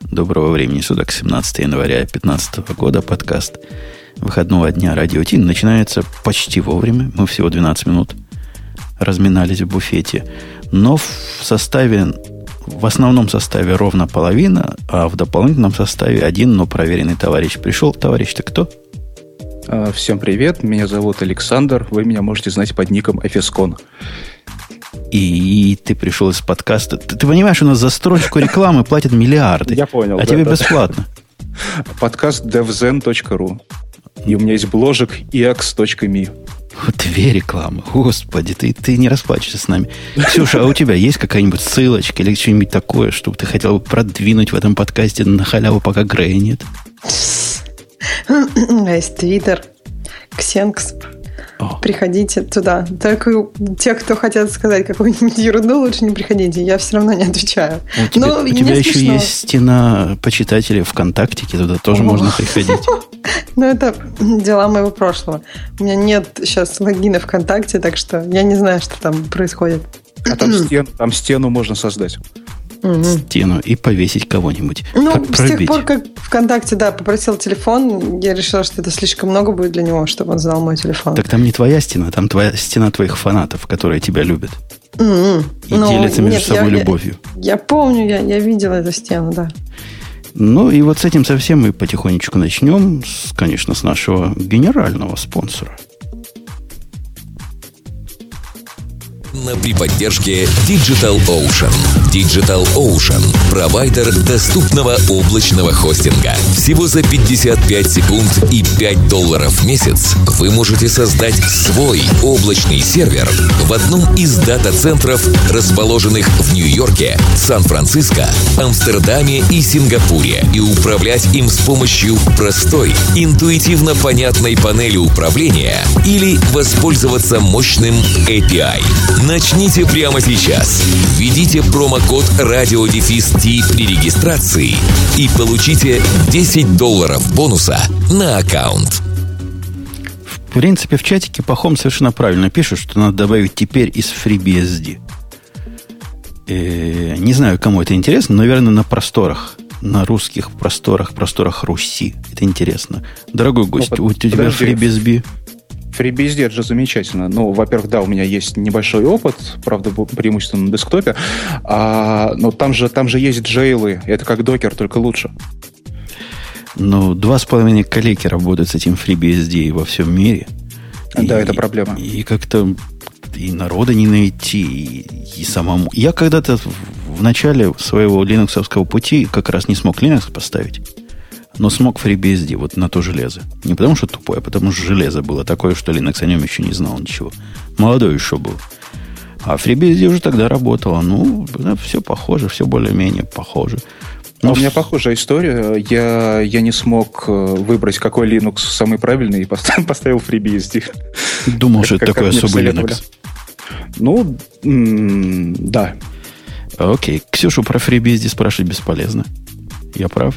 Доброго времени суток, 17 января 2015 года, подкаст выходного дня Радио Ти начинается почти вовремя. Мы всего 12 минут разминались в буфете. Но в основном составе ровно половина, а в дополнительном составе один, но проверенный товарищ пришел. Товарищ, ты кто? Всем привет, меня зовут Александр. Вы меня можете знать под ником Эфескон. И ты пришел из подкаста. Ты понимаешь, у нас за строчку рекламы платят миллиарды. Я понял. А тебе бесплатно. Подкаст devzen.ru. И у меня есть бложек ex.me. Вот две рекламы. Господи, ты не расплачешься с нами. Ксюша, а у тебя есть какая-нибудь ссылочка или что-нибудь такое, чтобы ты хотел бы продвинуть в этом подкасте на халяву, пока Грея нет? Есть Твиттер, Ксенкс. Приходите туда. Только те, кто хотят сказать какую-нибудь ерунду, лучше не приходите. Я все равно не отвечаю. У тебя еще есть стена почитателей ВКонтактике, туда тоже можно приходить. Ну, это дела моего прошлого. У меня нет сейчас логина ВКонтакте, так что я не знаю, что там происходит. А там стену можно создать. Стену и повесить кого-нибудь. С тех пор, как ВКонтакте, попросил телефон, я решила, что это слишком много будет для него, чтобы он знал мой телефон. Так там не твоя стена, там стена твоих фанатов, которые тебя любят. И делятся между собой любовью. Я помню, я видела эту стену, да. Ну, и вот с этим совсем мы потихонечку начнем, конечно, с нашего генерального спонсора. При поддержке DigitalOcean. DigitalOcean – провайдер доступного облачного хостинга. Всего за 55 секунд и $5 в месяц вы можете создать свой облачный сервер в одном из дата-центров, расположенных в Нью-Йорке, Сан-Франциско, Амстердаме и Сингапуре, и управлять им с помощью простой, интуитивно понятной панели управления или воспользоваться мощным API. Начните прямо сейчас. Введите промокод RadioDefist при регистрации и получите $10 бонуса на аккаунт. В принципе, в чатике Пахом совершенно правильно пишет, что надо добавить теперь из FreeBSD. Не знаю, кому это интересно, но, наверное, на просторах, на русских просторах Руси. Это интересно. Дорогой гость, у тебя FreeBSD... FreeBSD это же замечательно. Ну, во-первых, да, у меня есть небольшой опыт, правда, преимущественно на десктопе, но там же есть джейлы, это как докер, только лучше. Ну, 2,5 коллеги работают с этим FreeBSD во всем мире. Да, это проблема. И как-то и народа не найти, и самому. Я когда-то в начале своего линуксовского пути как раз не смог Linux поставить, но смог FreeBSD вот на то железо. Не потому что тупое, а потому что железо было такое, что Linux о нем еще не знал ничего. Молодой еще был. А FreeBSD уже тогда работало. Ну, все похоже, все более-менее похоже. У меня похожая история. Я не смог выбрать, какой Linux самый правильный, и поставил FreeBSD. Думал, что это такой особый Linux. Ну, да. Окей. Ксюшу про FreeBSD спрашивать бесполезно. Я прав?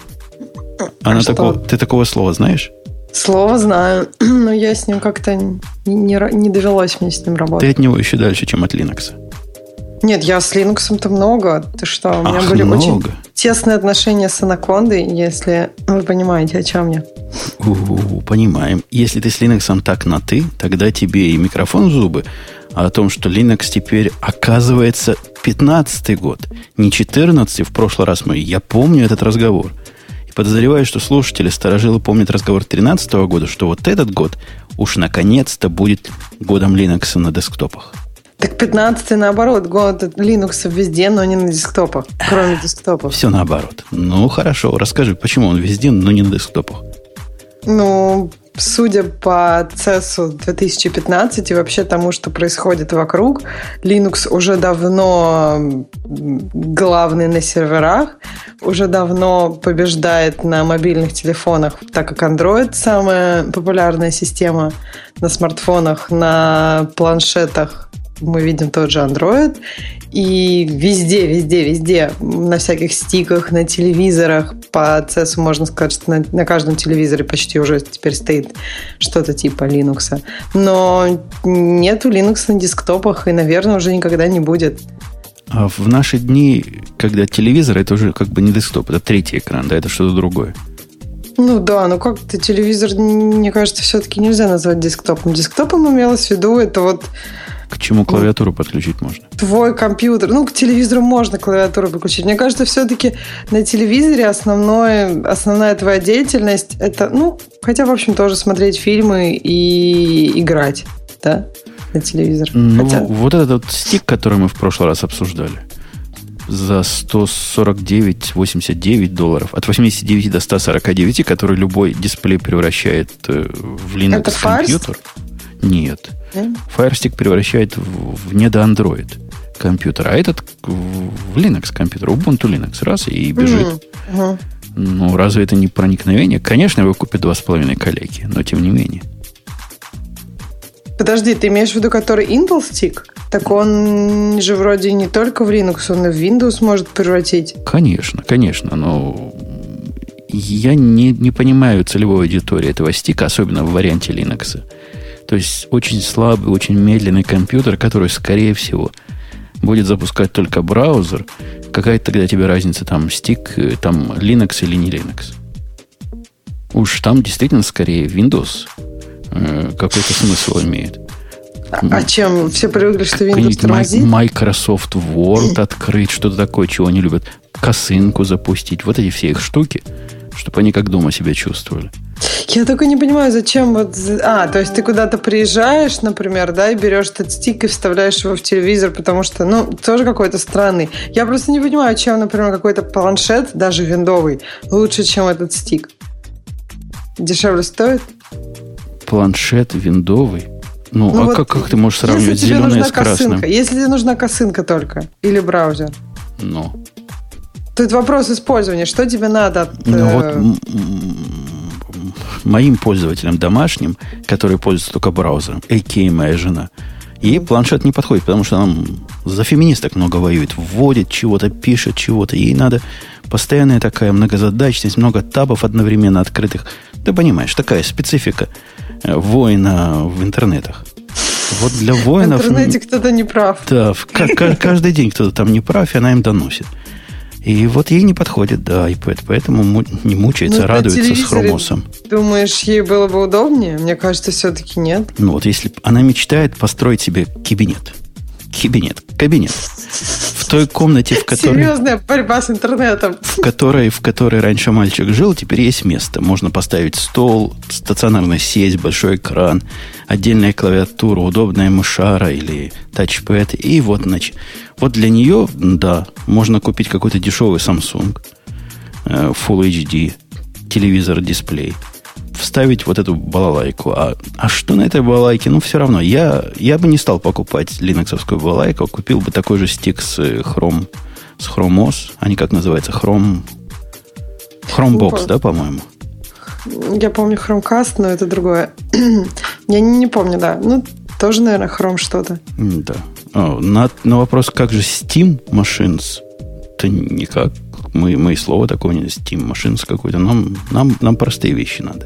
Ты такого слова знаешь? Слово знаю, но я с ним как-то не довелось мне с ним работать. Ты от него еще дальше, чем от Linux. Нет, я с Linux-то много. Ты что, у меня были очень тесные отношения с Анакондой, если вы понимаете, о чем я. Понимаем. Если ты с Linux так на «ты», тогда тебе и микрофон в зубы. А о том, что Linux теперь, оказывается, 15-й год, не 14-й, в прошлый раз я помню этот разговор. Подозреваю, что слушатели, старожилы помнят разговор 2013 года, что вот этот год уж наконец-то будет годом Linux на десктопах. Так 15-й наоборот, год Linux везде, но не на десктопах, кроме десктопов. Все наоборот. Ну, хорошо, расскажи, почему он везде, но не на десктопах? Ну, судя по CES 2015 и вообще тому, что происходит вокруг, Linux уже давно главный на серверах, уже давно побеждает на мобильных телефонах, так как Android самая популярная система на смартфонах, на планшетах. Мы видим тот же Android. И везде, на всяких стиках, на телевизорах, по CES можно сказать, что на каждом телевизоре почти уже теперь стоит что-то типа Linux. Но нету Linux на десктопах, и, наверное, уже никогда не будет. А в наши дни, когда телевизор, это уже как бы не десктоп, это третий экран, да, это что-то другое. Ну да, но как-то телевизор, мне кажется, все-таки нельзя назвать десктопом. Десктопом имелось в виду это вот... К чему клавиатуру подключить можно? Твой компьютер. Ну, к телевизору можно клавиатуру подключить. Мне кажется, все-таки на телевизоре основная твоя деятельность это, ну, хотя, в общем, тоже смотреть фильмы и играть, да, на телевизор. Ну, вот этот стик, который мы в прошлый раз обсуждали, за $149.89, от 89 до 149, который любой дисплей превращает в Linux компьютер. Нет. Fire Stick превращает в недо-Android компьютер, а этот в Linux компьютер, Ubuntu Linux, раз, и бежит. Ну, разве это не проникновение? Конечно, его купят 2,5 коллеги, но тем не менее. Подожди, ты имеешь в виду, который Intel Stick? Так он же вроде не только в Linux, он и в Windows может превратить. Конечно, но я не понимаю целевой аудитории этого стика, особенно в варианте Linux. То есть очень слабый, очень медленный компьютер, который, скорее всего, будет запускать только браузер. Какая тогда тебе разница, там стик, там Linux или не Linux? Уж там действительно скорее Windows какой-то смысл имеет. А чем? Все привыкли, что Windows тормозит? Microsoft Word открыть, что-то такое, чего они любят. Косынку запустить. Вот эти все их штуки, чтобы они как дома себя чувствовали. Я только не понимаю, зачем вот... то есть ты куда-то приезжаешь, например, да, и берешь этот стик и вставляешь его в телевизор, потому что, ну, тоже какой-то странный. Я просто не понимаю, чем, например, какой-то планшет, даже виндовый, лучше, чем этот стик. Дешевле стоит? Планшет виндовый? Ну а вот как ты можешь сравнивать зеленое с красным? Если тебе нужна косынка только, или браузер? Ну. Тут вопрос использования. Что тебе надо? Вот моим пользователям домашним, которые пользуются только браузером, а.к.а. моя жена, ей планшет не подходит, потому что она за феминисток много воюет, вводит чего-то, пишет чего-то. Ей надо постоянная такая многозадачность, много табов одновременно открытых. Ты понимаешь, такая специфика воина в интернетах. Вот для воинов... В интернете кто-то не прав. Да, каждый день кто-то там не прав, и она им доносит. И вот ей не подходит, да, iPad, поэтому не мучается, радуется с хромосом. Думаешь, ей было бы удобнее? Мне кажется, все-таки нет. Ну вот если она мечтает построить себе кабинет. Кабинет. В той комнате, в которой... Серьезная борьба с интернетом. В которой раньше мальчик жил, теперь есть место. Можно поставить стол, стационарная сеть, большой экран, отдельная клавиатура, удобная мышара или тачпэд. И вот, значит, вот для нее, да, можно купить какой-то дешевый Samsung Full HD, телевизор-дисплей, вставить вот эту балалайку. А что на этой балалайке? Ну, все равно. Я бы не стал покупать линоксовскую балалайку, купил бы такой же стик с Chrome OS. Они как называются? Chromebox, да, по-моему? Я помню Chromecast, но это другое. Я не помню, да. Ну, тоже, наверное, Chrome что-то. Да. На вопрос, как же Steam Machines, то никак. Мы слова такого нет. Steam Machines какой-то. Нам простые вещи надо.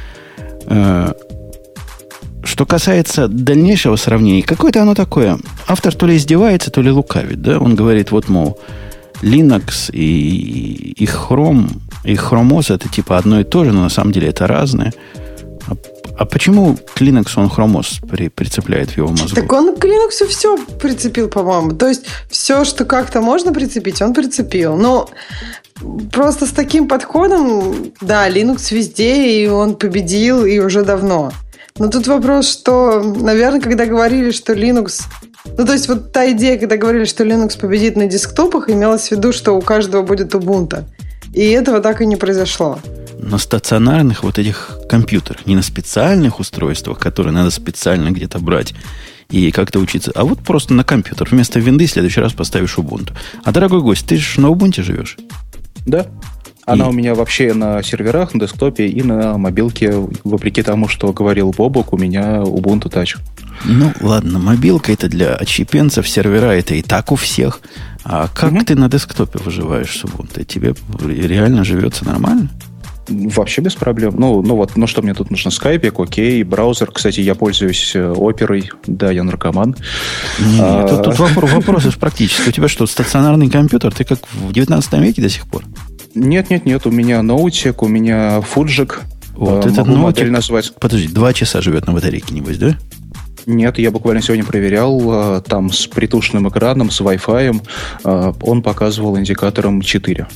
Что касается дальнейшего сравнения, какое-то оно такое. Автор то ли издевается, то ли лукавит. Да? Он говорит, вот, мол, Linux и Chrome, и Chrome OS это типа одно и то же, но на самом деле это разное. А почему к Linux он Chrome OS прицепляет в его мозгу? Так он к Linux все прицепил, по-моему. То есть все, что как-то можно прицепить, он прицепил. Но просто с таким подходом, да, Linux везде, и он победил, и уже давно. Но тут вопрос, что, наверное, когда говорили, что Linux... Ну, то есть вот та идея, когда говорили, что Linux победит на десктопах, имелось в виду, что у каждого будет Ubuntu. И этого так и не произошло. На стационарных вот этих компьютерах, не на специальных устройствах, которые надо специально где-то брать и как-то учиться, а вот просто на компьютер. Вместо винды в следующий раз поставишь Ubuntu. А, дорогой гость, ты же на Ubuntu живешь? Да. Она у меня вообще на серверах, на десктопе и на мобилке. Вопреки тому, что говорил Бобок, у меня Ubuntu Touch. Ну, ладно, мобилка это для отщепенцев, сервера это и так у всех. А как ты на десктопе выживаешь с Ubuntu? Тебе реально живется нормально? Вообще без проблем. Ну, что мне тут нужно? Скайпик, окей, браузер. Кстати, я пользуюсь оперой. Да, я наркоман. Тут вопрос практически. У тебя что, стационарный компьютер? Ты как в 19 веке до сих пор? Нет. У меня ноутик, у меня фуджик. Вот этот ноутик, назвать. Подожди, 2 часа живет на батарейке, небось, да? Нет, я буквально сегодня проверял. Там с притушенным экраном, с Wi-Fi. Он показывал индикатором 4.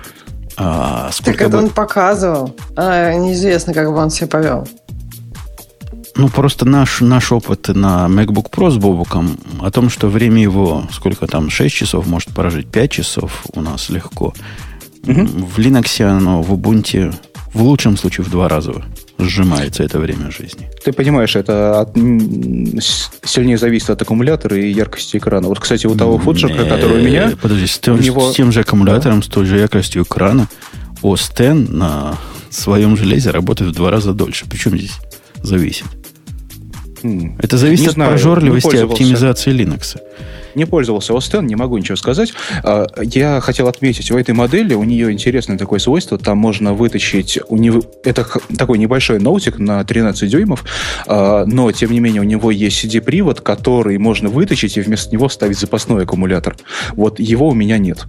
Так это он показывал. Неизвестно, как бы он себя повел. Ну, просто наш опыт на MacBook Pro с Бобуком о том, что время его, сколько там, 6 часов может прожить, 5 часов у нас легко. В Linux оно, в Ubuntu, в лучшем случае в 2 раза сжимается это время жизни. Ты понимаешь, это сильнее зависит от аккумулятора и яркости экрана. Вот, кстати, у того фуджика, который у меня... Подожди, с тем же аккумулятором, с той же яркостью экрана OS X на своем железе работает в 2 раза дольше. Причем здесь зависит? Это зависит от прожорливости и оптимизации Linux. Не пользовался OS X, не могу ничего сказать. Я хотел отметить, в этой модели у нее интересное такое свойство. Там можно вытащить... Это такой небольшой ноутик на 13 дюймов, но, тем не менее, у него есть CD-привод, который можно вытащить и вместо него вставить запасной аккумулятор. Вот его у меня нет.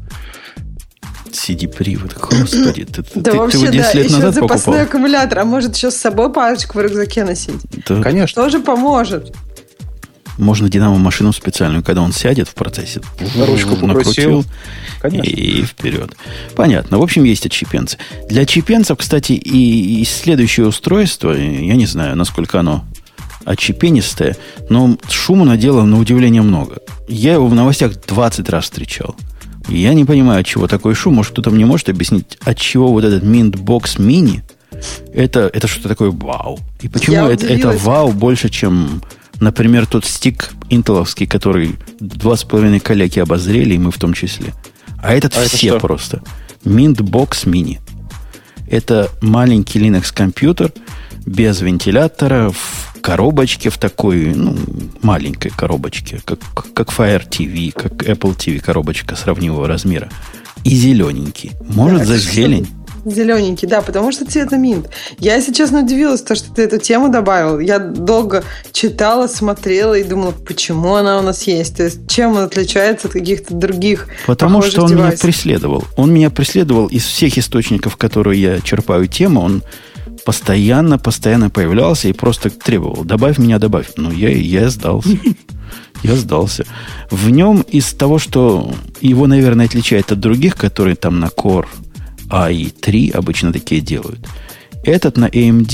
CD-привод, господи. Да вообще, да, еще запасной аккумулятор. А может еще с собой парочку в рюкзаке носить? Конечно. Тоже поможет. Можно динамо-машину специальную, когда он сядет в процессе, ручку накрутил и вперед. Понятно. В общем, есть отщепенцы. Для отщепенцев, кстати, и следующее устройство, я не знаю, насколько оно отщепенистое, но шума наделано на удивление много. Я его в новостях 20 раз встречал. Я не понимаю, от чего такой шум. Может, кто-то мне может объяснить, от чего вот этот Mintbox Mini это что-то такое вау. И почему это вау больше, чем... Например, тот стик интеловский, который 2,5 коллеги обозрели, и мы в том числе. А этот все это просто. Mintbox Mini. Это маленький Linux-компьютер без вентилятора, в коробочке, в такой, маленькой коробочке, как Fire TV, как Apple TV коробочка сравнимого размера. И зелененький. Может, за зелень. Зелененький, да, потому что цвет минт. Я, если честно, удивилась, что ты эту тему добавил. Я долго читала, смотрела и думала, почему она у нас есть. То есть, чем он отличается от каких-то других Потому что он девайсов. Меня преследовал. Он меня преследовал из всех источников, которые я черпаю тему. Он постоянно появлялся и просто требовал, добавь меня, добавь. Ну, я сдался. Я сдался. В нем из того, что его, наверное, отличает от других, которые там на Core i3 обычно такие делают. Этот на AMD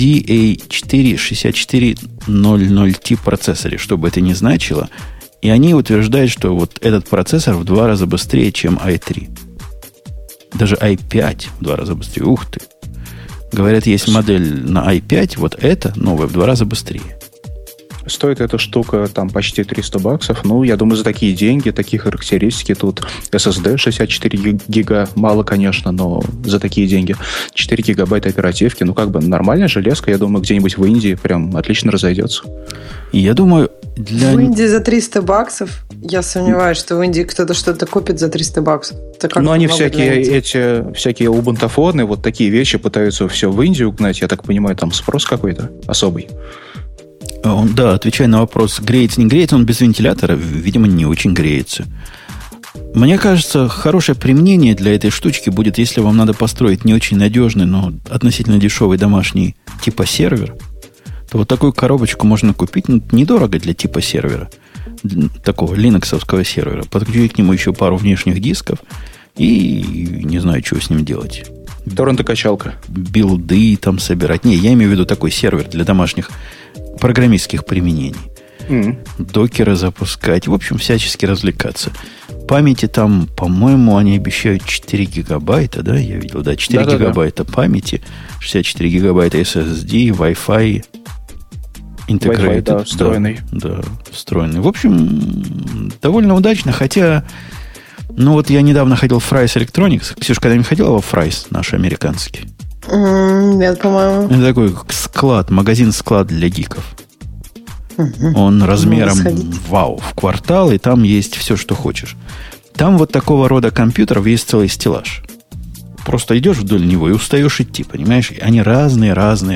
A4-6400T процессоре, что бы это ни значило. И они утверждают, что вот этот процессор в 2 раза быстрее, чем i3. Даже i5 в 2 раза быстрее. Ух ты. Говорят, есть модель на i5, вот эта новая в 2 раза быстрее. Стоит эта штука там почти $300. Ну, я думаю, за такие деньги, такие характеристики тут SSD 64 гига, мало, конечно, но за такие деньги 4 гигабайта оперативки, как бы нормальная железка, я думаю, где-нибудь в Индии прям отлично разойдется. И я думаю, в Индии за $300, я сомневаюсь, что в Индии кто-то что-то купит за $300. Но они всякие убунтофоны, вот такие вещи пытаются все в Индию гнать, я так понимаю, там спрос какой-то особый. Да, отвечая на вопрос, греется, не греется, он без вентилятора, видимо, не очень греется. Мне кажется, хорошее применение для этой штучки будет, если вам надо построить не очень надежный, но относительно дешевый домашний типа сервер, то вот такую коробочку можно купить недорого для типа сервера, такого линоксовского сервера. Подключить к нему еще пару внешних дисков и не знаю, что с ним делать. Торрент-качалка. Билды там собирать. Не, я имею в виду такой сервер для домашних программистских применений. Докеры запускать. В общем, всячески развлекаться. Памяти там, по-моему, они обещают 4 гигабайта, да? Я видел, да, 4 гигабайта памяти, 64 гигабайта SSD, Wi-Fi integrated. Wi-Fi, встроенный. Да, встроенный. В общем, довольно удачно, хотя... вот я недавно ходил в Fry's Electronics. Ксюша, когда-нибудь ходила во Fry's, наш американский? Нет, по-моему. Это такой склад, магазин-склад для гиков. Он размером, в квартал, и там есть все, что хочешь. Там вот такого рода компьютеров есть целый стеллаж. просто идешь вдоль него и устаешь идти, понимаешь? Они разные.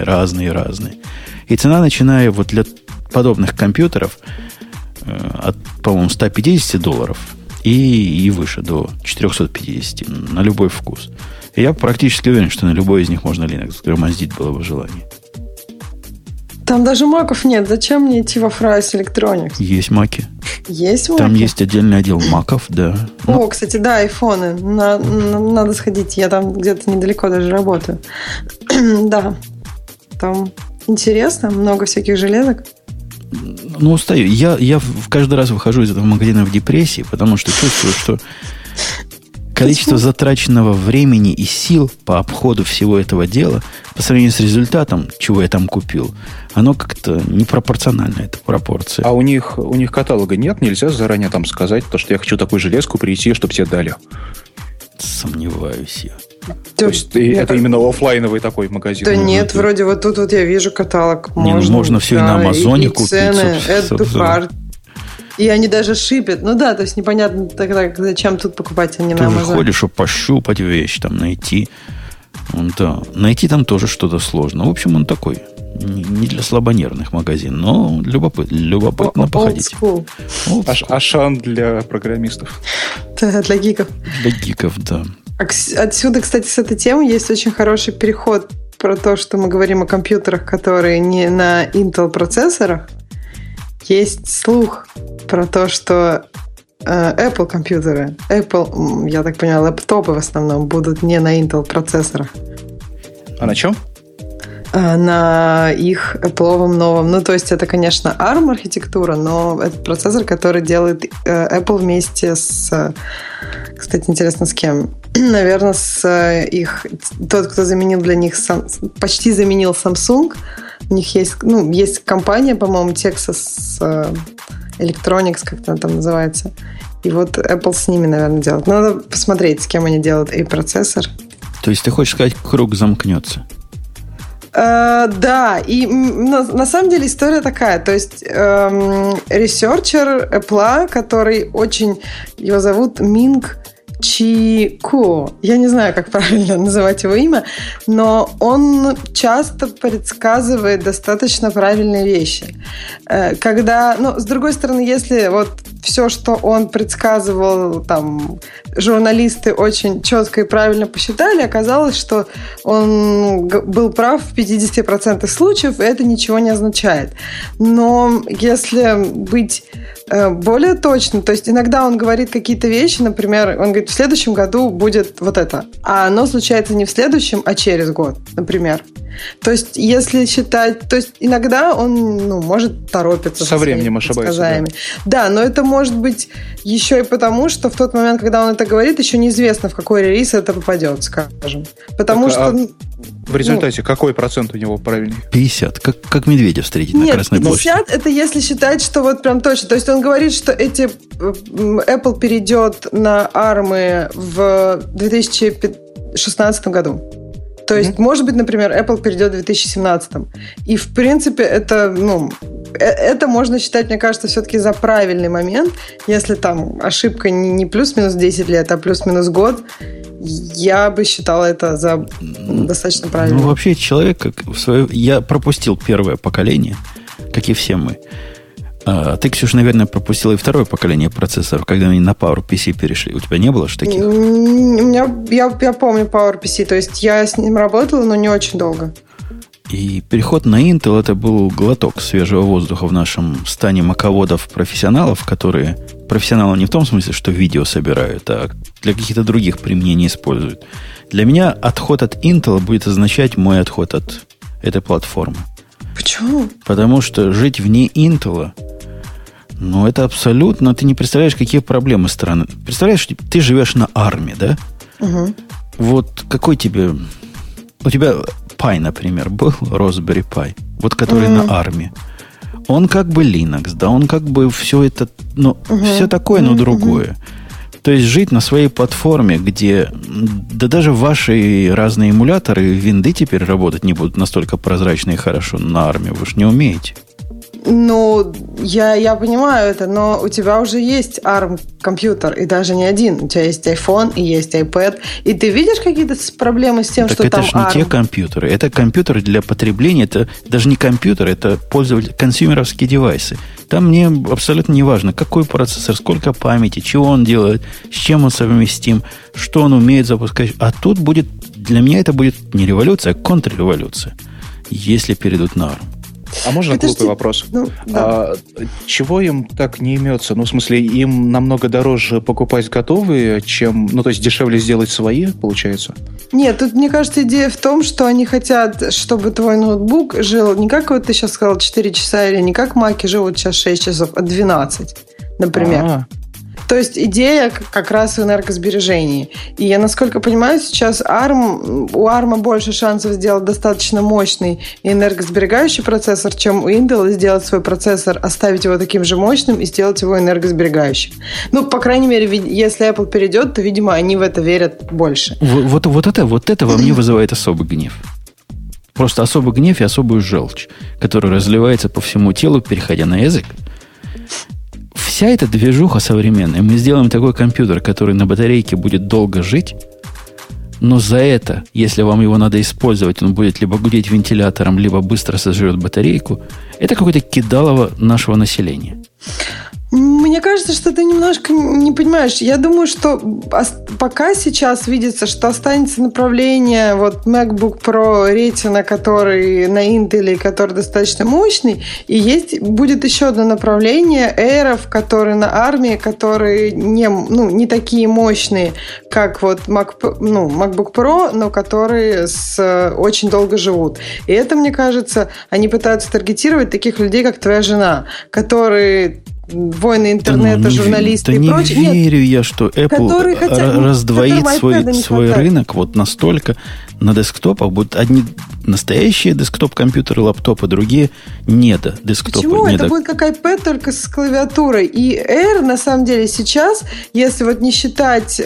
И цена, начиная вот для подобных компьютеров от, по-моему, $150 и выше, до 450 на любой вкус. И я практически уверен, что на любой из них можно Linux громоздить было бы желание. Там даже маков нет. Зачем мне идти во Fry's Electronics? Есть маки. Есть маки? Там есть отдельный отдел маков, да. О, кстати, да, айфоны. Надо сходить. Я там где-то недалеко даже работаю. Да. Там интересно. Много всяких железок. Ну, устаю. Я каждый раз выхожу из этого магазина в депрессии, потому что чувствую, что количество затраченного времени и сил по обходу всего этого дела по сравнению с результатом, чего я там купил, оно как-то непропорционально, эта пропорция. А у них каталога нет? Нельзя заранее там сказать, то, что я хочу такую железку прийти, чтобы тебе дали? Сомневаюсь я. То есть это именно офлайновый такой магазин? Да нет, вроде вот тут вот я вижу каталог. Можно все и на Амазоне купить. Цены, и они даже шипят. Ну да, то есть непонятно тогда, зачем тут покупать, а не на Амазоне. Ты ходишь, чтобы пощупать вещь, там найти. Да. Найти там тоже что-то сложно. В общем, он такой. Не для слабонервных магазин, но любопытно походить. Ашан для программистов. Да, для гиков. Для гиков, да. Отсюда, кстати, с этой темы есть очень хороший переход про то, что мы говорим о компьютерах, которые не на Intel процессорах. Есть слух про то, что Apple компьютеры, Apple, я так поняла, лэптопы в основном будут не на Intel процессорах. А на чем? На их Apple'овом новом. Ну, то есть это, конечно, ARM архитектура, но это процессор, который делает Apple вместе с... Кстати, интересно, с кем? Наверное, с их... Тот, кто заменил для них... Почти заменил Samsung. У них есть... Ну, есть компания, по-моему, Texas Electronics, как она там называется. И вот Apple с ними, наверное, делает. Надо посмотреть, с кем они делают и процессор. То есть ты хочешь сказать, круг замкнется? Да, и на самом деле история такая, то есть ресерчер Apple, который очень, его зовут Минг Чи Ко, я не знаю, как правильно называть его имя, но он часто предсказывает достаточно правильные вещи. Когда, ну, с другой стороны, если вот все, что он предсказывал, там, журналисты очень четко и правильно посчитали, оказалось, что он был прав в 50% случаев, и это ничего не означает. Но если быть более точным, то есть иногда он говорит какие-то вещи, например, он говорит, в следующем году будет вот это, а оно случается не в следующем, а через год, например. То есть, если считать... То есть, иногда он может торопиться. Со временем ошибается. Да, но это может быть еще и потому, что в тот момент, когда он это говорит, еще неизвестно, в какой релиз это попадет, скажем. Потому что... В результате какой процент у него правильный? 50. Как медведя встретить на Красной площади. 50 это если считать, что вот прям точно. То есть, он говорит, что Apple перейдет на ARM в 2016 году. То есть, может быть, например, Apple перейдет в 2017. И, в принципе, это можно считать, мне кажется, все-таки за правильный момент. Если там ошибка не плюс-минус 10 лет, а плюс-минус год, я бы считала это за достаточно правильно. Ну, вообще, человек, я пропустил первое поколение, как и все мы. А ты, Ксюша, наверное, пропустила и второе поколение процессоров, когда они на PowerPC перешли. У тебя не было ж таких? У меня, я помню PowerPC, то есть я с ним работала, но не очень долго. И переход на Intel — это был глоток свежего воздуха в нашем стане маководов-профессионалов, которые... Профессионалы не в том смысле, что видео собирают, а для каких-то других применений используют. Для меня отход от Intel будет означать мой отход от этой платформы. Почему? Потому что жить вне Intel... Ну, это абсолютно... Ты не представляешь, какие проблемы страны. Представляешь, ты живешь на ARM, да? Угу. Вот какой тебе... У тебя Pi, например, был Raspberry Pi, вот который на ARM. Он как бы Linux, да, он как бы все это... Ну, все такое, но другое. То есть жить на своей платформе, где... Да даже ваши разные эмуляторы, винды теперь работать не будут настолько прозрачно и хорошо на ARM. Вы же не умеете. Ну, я понимаю это, но у тебя уже есть ARM-компьютер, и даже не один. У тебя есть iPhone и есть iPad. И ты видишь какие-то проблемы с тем, так что там ARM? Так это же не те компьютеры. Это компьютеры для потребления. Это даже не компьютер, это консюмеровские девайсы. Там мне абсолютно не важно, какой процессор, сколько памяти, чего он делает, с чем он совместим, что он умеет запускать. А тут будет, для меня это будет не революция, а контрреволюция, если перейдут на ARM. А можно глупый вопрос? Ну, да. Чего им так не имется? Ну, в смысле, им намного дороже покупать готовые, чем... Ну, то есть дешевле сделать свои, получается? Нет, тут, мне кажется, идея в том, что они хотят, чтобы твой ноутбук жил не как вот ты сейчас сказал 4 часа, или не как маки живут сейчас 6 часов, а 12, например. А-а-а. То есть идея как раз в энергосбережении. И я, насколько понимаю, сейчас у ARM больше шансов сделать достаточно мощный и энергосберегающий процессор, чем у Intel сделать свой процессор, оставить его таким же мощным и сделать его энергосберегающим. Ну, по крайней мере, если Apple перейдет, то, видимо, они в это верят больше. Вот это во мне вызывает особый гнев. Просто особый гнев и особую желчь, которая разливается по всему телу, переходя на язык. Вся эта движуха современная. Мы сделаем такой компьютер, который на батарейке будет долго жить, но за это, если вам его надо использовать, он будет либо гудеть вентилятором, либо быстро сожрет батарейку. Это какое-то кидалово нашего населения. Мне кажется, что ты немножко не понимаешь. Я думаю, что пока сейчас видится, что останется направление вот MacBook Pro Retina, который на Intel, который достаточно мощный, и будет еще одно направление Air, которые на ARM, которые не такие мощные, как вот MacBook Pro, но которые очень долго живут. И это, мне кажется, они пытаются таргетировать таких людей, как твоя жена, которые... Войны интернета, журналисты и прочее. Не верю я, что Apple раздвоит свой рынок вот настолько. На десктопах будут одни настоящие десктоп-компьютеры, лаптопы, другие десктопы. Почему? Это будет как iPad, только с клавиатурой. И Air, на самом деле, сейчас, если вот не считать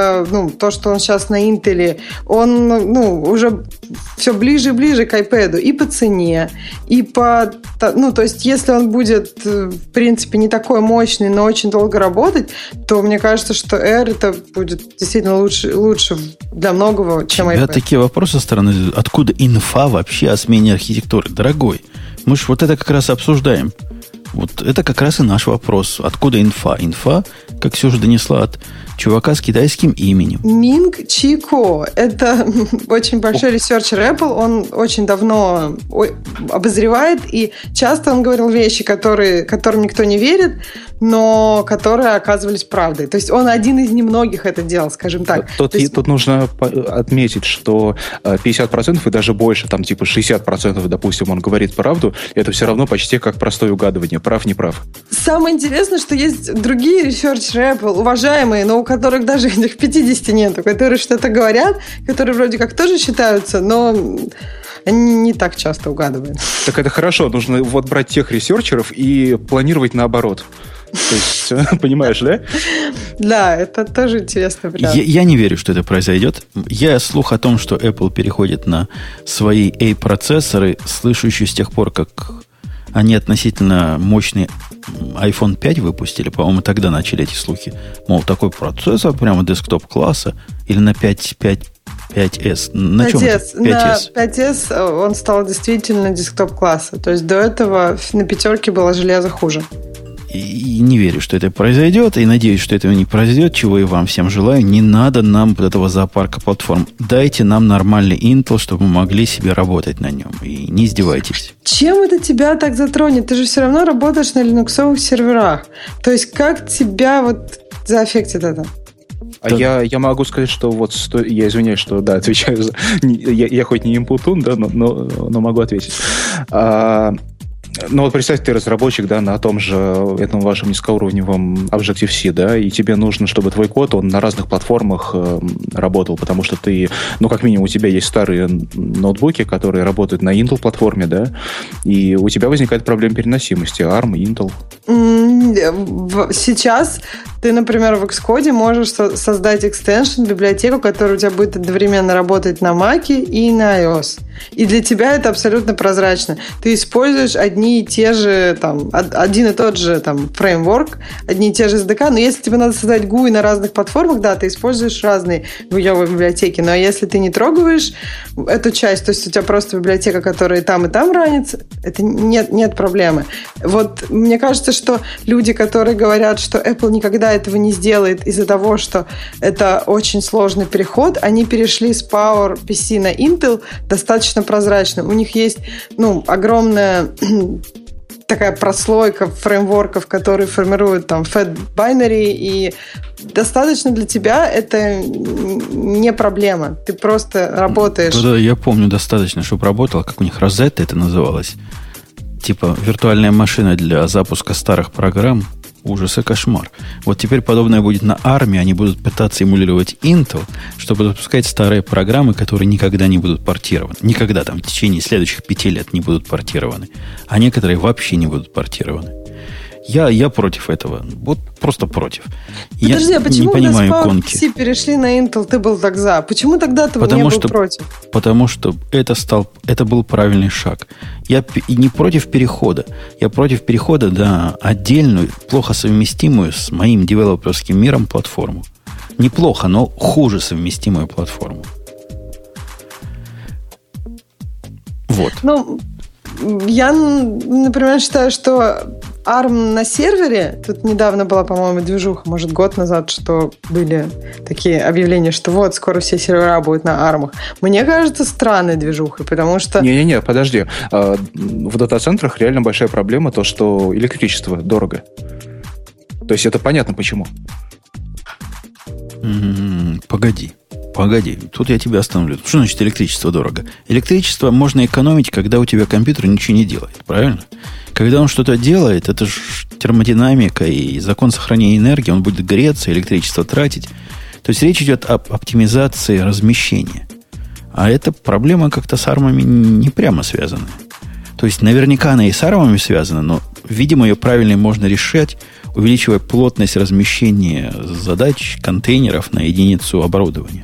то, что он сейчас на Intel, он уже все ближе и ближе к iPad. И по цене, и по... то есть, если он будет, в принципе, не такой мощный, но очень долго работать, то мне кажется, что Air это будет действительно лучше для многого, чем iPad. У тебя такие вопросы со стороны, откуда инфа вообще о смене архитектуры? Дорогой, мы же вот это как раз обсуждаем. Вот это как раз и наш вопрос. Откуда инфа? Инфа, как Ксюша донесла, от чувака с китайским именем. Минг Чи Ко. Это очень большой ресерчер Apple. Он очень давно обозревает, и часто он говорил вещи, которым никто не верит, но которые оказывались правдой. То есть он один из немногих это делал, скажем так. Тут нужно отметить, что 50% и даже больше, там типа 60%, допустим, он говорит правду, это все равно почти как простое угадывание. Прав, не прав. Самое интересное, что есть другие ресерчеры Apple, уважаемые, но у которых даже этих 50 нету, которые что-то говорят, которые вроде как тоже считаются, но они не так часто угадывают. Так это хорошо, нужно вот брать тех ресерчеров и планировать наоборот. То есть, понимаешь, да? Да, это тоже интересный вариант. Я не верю, что это произойдет. Я слух о том, что Apple переходит на свои A-процессоры, слышу еще с тех пор, как они относительно мощный iPhone 5 выпустили. По-моему, тогда начали эти слухи. Мол, такой процессор прямо десктоп-класса. Или на 5S. На чем это? 5S. На 5S он стал действительно десктоп-класса. То есть до этого на пятерке было железо хуже. И не верю, что это произойдет, и надеюсь, что этого не произойдет, чего и вам всем желаю. Не надо нам вот этого зоопарка платформ. Дайте нам нормальный Intel, чтобы мы могли себе работать на нем. И не издевайтесь. Чем это тебя так затронет? Ты же все равно работаешь на линуксовых серверах. То есть как тебя вот заэффектит это? А я могу сказать, что вот я извиняюсь, что да, отвечаю за... Я хоть не импутун, да, но могу ответить. Ну вот представь, ты разработчик, да, на том же этом вашем низкоуровневом Objective-C, да, и тебе нужно, чтобы твой код, он на разных платформах работал, потому что ты, как минимум, у тебя есть старые ноутбуки, которые работают на Intel-платформе, да, и у тебя возникает проблема переносимости, ARM, Intel. Сейчас ты, например, в Xcode можешь создать экстеншн, библиотеку, которая у тебя будет одновременно работать на Mac и на iOS. И для тебя это абсолютно прозрачно. Ты используешь одни и те же, там, один и тот же там, фреймворк, одни и те же SDK, но если тебе надо создать GUI на разных платформах, да, ты используешь разные GUI библиотеки, но если ты не трогаешь эту часть, то есть у тебя просто библиотека, которая и там ранится, это нет проблемы. Вот мне кажется, что люди, которые говорят, что Apple никогда этого не сделает из-за того, что это очень сложный переход, они перешли с PowerPC на Intel достаточно прозрачно. У них есть огромная такая прослойка фреймворков, которые формируют там Fat Binary, и достаточно для тебя это не проблема. Ты просто работаешь. Да, я помню достаточно, чтобы работало, как у них Rosetta это называлось. Типа виртуальная машина для запуска старых программ. Ужас и кошмар. Вот теперь подобное будет на ARM. Они будут пытаться эмулировать Intel, чтобы запускать старые программы, которые никогда не будут портированы. Никогда там в течение следующих 5 лет не будут портированы. А некоторые вообще не будут портированы. Я против этого. Вот просто против. Подожди, а почему не понимаю когда с иконки. PowerPC перешли на Intel, ты был так за? Почему тогда ты не был против? Потому что это был правильный шаг. Я и не против перехода. Я против перехода на отдельную, плохо совместимую с моим девелоперским миром платформу. Неплохо, но хуже совместимую платформу. Вот. Я, например, считаю, что ARM на сервере, тут недавно была, по-моему, движуха, может, год назад, что были такие объявления, что вот, скоро все сервера будут на ARM. Мне кажется, странной движухой, потому что... Не-не-не, подожди. В дата-центрах реально большая проблема то, что электричество дорого. То есть это понятно почему. Погоди. Тут я тебя остановлю. Что значит электричество дорого? Электричество можно экономить, когда у тебя компьютер ничего не делает. Правильно? Когда он что-то делает, это же термодинамика и закон сохранения энергии, он будет греться, электричество тратить. То есть речь идет об оптимизации размещения. А эта проблема как-то с армами не прямо связана. То есть наверняка она и с армами связана, но, видимо, ее правильно можно решать, увеличивая плотность размещения задач, контейнеров на единицу оборудования.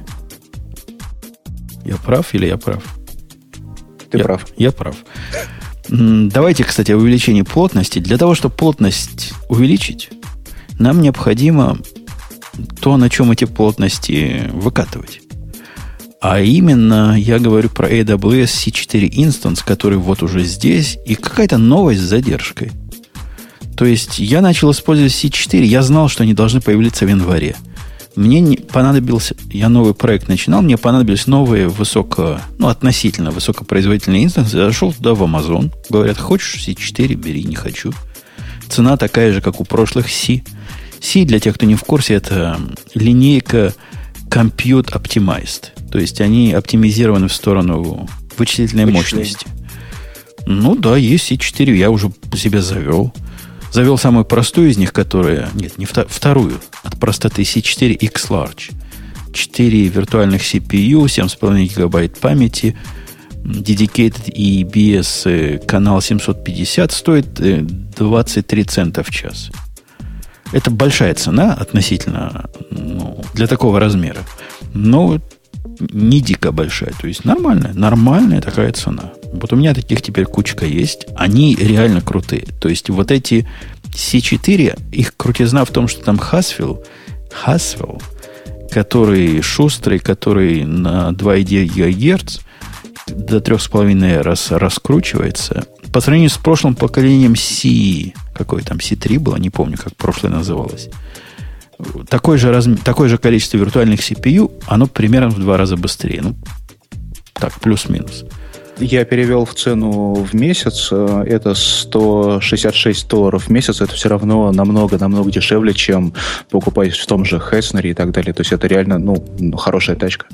Я прав или я прав? Ты прав. Я прав. Давайте, кстати, о увеличении плотности. Для того, чтобы плотность увеличить, нам необходимо то, на чем эти плотности выкатывать. А именно, я говорю про AWS C4 Instance, который вот уже здесь, и какая-то новость с задержкой. То есть, я начал использовать C4, я знал, что они должны появиться в январе. Мне не понадобился, я новый проект начинал, мне понадобились новые относительно высокопроизводительные инстансы. Я зашел туда в Amazon, говорят, хочешь C4, бери, не хочу. Цена такая же, как у прошлых C. C, для тех, кто не в курсе, это линейка Compute Optimized. То есть, они оптимизированы в сторону вычислительной мощности. Ну да, есть C4, я уже по себе завел. Завел самую простую из них, которая... Нет, не вторую. От простоты C4 X Large. 4 виртуальных CPU, 7,5 гигабайт памяти, Dedicated и EBS канал 750 стоит 23 цента в час. Это большая цена относительно для такого размера. Но не дико большая. То есть нормальная такая цена. Вот у меня таких теперь кучка есть. Они реально крутые. То есть вот эти C4, их крутизна в том, что там Haswell, который шустрый, который на 2,9 ГГц до 3,5 раз раскручивается. По сравнению с прошлым поколением какой там C3 было, не помню, как прошлое называлось. Такое же количество виртуальных CPU, оно примерно в 2 раза быстрее. Так, плюс-минус. Я перевел в цену в месяц. Это $166 в месяц. Это все равно намного дешевле, чем покупать в том же Хеснере и так далее. То есть это реально хорошая тачка.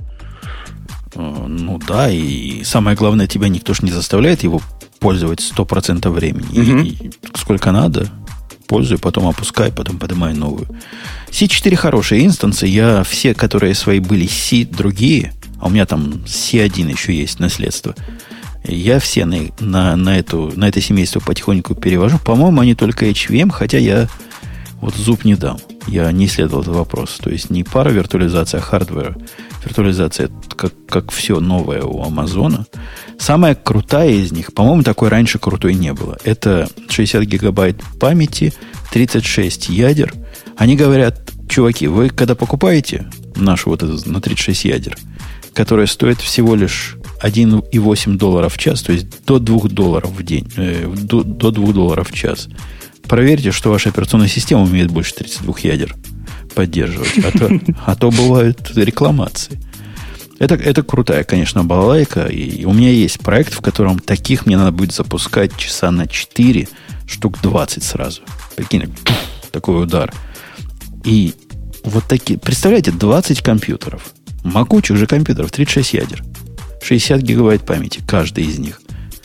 Да, и самое главное, тебя никто ж не заставляет его пользовать 100% времени. И сколько надо, пользуй, потом опускай, потом поднимай новую. C4 хорошие инстансы. Я все, которые свои были C, другие, а у меня там C1 еще есть наследство, я все на это семейство потихоньку перевожу. По-моему, они только HVM, хотя я вот зуб не дам. Я не исследовал этот вопрос. То есть не пара виртуализация, а хардвера. Виртуализация, как все новое у Амазона. Самая крутая из них, по-моему, такой раньше крутой не было. Это 60 гигабайт памяти, 36 ядер. Они говорят, чуваки, вы когда покупаете нашу вот эту на 36 ядер, которая стоит всего лишь $1.8 в час, то есть до $2 в день, до $2 в час, проверьте, что ваша операционная система умеет больше 32 ядер поддерживать. А то бывают рекламации. Это крутая, конечно, балалайка. И у меня есть проект, в котором таких мне надо будет запускать часа на 4, штук 20 сразу. Прикинь, такой удар. И вот такие, представляете, 20 компьютеров. Могучих же компьютеров, 36 ядер. 60 гигабайт памяти, каждый из них.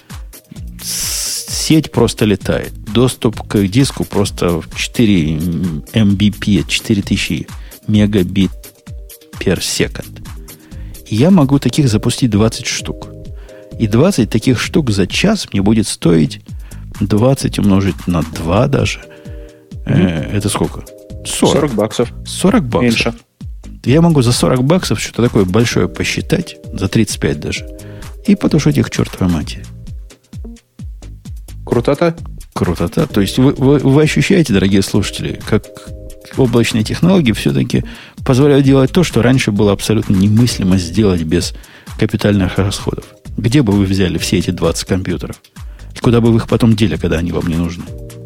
Сеть просто летает. Доступ к диску просто 4 Mbps, 4000 мегабит per second. И я могу таких запустить 20 штук. И 20 таких штук за час мне будет стоить 20 умножить на 2 даже. Это сколько? 40 баксов. 40 баксов. Меньше. Я могу за 40 баксов что-то такое большое посчитать, за 35 даже, и потушить их к чертовой матери. Круто-то? Круто-то. То есть вы ощущаете, дорогие слушатели, как облачные технологии все-таки позволяют делать то, что раньше было абсолютно немыслимо сделать без капитальных расходов. Где бы вы взяли все эти 20 компьютеров? И куда бы вы их потом дели, когда они вам не нужны?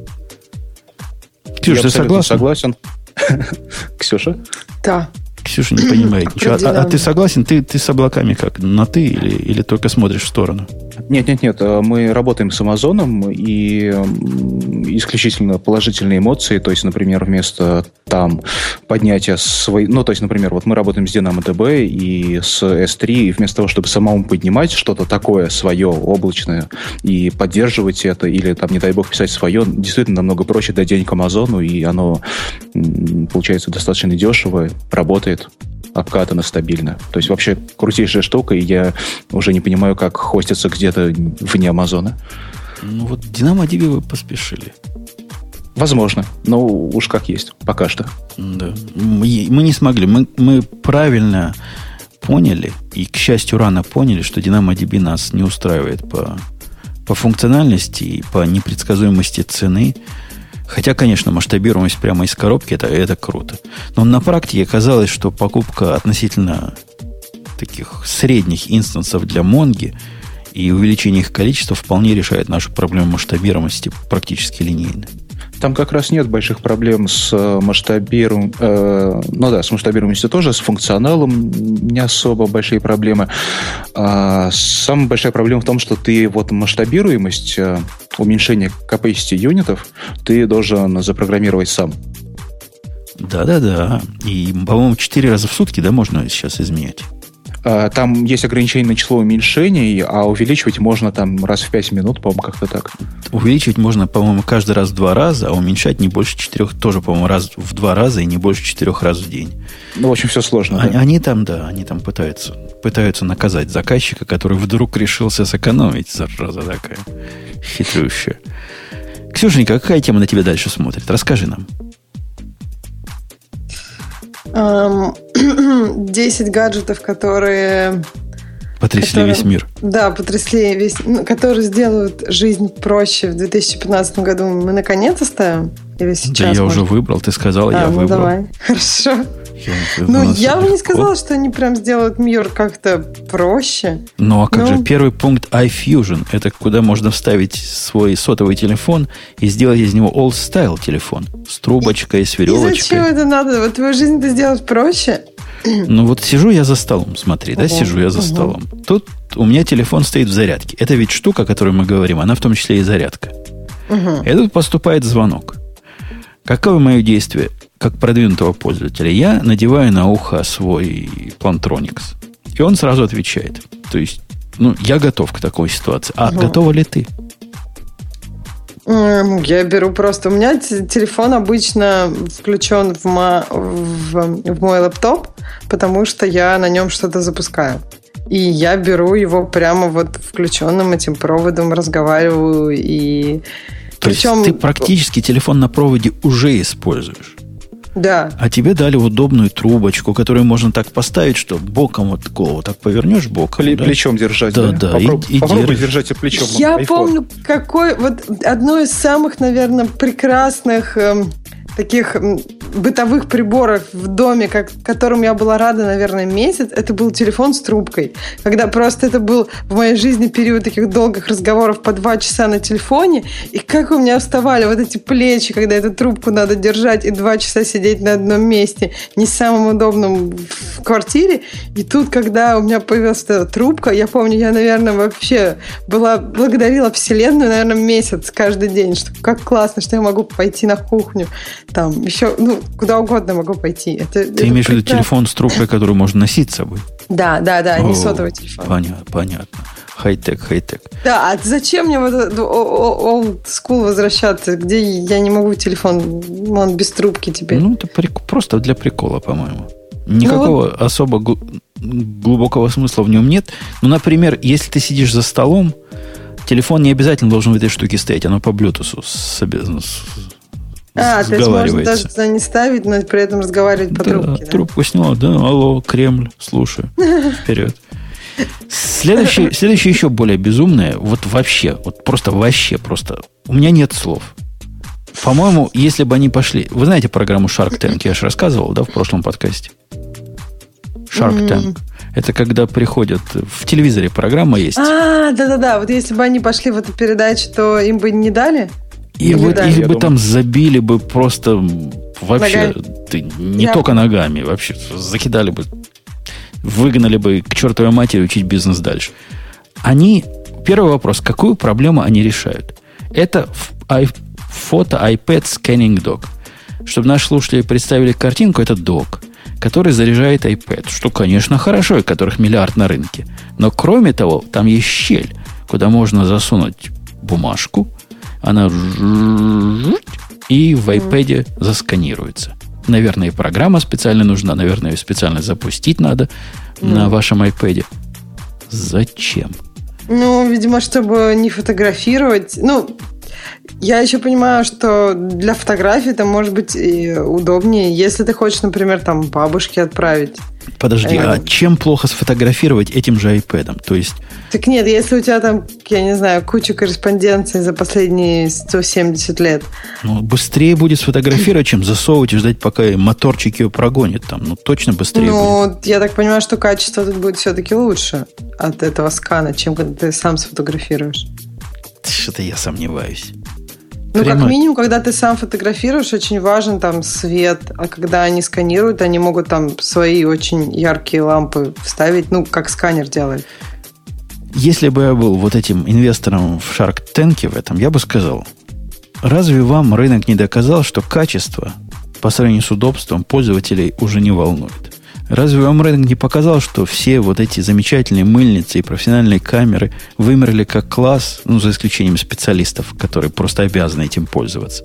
Ксюша, ты согласен? Согласен. Ксюша? Да. Ксюша не понимает ничего. А ты согласен? Ты с облаками как? На ты или только смотришь в сторону? Нет. Мы работаем с Амазоном, и исключительно положительные эмоции. То есть, например, вместо там поднятия своей... Ну, то есть, например, вот мы работаем с DynamoDB и с S3, и вместо того, чтобы самому поднимать что-то такое свое, облачное, и поддерживать это, или там, не дай бог, писать свое, действительно намного проще дать денег Амазону, и оно получается достаточно дешево, работает, обкатано стабильно. То есть вообще крутейшая штука, и я уже не понимаю, как хостится где-то вне Амазона. Ну вот DynamoDB вы поспешили. Возможно, но уж как есть, пока что. Да. Мы не смогли. Мы правильно поняли, и, к счастью, рано поняли, что DynamoDB нас не устраивает по функциональности и по непредсказуемости цены. Хотя, конечно, масштабируемость прямо из коробки это круто. Но на практике оказалось, что покупка относительно таких средних инстансов для Монги и увеличение их количества вполне решает нашу проблему масштабируемости практически линейно. Там как раз нет больших проблем с масштабируемостью. С масштабируемостью тоже, с функционалом не особо большие проблемы. Самая большая проблема в том, что ты вот масштабируемость, уменьшение capacity юнитов, ты должен запрограммировать сам. Да. И, по-моему, 4 раза в сутки, можно сейчас изменять. Там есть ограничение на число уменьшений, а увеличивать можно там раз в 5 минут, по-моему, как-то так. Увеличивать можно, по-моему, каждый раз в 2 раза, а уменьшать не больше 4, тоже, по-моему, раз в 2 раза и не больше 4 раз в день. Ну, в общем, все сложно. Они там пытаются наказать заказчика, который вдруг решился сэкономить, зараза такая хитрющая. Ксюшенька, какая тема на тебя дальше смотрит? Расскажи нам. 10 гаджетов, которые... Потрясли весь мир. Да, потрясли весь... которые сделают жизнь проще в 2015 году. Мы наконец оставим? Или сейчас? Да, я уже выбрал. Ты сказал, я выбрал. Давай. Хорошо. Я бы не сказала, что они прям сделают мир как-то проще. Ну, а как же первый пункт iFusion? Это куда можно вставить свой сотовый телефон и сделать из него all-style телефон. С трубочкой, с веревочкой. И зачем это надо? Вот твою жизнь-то сделать проще? Ну, вот сижу я за столом, смотри, сижу я за столом. Тут у меня телефон стоит в зарядке. Это ведь штука, о которой мы говорим, она в том числе и зарядка. И тут поступает звонок. Какое мое действие, как продвинутого пользователя? Я надеваю на ухо свой Plantronics. И он сразу отвечает. То есть, я готов к такой ситуации. А готова ли ты? Я беру просто... У меня телефон обычно включен в мой лэптоп, потому что я на нем что-то запускаю. И я беру его прямо вот включенным этим проводом, разговариваю и... То есть ты практически телефон на проводе уже используешь? Да. А тебе дали удобную трубочку, которую можно так поставить, что боком вот голову так повернешь боком. Плечом держать. Да. Попробуй держать плечом. Я помню, одно из самых, наверное, прекрасных таких бытовых приборов в доме, которым я была рада, наверное, месяц, это был телефон с трубкой. Когда просто это был в моей жизни период таких долгих разговоров по 2 часа на телефоне, и как у меня вставали вот эти плечи, когда эту трубку надо держать и 2 часа сидеть на одном месте, не самым удобным в квартире. И тут, когда у меня появилась эта трубка, я помню, я, наверное, вообще благодарила Вселенную, наверное, месяц каждый день, что как классно, что я могу пойти на кухню, там еще, куда угодно могу пойти. Ты имеешь в виду телефон с трубкой, который можно носить с собой? Да, не сотовый телефон. Понятно. Хай-тек. Да, а зачем мне вот old school возвращаться, где я не могу телефон, он без трубки теперь? Это просто для прикола, по-моему. Никакого особо глубокого смысла в нем нет. Например, если ты сидишь за столом, телефон не обязательно должен в этой штуке стоять, оно по Bluetooth то есть можно даже туда не ставить, но при этом разговаривать по трубке. Да? Трубку сняла, алло, Кремль, слушаю. Вперед. Следующее еще более безумное, просто. У меня нет слов. По-моему, если бы они пошли... Вы знаете программу Shark Tank? Я же рассказывал, да, в прошлом подкасте? Shark Tank. Это когда приходят... В телевизоре программа есть. Да. Вот если бы они пошли в эту передачу, то им бы не дали? И вот их бы там забили бы просто вообще только ногами, вообще закидали бы, выгнали бы к чертовой матери учить бизнес дальше. Первый вопрос, какую проблему они решают? Это фото iPad Scanning Dock. Чтобы наши слушатели представили картинку, это док, который заряжает iPad, что, конечно, хорошо, и которых миллиард на рынке. Но кроме того, там есть щель, куда можно засунуть бумажку, она и в iPad засканируется. Наверное, и программа специально нужна, наверное, ее специально запустить надо на вашем iPad. Зачем? Видимо, чтобы не фотографировать. Я еще понимаю, что для фотографий это может быть и удобнее, если ты хочешь, например, там бабушке отправить. Подожди, а чем плохо сфотографировать этим же iPad? То есть... Так нет, если у тебя там, я не знаю, куча корреспонденции за последние 170 лет. Быстрее будет сфотографировать, чем засовывать и ждать, пока моторчик ее прогонит. Точно быстрее будет. Я так понимаю, что качество тут будет все-таки лучше от этого скана, чем когда ты сам сфотографируешь. Что-то я сомневаюсь. Как минимум, когда ты сам фотографируешь, очень важен там свет, а когда они сканируют, они могут там свои очень яркие лампы вставить, как сканер делает. Если бы я был вот этим инвестором в Shark Tank в этом, я бы сказал, разве вам рынок не доказал, что качество по сравнению с удобством пользователей уже не волнует? Разве вам рынок не показал, что все вот эти замечательные мыльницы и профессиональные камеры вымерли как класс, за исключением специалистов, которые просто обязаны этим пользоваться,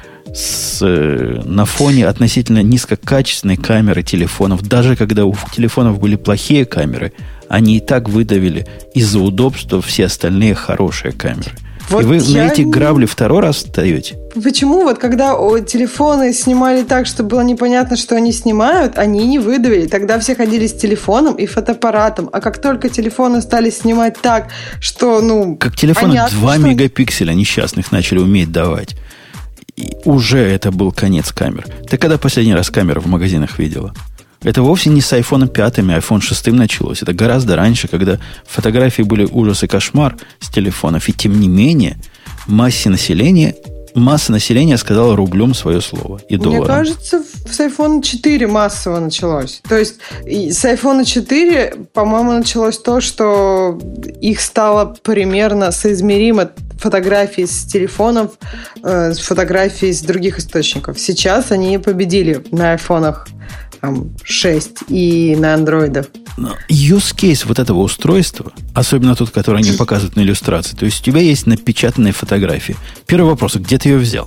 на фоне относительно низкокачественной камеры телефонов, даже когда у телефонов были плохие камеры, они и так выдавили из-за удобства все остальные хорошие камеры. И вы на эти грабли второй раз встаете? Почему? Когда телефоны снимали так, что было непонятно, что они снимают, они не выдавили. Тогда все ходили с телефоном и фотоаппаратом. А как только телефоны стали снимать так, что, как телефоны понятно, 2 мегапикселя несчастных начали уметь давать. И уже это был конец камер. Ты когда последний раз камеры в магазинах видела? Это вовсе не с iPhone 5, а iPhone 6 началось. Это гораздо раньше, когда фотографии были ужас и кошмар с телефонов. И тем не менее, масса населения сказала рублем свое слово. И долларом. Мне кажется, с iPhone 4 массово началось. То есть с iPhone 4, по-моему, началось то, что их стало примерно соизмеримо фотографии с телефонов, с фотографий с других источников. Сейчас они победили на айфонах 6 и на андроидах. Use case вот этого устройства, особенно тот, который они показывают на иллюстрации, то есть у тебя есть напечатанные фотографии. Первый вопрос, где ты ее взял?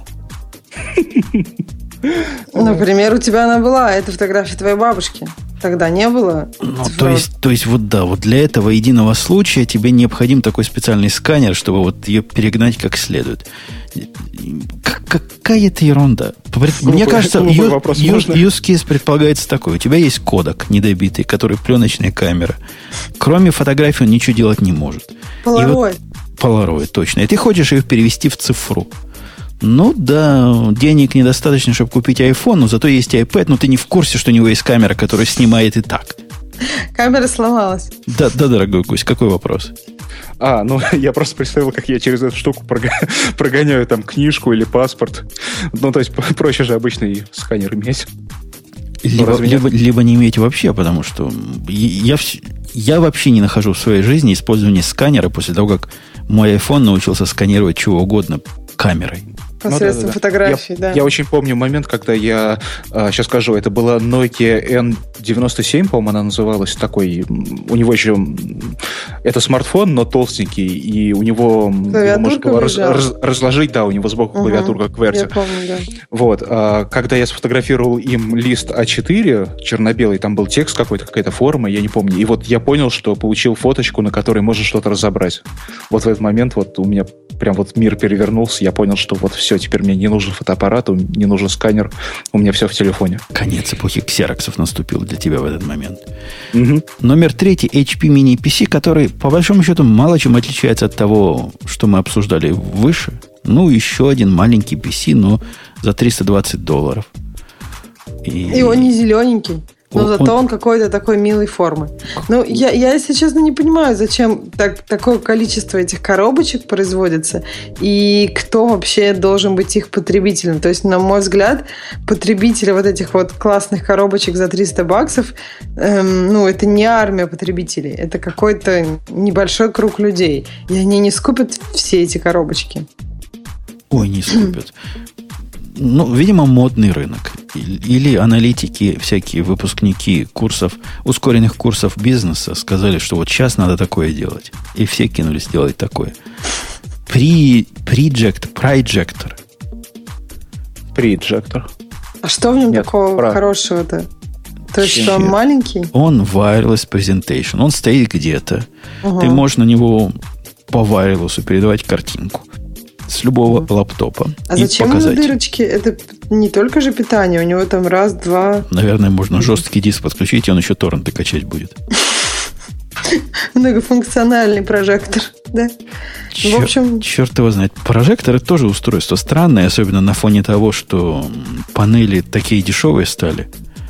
Например, у тебя она была, это фотография твоей бабушки. Тогда не было. То есть вот для этого единого случая тебе необходим такой специальный сканер, чтобы ее перегнать как следует. Какая-то ерунда. Мне кажется, use case предполагается такой. У тебя есть кодек недобитый, который пленочная камера. Кроме фотографии он ничего делать не может. Polaroid. Polaroid, точно. И ты хочешь их перевести в цифру. Ну да, денег недостаточно, чтобы купить iPhone, но зато есть iPad, но ты не в курсе, что у него есть камера, которая снимает и так. Камера сломалась. Да, дорогой гость, какой вопрос? Я просто представил, как я через эту штуку прогоняю там книжку или паспорт. Ну, то есть проще же обычный сканер иметь. Либо не иметь вообще, потому что я вообще не нахожу в своей жизни использования сканера после того, как мой iPhone научился сканировать чего угодно камерой. Посредством фотографий, да. Я очень помню момент, когда я, сейчас скажу, это была Nokia N97, по-моему, она называлась, такой, у него еще, это смартфон, но толстенький, и у него можно было разложить, да, у него сбоку клавиатурка QWERTY. Я помню, да. Вот, когда я сфотографировал им лист А4, черно-белый, там был текст какой-то, какая-то форма, я не помню, и вот я понял, что получил фоточку, на которой можно что-то разобрать. Вот в этот момент вот у меня прям вот мир перевернулся, я понял, что вот все, теперь мне не нужен фотоаппарат, не нужен сканер, у меня все в телефоне. Конец эпохи ксероксов наступил для тебя в этот момент. Номер 3 HP Mini PC, который, по большому счету, мало чем отличается от того, что мы обсуждали выше. Ну, еще один маленький PC, но за $320. И он не зелененький. Но зато он какой-то такой милой формы. Ну, я, если честно, не понимаю, зачем такое количество этих коробочек производится, и кто вообще должен быть их потребителем. То есть, на мой взгляд, потребители вот этих вот классных коробочек за $300, это не армия потребителей, это какой-то небольшой круг людей. И они не скупят все эти коробочки. Ой, не скупят. Ну, видимо, модный рынок. Или аналитики, всякие выпускники курсов, ускоренных курсов бизнеса сказали, что вот сейчас надо такое делать. И все кинулись делать такое. Projector. А что в нем такого хорошего-то? То есть, что он маленький? Он wireless presentation. Он стоит где-то. Ты можешь на него по wireless передавать картинку. С любого лаптопа. А зачем ему дырочки? Это не только же питание, у него там раз, два... Наверное, можно жесткий диск подключить, и он еще торренты качать будет. Многофункциональный прожектор, да? В общем... Черт его знает. Прожектор – это тоже устройство странное, особенно на фоне того, что панели такие дешевые стали.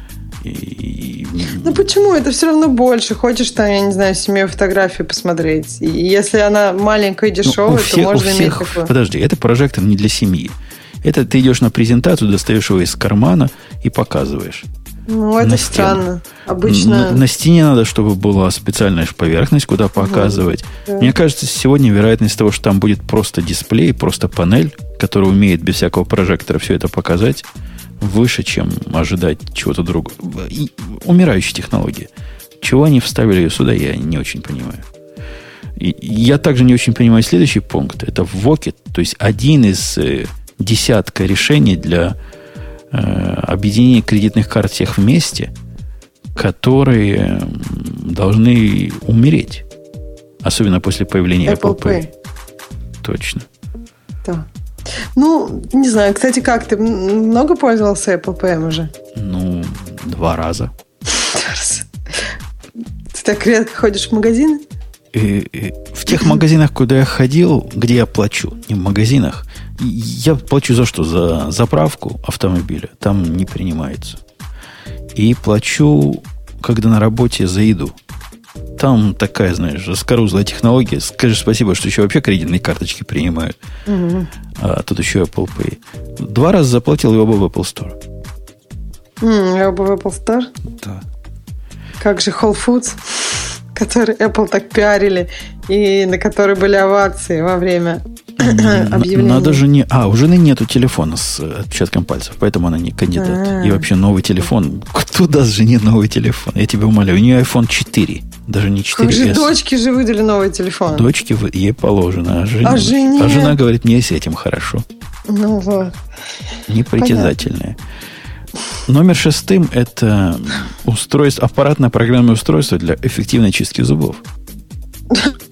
Ну почему? Это все равно больше. Хочешь там, я не знаю, семью фотографию посмотреть. И если она маленькая и дешевая, то можно иметь такое. Подожди, это прожектор не для семьи. Это ты идешь на презентацию, достаешь его из кармана и показываешь. Ну, это странно. Обычно... На стене надо, чтобы была специальная поверхность, куда показывать. Да. Мне кажется, сегодня вероятность того, что там будет просто дисплей, просто панель, которая умеет без всякого прожектора все это показать, выше, чем ожидать чего-то другого. Умирающая технология. Чего они вставили ее сюда, я не очень понимаю. И я также не очень понимаю следующий пункт. Это Vocket, то есть один из десятка решений для объединения кредитных карт всех вместе, которые должны умереть. Особенно после появления Apple Pay. Точно. Да. Ну, не знаю. Кстати, как ты много пользовался Apple Pay уже? Ну, 2 раза. Ты так редко ходишь в магазины? В тех магазинах, куда я ходил, где я плачу, не в магазинах, я плачу за что? За заправку автомобиля. Там не принимается. И плачу, когда на работе, за еду. Там такая, знаешь, заскорузлая технология. Скажи спасибо, что еще вообще кредитные карточки принимают. А тут еще Apple Pay. 2 раза заплатил и оба в Apple Store. Оба в Apple Store? Да. Как же Whole Foods, который Apple так пиарили, и на который были овации во время объявления. Надо же не... у жены нету телефона с отпечатком пальцев, поэтому она не кандидат. И вообще новый телефон. Кто даст жене новый телефон? Я тебя умоляю, у нее iPhone 4. Даже не 4S. Как же дочке же выдали новый телефон? Дочке ей положено. А жене? А жена говорит, мне с этим хорошо. Ну вот. Непритязательное. Номер 6 – это аппаратное программное устройство для эффективной чистки зубов.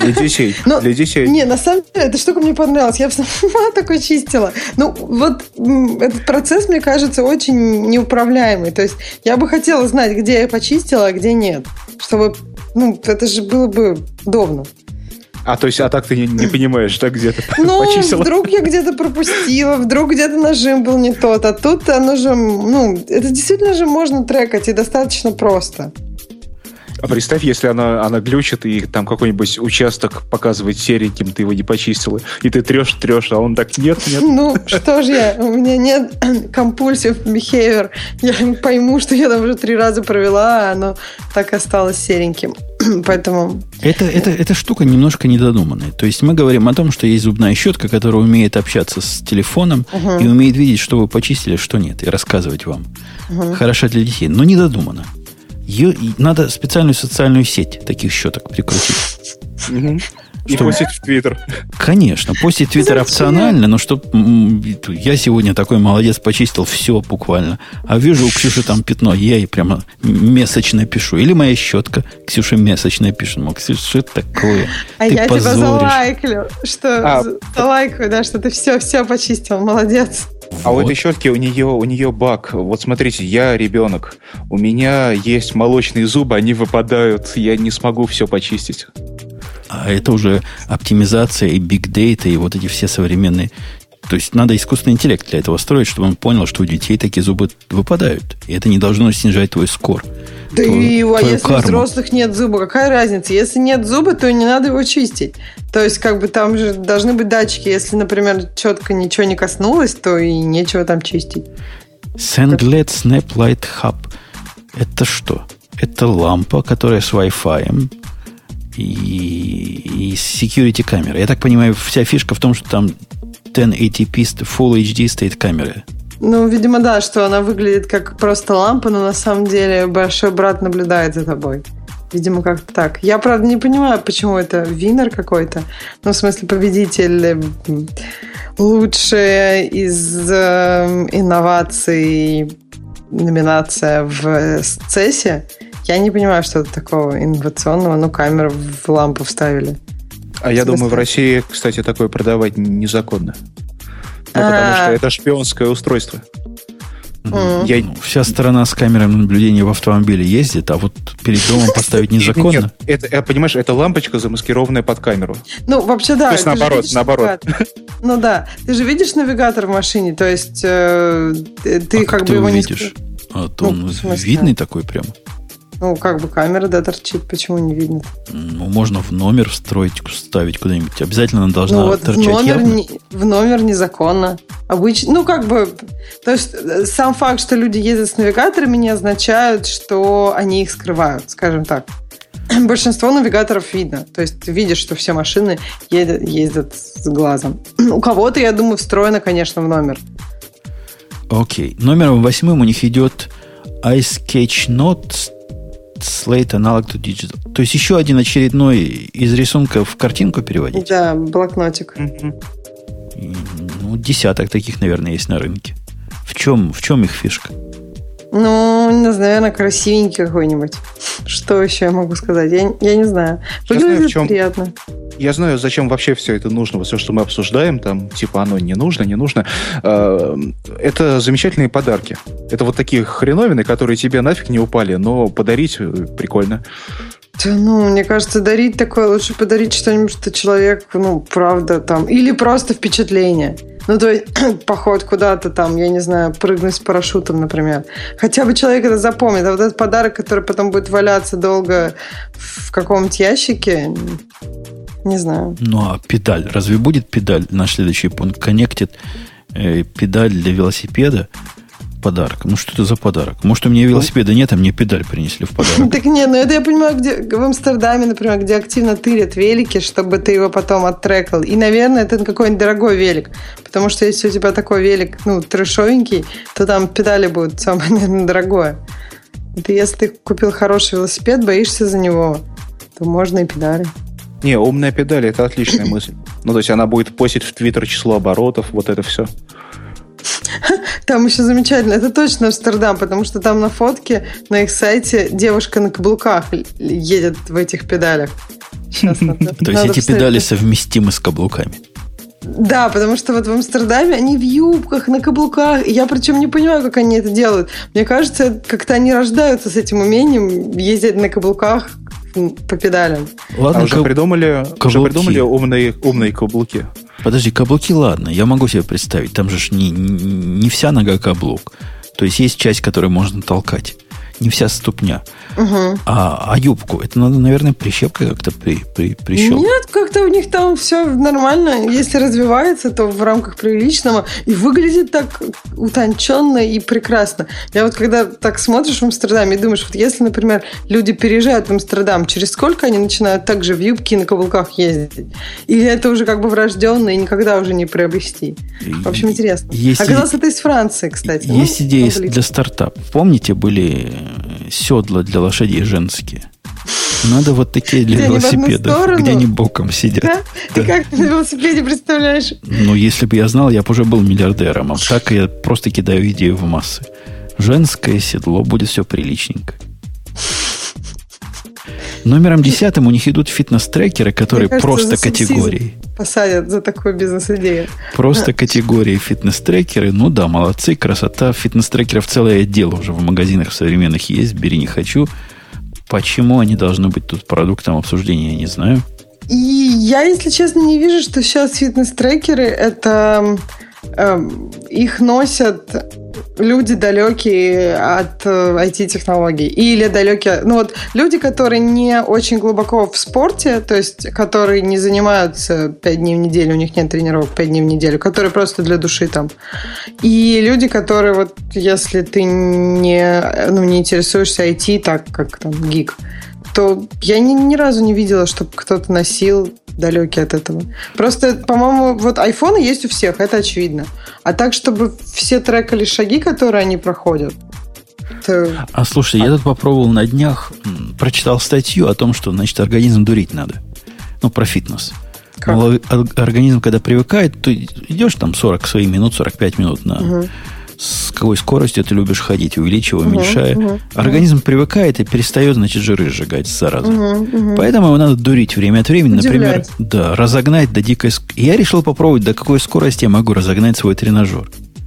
Для детей. Для детей. Не, на самом деле, эта штука мне понравилась. Я бы сама такой чистила. Ну, вот этот процесс, мне кажется, очень неуправляемый. То есть я бы хотела знать, где я почистила, а где нет. Чтобы, это же было бы удобно. То есть, так ты не понимаешь, да, где ты почистила? Вдруг я где-то пропустила, вдруг где-то нажим был не тот, а тут оно же, это действительно же можно трекать, и достаточно просто. А представь, если она глючит, и там какой-нибудь участок показывает сереньким, ты его не почистила, и ты трешь, а он так, нет. Ну, что же у меня нет compulsive behavior. Я пойму, что я там уже 3 раза провела, а оно так осталось сереньким. Поэтому... Эта штука немножко недодуманная. То есть мы говорим о том, что есть зубная щетка, которая умеет общаться с телефоном и умеет видеть, что вы почистили, что нет, и рассказывать вам. Хороша для детей, но недодумана. Надо специальную социальную сеть таких щеток прикрутить. И постить в Твиттер. Конечно, постить в Твиттер опционально, но чтоб я сегодня такой молодец, почистил все буквально. А вижу у Ксюши там пятно, я ей прямо месячно пишу. Или моя щетка Ксюша месячно пишет. Мол, Ксюша, что это такое? А ты я позоришь. Тебя залайклю, залайкаю, да, что ты все почистил, молодец. А у этой щетки у нее баг. Вот смотрите, я ребенок. У меня есть молочные зубы, они выпадают. Я не смогу все почистить. А это уже оптимизация и big data, и вот эти все современные... То есть надо искусственный интеллект для этого строить, чтобы он понял, что у детей такие зубы выпадают. И это не должно снижать твой скор. Да и если карму. У взрослых нет зуба, какая разница? Если нет зуба, то не надо его чистить. То есть, там же должны быть датчики. Если, например, четко ничего не коснулось, то и нечего там чистить. SendGlad Snap Light Hub. Это что? Это лампа, которая с Wi-Fi и security камеры. Я так понимаю, вся фишка в том, что там 1080p Full HD стоит камера. Видимо, да, что она выглядит как просто лампа, но на самом деле большой брат наблюдает за тобой. Видимо, как-то так. Я, правда, не понимаю, почему это винер какой-то. В смысле, победитель лучшая из инноваций номинация в CES. Я не понимаю, что это такого инновационного, камеру в лампу вставили. А я думаю, в России, кстати, такое продавать незаконно. Потому что это шпионское устройство. Вся страна с камерами наблюдения в автомобиле ездит, а вот перед домом поставить незаконно. Нет, понимаешь, это лампочка, замаскированная под камеру. Вообще, да. То есть наоборот. Да. Ты же видишь навигатор в машине, то есть ты как бы его не видишь. А то он видный такой прямо. Камера, да, торчит. Почему не видно? Можно в номер вставить куда-нибудь. Обязательно она должна торчать явно. В номер незаконно. Обычно, то есть сам факт, что люди ездят с навигаторами, не означает, что они их скрывают, скажем так. Большинство навигаторов видно. То есть ты видишь, что все машины ездят с глазом. У кого-то, я думаю, встроено, конечно, в номер. Окей. Номером 8 у них идет Ice Catch Note Slate Analog to Digital. То есть еще один очередной из рисунка в картинку переводить? Да, блокнотик. Десяток таких, наверное, есть на рынке. В чем их фишка? Наверное, красивенький какой-нибудь. Что еще я могу сказать? Я не знаю. Выглядит приятно. Я знаю, зачем вообще все это нужно. Все, что мы обсуждаем, там, оно не нужно. Это замечательные подарки. Это вот такие хреновины, которые тебе нафиг не упали, но подарить прикольно. Да, мне кажется, дарить такое, лучше подарить что-нибудь, что человек, правда, там, или просто впечатление. То есть, поход куда-то там, я не знаю, прыгнуть с парашютом, например. Хотя бы человек это запомнит. А вот этот подарок, который потом будет валяться долго в каком-нибудь ящике, не знаю. А педаль? Разве будет педаль? Наш следующий пункт. Connected педаль для велосипеда. Подарок. Что это за подарок? Может, у меня велосипеда нет, а мне педаль принесли в подарок. Так нет, это я понимаю, где в Амстердаме, например, где активно тырят велики, чтобы ты его потом оттрекал. И, наверное, это какой-нибудь дорогой велик. Потому что если у тебя такой велик, трэшовенький, то там педали будут самое, наверное, дорогое. Это если ты купил хороший велосипед, боишься за него, то можно и педали. Не, умная педаль – это отличная мысль. То есть она будет постить в Твиттер число оборотов, вот это все. Там еще замечательно. Это точно Амстердам, потому что там на фотке, на их сайте девушка на каблуках едет в этих педалях. Сейчас То есть эти педали совместимы с каблуками? Да, потому что вот в Амстердаме они в юбках, на каблуках. Я причем не понимаю, как они это делают. Мне кажется, как-то они рождаются с этим умением ездить на каблуках по педалям. Ладно, уже придумали умные каблуки. Подожди, каблуки, ладно, я могу себе представить. Там же не вся нога каблук. То есть есть часть, которую можно толкать. Не вся ступня. Угу. А юбку, это надо, наверное, прищепкой как-то прищелкнуть. Нет, как-то у них там все нормально. Если развивается, то в рамках приличного. И выглядит так утонченно и прекрасно. Я вот когда так смотришь в Амстердаме и думаешь, вот если, например, люди переезжают в Амстердам, через сколько они начинают так же в юбке и на каблуках ездить? Или это уже как бы врожденно и никогда уже не приобрести? В общем, интересно. Оказалось, это из Франции, кстати. Есть идеи для стартапа. Помните, были седла для лошадей женские? Надо вот такие для велосипедов, где они боком сидят. Да? Ты как на велосипеде представляешь? Ну, если бы я знал, я бы уже был миллиардером. А так я просто кидаю идею в массы. Женское седло, будет все приличненько. Номером 10 у них идут фитнес-трекеры, которые просто категории. Посадят за такую бизнес-идею. Просто категории фитнес-трекеры. Ну да, молодцы, красота. Фитнес-трекеров целый отдел уже в магазинах современных есть. Бери, не хочу. Почему они должны быть тут продуктом обсуждения, я не знаю. И я, если честно, не вижу, что сейчас фитнес-трекеры это их носят люди, далекие от IT-технологий. Или далекие... Ну вот люди, которые не очень глубоко в спорте, то есть которые не занимаются 5 дней в неделю, у них нет тренировок 5 дней в неделю, которые просто для души там. И люди, которые вот, если ты не интересуешься IT, так как там гик, то я ни разу не видела, чтобы кто-то носил далекий от этого. Просто, по-моему, вот айфоны есть у всех, это очевидно. А так, чтобы все трекали шаги, которые они проходят. Это... А слушай, я тут попробовал на днях, прочитал статью о том, что, значит, организм дурить надо. Ну, про фитнес. Мол, организм, когда привыкает, то идешь там 40 своих минут, 45 минут на... С какой скоростью ты любишь ходить, увеличивая, уменьшая. Организм привыкает и перестает, значит, жиры сжигать сразу. Поэтому его надо дурить время от времени. Удивлять. Например, да, разогнать до дикой скорости. Я решил попробовать, до какой скорости я могу разогнать свой тренажер.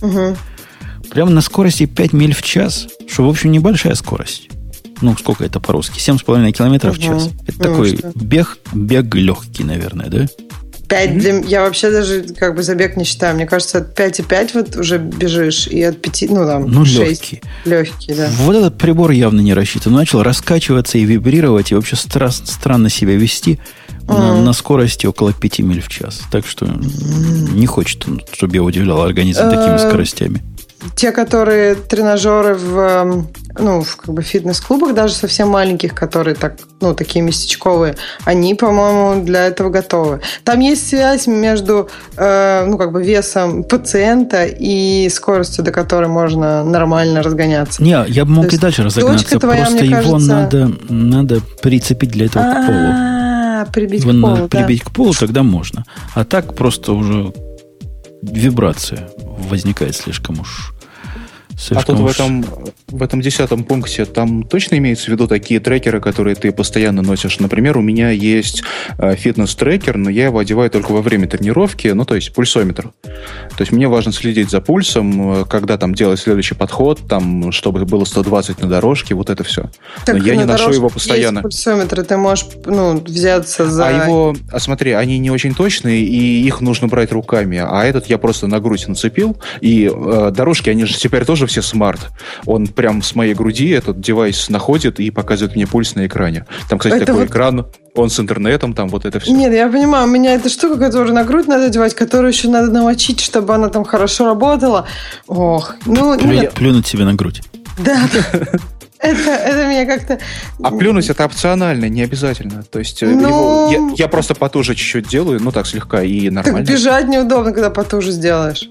Прямо на скорости 5 миль в час, что, в общем, небольшая скорость. Ну, сколько это по-русски? 7,5 километров в час. Это такой бег легкий, наверное, да? 5 я вообще даже как бы забег не считаю. Мне кажется, от 5,5 вот уже бежишь, и от 5, ну там 6. Легкий, да. Вот этот прибор явно не рассчитан. Начал раскачиваться и вибрировать, и вообще странно себя вести на скорости около 5 миль в час. Так что не хочет, чтобы я удивлял организм такими скоростями. Те, которые тренажеры в как бы фитнес-клубах, даже совсем маленьких, которые такие местечковые, они, по-моему, для этого готовы. Там есть связь между весом пациента и скоростью, до которой можно нормально разгоняться. Не, я бы мог и дальше разогнаться. Просто его надо прицепить для этого к полу. Прибить к полу, прибить к полу, тогда можно. А так просто уже вибрация возникает слишком уж. А тут в этом 10-м пункте там точно имеется в виду такие трекеры, которые ты постоянно носишь? Например, у меня есть фитнес-трекер, но я его одеваю только во время тренировки, то есть пульсометр. То есть мне важно следить за пульсом, когда там делать следующий подход, там, чтобы было 120 на дорожке, вот это все. Так, но я не ношу его постоянно. Есть пульсометры, ты можешь взяться за... Смотри, они не очень точные, и их нужно брать руками. А этот я просто на грудь нацепил, и дорожки, они же теперь тоже все смарт. Он прям с моей груди этот девайс находит и показывает мне пульс на экране. Там, кстати, это такой экран, он с интернетом, там вот это все. Нет, я понимаю, у меня эта штука, которую на грудь надо одевать, которую еще надо намочить, чтобы она там хорошо работала. Ох, плюнуть себе на грудь. Да. Это меня как-то... А плюнуть это опционально, не обязательно. То есть я просто потуже чуть-чуть делаю, так слегка и нормально. Так бежать неудобно, когда потуже сделаешь.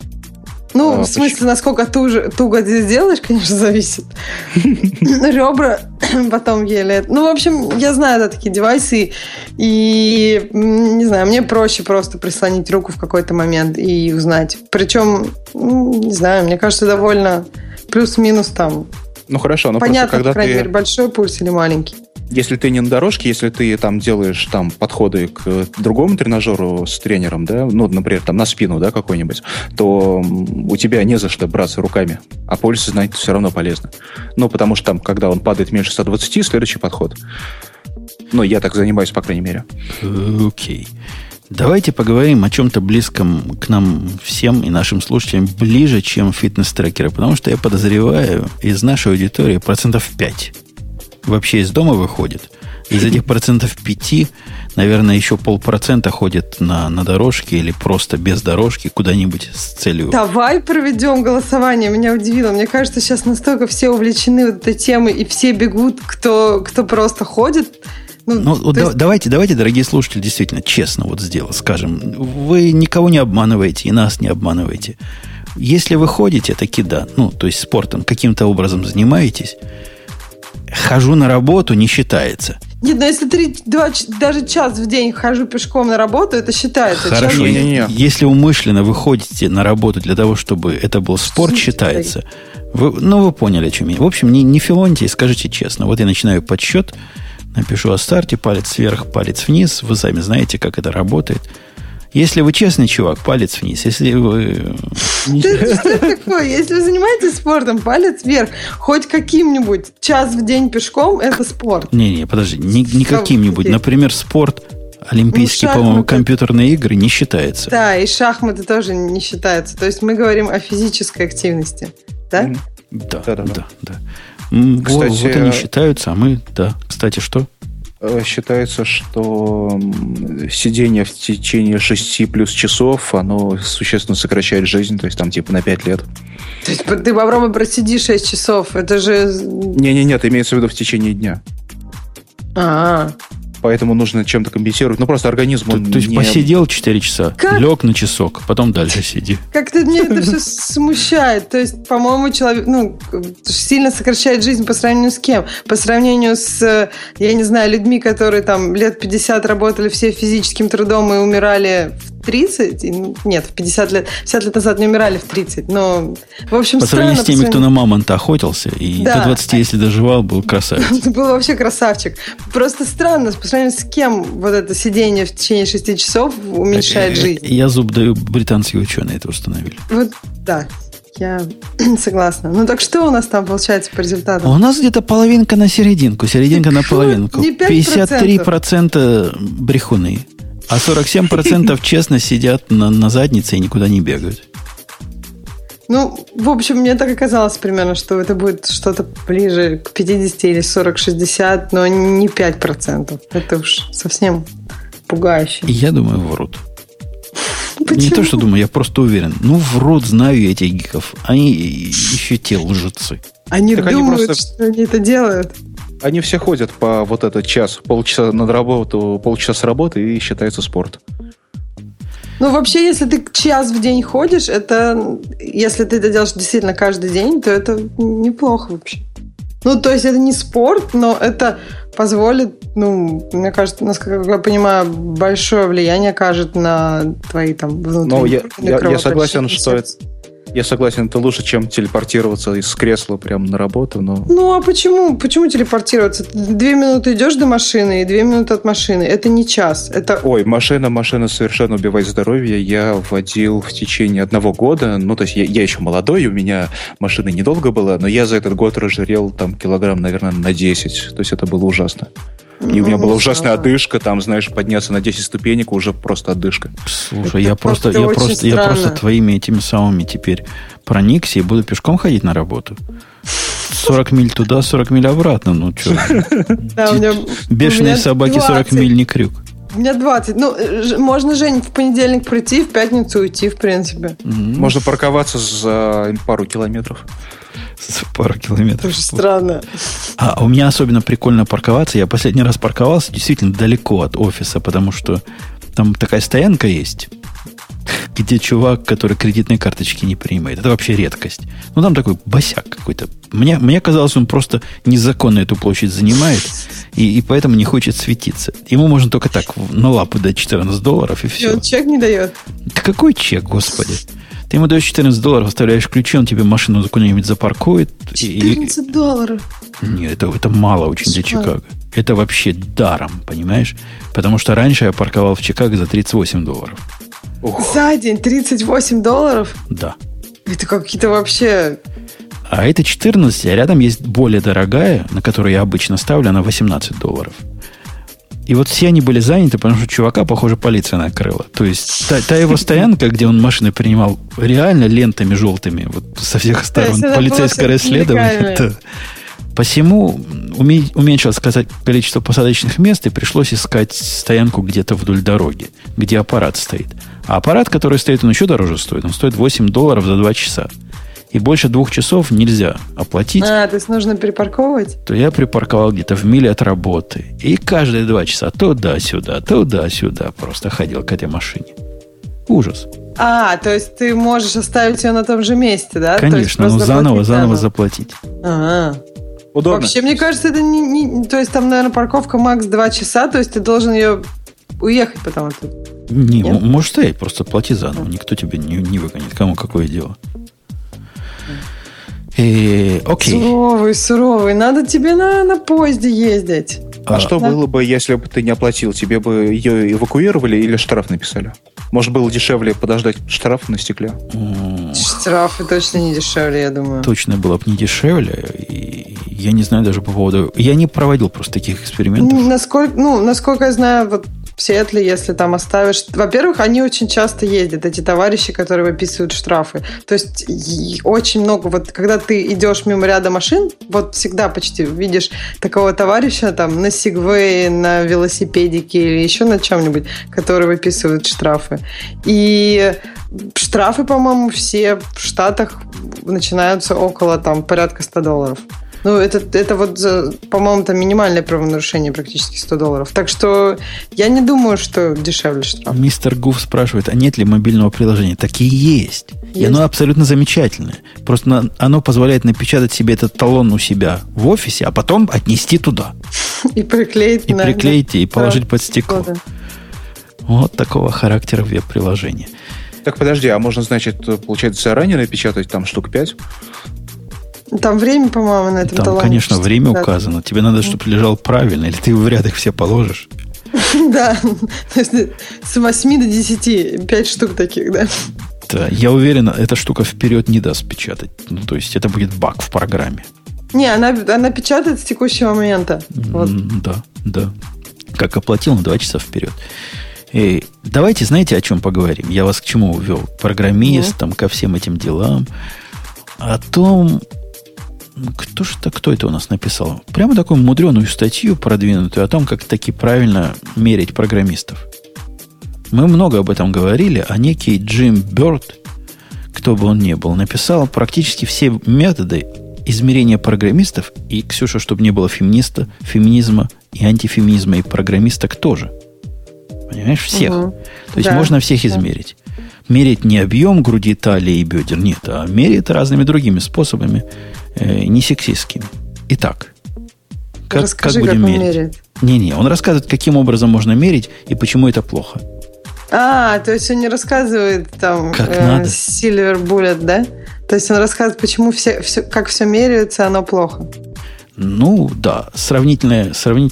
В смысле, насколько туго ты сделаешь, конечно, зависит. Ребра потом еле... в общем, я знаю, такие девайсы, и, не знаю, мне проще просто прислонить руку в какой-то момент и узнать. Причем, не знаю, мне кажется, довольно плюс-минус там... хорошо, понятно, по крайней мере, большой пульс или маленький. Если ты не на дорожке, если ты там делаешь там подходы к другому тренажеру с тренером, да, ну, например, там на спину, да, какой-нибудь, то у тебя не за что браться руками, а пользоваться, знаете, все равно полезно. Ну, потому что там, когда он падает меньше 120, следующий подход. Ну, я так занимаюсь, по крайней мере. Окей. Давайте поговорим о чем-то близком к нам всем и нашим слушателям, ближе, чем фитнес-трекеры, потому что я подозреваю, из нашей аудитории 5% вообще из дома выходит. Из этих 5%, наверное, еще 0,5% ходит на дорожке или просто без дорожки куда-нибудь с целью. Давай проведем голосование. Меня удивило. Мне кажется, сейчас настолько все увлечены вот этой темой, и все бегут, кто просто ходит. Давайте, дорогие слушатели, действительно, честно вот скажем. Вы никого не обманываете и нас не обманываете. Если вы ходите, таки да, то есть спортом каким-то образом занимаетесь, хожу на работу не считается. Нет, но если даже час в день хожу пешком на работу, это считается. Хорошо, если умышленно вы ходите на работу для того, чтобы это был спорт, считается. Вы поняли, о чем я. В общем, не филоньте и скажите честно. Вот я начинаю подсчет, напишу о старте, палец вверх, палец вниз. Вы сами знаете, как это работает. Если вы честный чувак, палец вниз. Если вы... Что такое? Если вы занимаетесь спортом, палец вверх. Хоть каким-нибудь. Час в день пешком – это спорт. Не, подожди. Не каким-нибудь. Например, спорт, олимпийские, по-моему, компьютерные игры не считается. Да, и шахматы тоже не считаются. То есть мы говорим о физической активности. Да? Да. Кстати, вот они считаются, а мы... Да. Кстати, что? Считается, что сидение в течение 6 плюс часов, оно существенно сокращает жизнь, то есть там типа на 5 лет. То есть ты, попробуй просиди 6 часов, это же... Нет, имеется в виду в течение дня. Поэтому нужно чем-то компенсировать. Ну, просто организм... То есть посидел 4 часа, лег на часок, потом дальше сиди. Как-то мне это все смущает. То есть, по-моему, человек сильно сокращает жизнь по сравнению с кем? По сравнению с, я не знаю, людьми, которые там лет 50 работали все физическим трудом и умирали в 30? Нет, в 50 лет назад не умирали в 30. Но, в общем, по сравнению с теми, кто на мамонта охотился, и до 20, если доживал, был красавец. Был вообще красавчик. Просто странно, по сравнению с кем вот это сидение в течение 6 часов уменьшает жизнь. Я зуб даю, британские ученые это установили. Вот, да. Я согласна. Ну так что у нас там получается по результатам? У нас где-то половинка на серединку, серединка на половинку. 53% брехуны. А 47% честно сидят на заднице и никуда не бегают. Ну, в общем, мне так и казалось примерно, что это будет что-то ближе к 50 или 40-60, но не 5%. Это уж совсем пугающе. Я думаю, врут. Почему? Не то, что думаю, я просто уверен. Врут, знаю я этих гиков. Они еще те лжецы. Они думают, что они это делают. Они все ходят по вот этот час, полчаса на работу, полчаса с работы и считается спорт. Ну, вообще, если ты час в день ходишь, это, если ты это делаешь действительно каждый день, то это неплохо вообще. Ну, то есть, это не спорт, но это позволит, мне кажется, насколько я понимаю, большое влияние окажет на твои там внутренние кровообращения. Я согласен, что это... Я согласен, это лучше, чем телепортироваться из кресла прямо на работу, но... Ну, а почему? Почему телепортироваться? 2 минуты идешь до машины и 2 минуты от машины. Это не час. Это... Ой, машина совершенно убивает здоровье. Я водил в течение 1 года. Ну, то есть я еще молодой, у меня машины недолго было, но я за этот год разжирел там килограмм, наверное, на 10. То есть это было ужасно. И у меня была ужасная одышка, там, знаешь, подняться на 10 ступенек уже просто одышка. Слушай, я просто твоими этими самыми теперь проникся и буду пешком ходить на работу. 40 миль туда, 40 миль обратно. Ну, что? Бешеные собаки 40 миль не крюк. У меня 20. Ну, можно, Жень, в понедельник прийти, в пятницу уйти, в принципе. Можно парковаться за пару километров. Пару километров. Это странно. А у меня особенно прикольно парковаться. Я последний раз парковался действительно далеко от офиса, потому что там такая стоянка есть, где чувак, который кредитные карточки не принимает. Это вообще редкость. Ну, там такой босяк какой-то. Мне казалось, он просто незаконно эту площадь занимает, и поэтому не хочет светиться. Ему можно только так на лапу дать $14, и все. И он чек не дает? Да какой чек, господи? Ты ему даешь $14, оставляешь ключи, он тебе машину куда-нибудь запаркует. $14? Нет, это мало очень для Чикаго. это вообще даром, понимаешь? Потому что раньше я парковал в Чикаго за $38. За день $38? Да. Это какие-то вообще... А это 14, а рядом есть более дорогая, на которую я обычно ставлю, она $18. И вот все они были заняты, потому что чувака, похоже, полиция накрыла. То есть та его стоянка, где он машины принимал, реально лентами желтыми, вот со всех сторон. Полицейское расследование. Посему уменьшилось количество посадочных мест, и пришлось искать стоянку где-то вдоль дороги, где аппарат стоит. А аппарат, который стоит, он еще дороже стоит. Он стоит $8 за 2 часа. И больше 2 часов нельзя оплатить. То есть нужно перепарковывать? То я припарковал где-то в миле от работы. И каждые 2 часа туда-сюда просто ходил к этой машине. Ужас. То есть ты можешь оставить ее на том же месте, да? Конечно, но заново заплатить. Удобно. Вообще, мне кажется, это не... То есть там, наверное, парковка макс 2 часа, то есть ты должен ее уехать потом оттуда. Не, можешь стоять, просто плати заново. Никто тебя не выгонит. Кому какое дело? Окей. Суровый. Надо тебе на поезде ездить. А что было бы, если бы ты не оплатил? Тебе бы ее эвакуировали или штраф написали? Может, было дешевле подождать штраф на стекле? Штрафы точно не дешевле, я думаю. Точно было бы не дешевле. И я не знаю даже по поводу... Я не проводил просто таких экспериментов. Насколько я знаю, вот в Сиэтле, если там оставишь... Во-первых, они очень часто ездят, эти товарищи, которые выписывают штрафы. То есть очень много... Вот когда ты идешь мимо ряда машин, вот всегда почти видишь такого товарища там на Сигвее, на велосипедике или еще на чем-нибудь, который выписывает штрафы. И штрафы, по-моему, все в Штатах начинаются около там порядка $100. Это вот, по-моему, там минимальное правонарушение, практически $100. Так что я не думаю, что дешевле штраф. Мистер Гуф спрашивает, а нет ли мобильного приложения? Так и есть. И оно абсолютно замечательное. Просто оно позволяет напечатать себе этот талон у себя в офисе, а потом отнести туда. И приклеить. И положить под стекло. Да. Вот такого характера веб-приложения. Так, подожди, а можно, значит, получается, заранее напечатать там штук 5? Там время, по-моему, на этом талоне. Там, конечно, время указано. Тебе надо, чтобы лежал правильно, или ты в ряд их все положишь. Да. С 8 до 10. 5 штук таких, да. Да, я уверен, эта штука вперед не даст печатать. То есть, это будет баг в программе. Не, она печатает с текущего момента. Да. Как оплатил на 2 часа вперед. И давайте, знаете, о чем поговорим? Я вас к чему увел? Программистам, ко всем этим делам. О том... Кто это у нас написал? Прямо такую мудреную статью продвинутую о том, как таки правильно мерить программистов. Мы много об этом говорили, а некий Джим Бёрд, кто бы он ни был, написал практически все методы измерения программистов, и, Ксюша, чтобы не было феминизма и антифеминизма, и программисток тоже. Понимаешь, всех. То есть можно всех измерить. Мерить не объем груди, талии и бедер, нет, а мерить разными другими способами, не сексистскими. Итак, как будем мерить? Не, он рассказывает, каким образом можно мерить и почему это плохо. То есть он не рассказывает там Silver Bullet, да? То есть он рассказывает, почему как все меряется, оно плохо. Да, сравнительное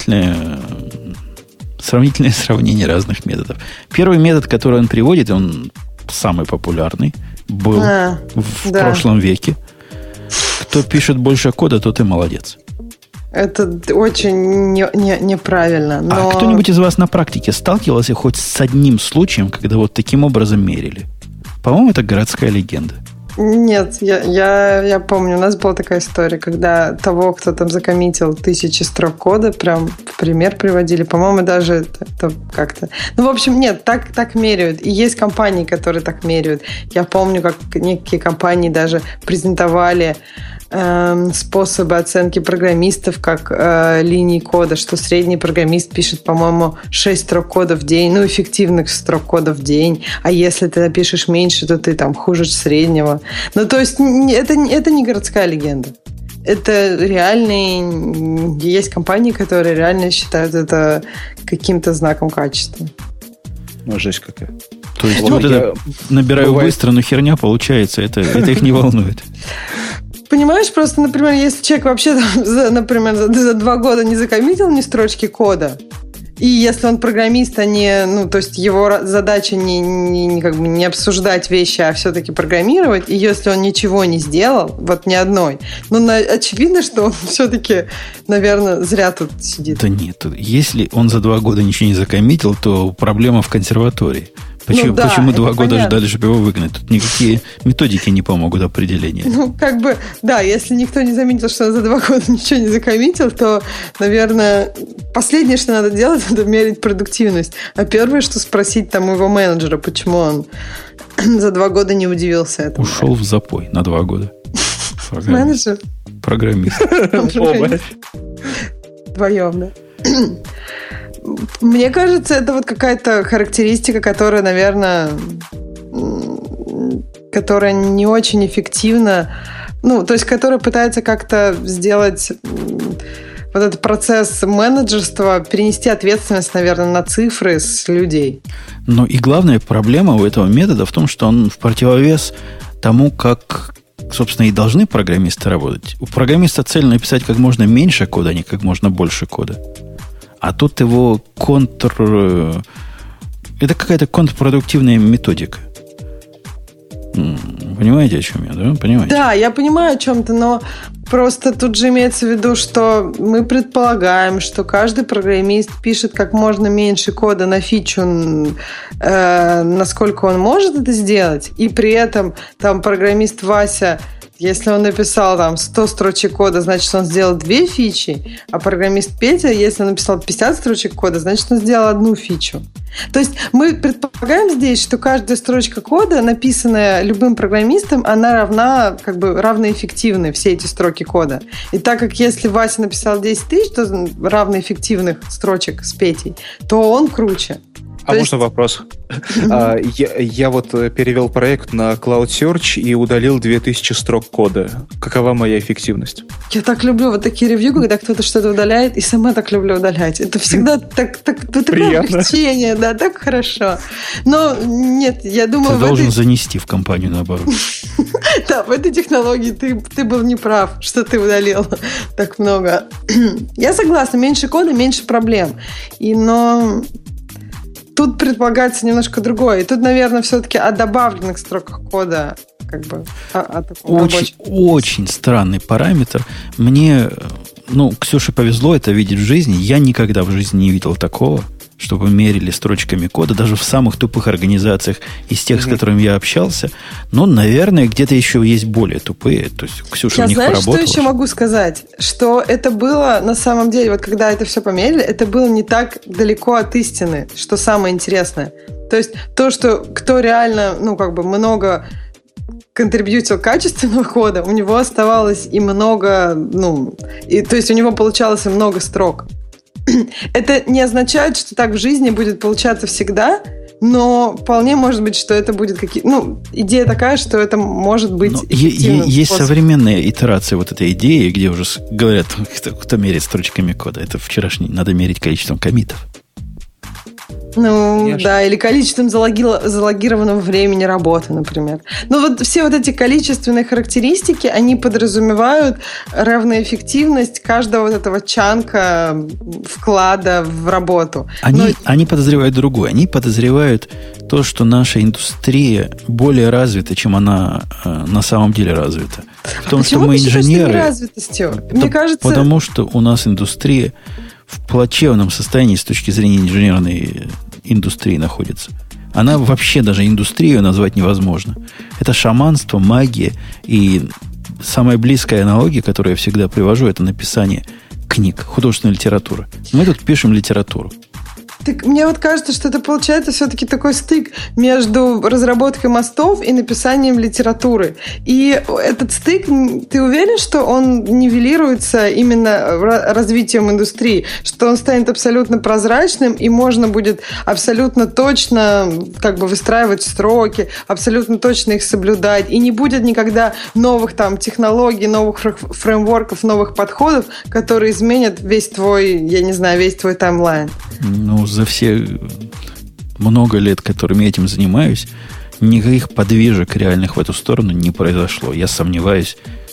сравнение разных методов. Первый метод, который он приводит, он самый популярный, был в прошлом веке. Кто пишет больше кода, тот и молодец. Это очень неправильно. Но... А кто-нибудь из вас на практике сталкивался хоть с одним случаем, когда вот таким образом мерили? По-моему, это городская легенда. Нет, я помню, у нас была такая история, когда того, кто там закоммитил 1000 строк кода, прям в пример приводили. По-моему, даже это как-то... в общем, нет, так меряют. И есть компании, которые так меряют. Я помню, как некие компании даже презентовали способы оценки программистов как линии кода, что средний программист пишет, по-моему, 6 строк кода в день, эффективных строк кода в день, а если ты напишешь меньше, то ты там хуже среднего. То есть это не городская легенда. Это реальные... Есть компании, которые реально считают это каким-то знаком качества. Жесть какая. То есть это набираю быстро, но херня получается, это их не волнует. понимаешь, просто, например, если человек вообще, например, за 2 года не закоммитил ни строчки кода, и если он программист, а не, то есть его задача не обсуждать вещи, а все-таки программировать, и если он ничего не сделал, вот ни одной, очевидно, что он все-таки, наверное, зря тут сидит. Да нет, если он за 2 года ничего не закоммитил, то проблема в консерватории. Почему 2 года ждали, чтобы его выгнать? Тут никакие методики не помогут определения. Если никто не заметил, что он за 2 года ничего не закоммитил, то, наверное, последнее, что надо делать, это мерить продуктивность. А первое, что спросить там его менеджера, почему он за 2 года не удивился этому. Ушел в запой на 2 года. Менеджер? Программист. Вдвоем, да. Мне кажется, это вот какая-то характеристика, которая, наверное, которая не очень эффективна, то есть которая пытается как-то сделать вот этот процесс менеджерства, перенести ответственность, наверное, на цифры с людей. Но и главная проблема у этого метода в том, что он в противовес тому, как, собственно, и должны программисты работать. У программиста цель написать как можно меньше кода, а не как можно больше кода. А тут его это какая-то контрпродуктивная методика. Понимаете, о чем я, да? Понимаете? Да, я понимаю о чем-то, но просто тут же имеется в виду, что мы предполагаем, что каждый программист пишет как можно меньше кода на фичу, насколько он может это сделать, и при этом там программист Вася, если он написал там 100 строчек кода, значит, он сделал 2 фичи, а программист Петя, если он написал 50 строчек кода, значит, он сделал 1 фичу. То есть мы предполагаем здесь, что каждая строчка кода, написанная любым программистом, она равноэффективны, все эти строки кода. И так как если Вася написал 10 тысяч равноэффективных строчек с Петей, то он круче. Можно вопрос? Я вот перевел проект на Cloud Search и удалил 2000 строк кода. Какова моя эффективность? Я так люблю вот такие ревью, когда кто-то что-то удаляет, и сама так люблю удалять. Это всегда такое облегчение, да, так хорошо. Но нет, я думаю... Ты должен занести в компанию наоборот. Да, в этой технологии ты был неправ, что ты удалил так много. Я согласна, меньше кода, меньше проблем. Но... Тут предполагается немножко другое. И тут, наверное, все-таки о добавленных строках кода очень странный параметр. Мне, Ксюше повезло это видеть в жизни. Я никогда в жизни не видел такого, чтобы мерили строчками кода, даже в самых тупых организациях из тех, с которыми я общался. Но, наверное, где-то еще есть более тупые. То есть Ксюша в них поработала. Что еще могу сказать? Что это было, на самом деле, вот когда это все померили, это было не так далеко от истины, что самое интересное. То есть то, что кто реально, много контрибьютил качественного кода, у него оставалось и много, то есть у него получалось и много строк. Это не означает, что так в жизни будет получаться всегда, но вполне может быть, что это будет идея такая, что это может быть эффективным есть современная итерация вот этой идеи, где уже говорят, кто меряет строчками кода. Это вчерашний, надо мерить количеством коммитов. Да, или количеством залогированного времени работы, например. Все вот эти количественные характеристики, они подразумевают равноэффективность каждого вот этого чанка вклада в работу. Они подозревают другое. Они подозревают то, что наша индустрия более развита, чем она на самом деле развита. В том, что мы инженеры... Мне кажется... Потому что у нас индустрия в плачевном состоянии с точки зрения инженерной индустрии находится. Она вообще даже индустрию назвать невозможно. Это шаманство, магия. И самая близкая аналогия, которую я всегда привожу, это написание книг, художественной литературы. Мы тут пишем литературу. Так мне кажется, что это получается все-таки такой стык между разработкой мостов и написанием литературы. И этот стык, ты уверен, что он нивелируется именно развитием индустрии? Что он станет абсолютно прозрачным, и можно будет абсолютно точно выстраивать строки, абсолютно точно их соблюдать, и не будет никогда новых технологий, новых фреймворков, новых подходов, которые изменят весь твой таймлайн? За все много лет, которыми я этим занимаюсь, никаких подвижек реальных в эту сторону не произошло. Я сомневаюсь,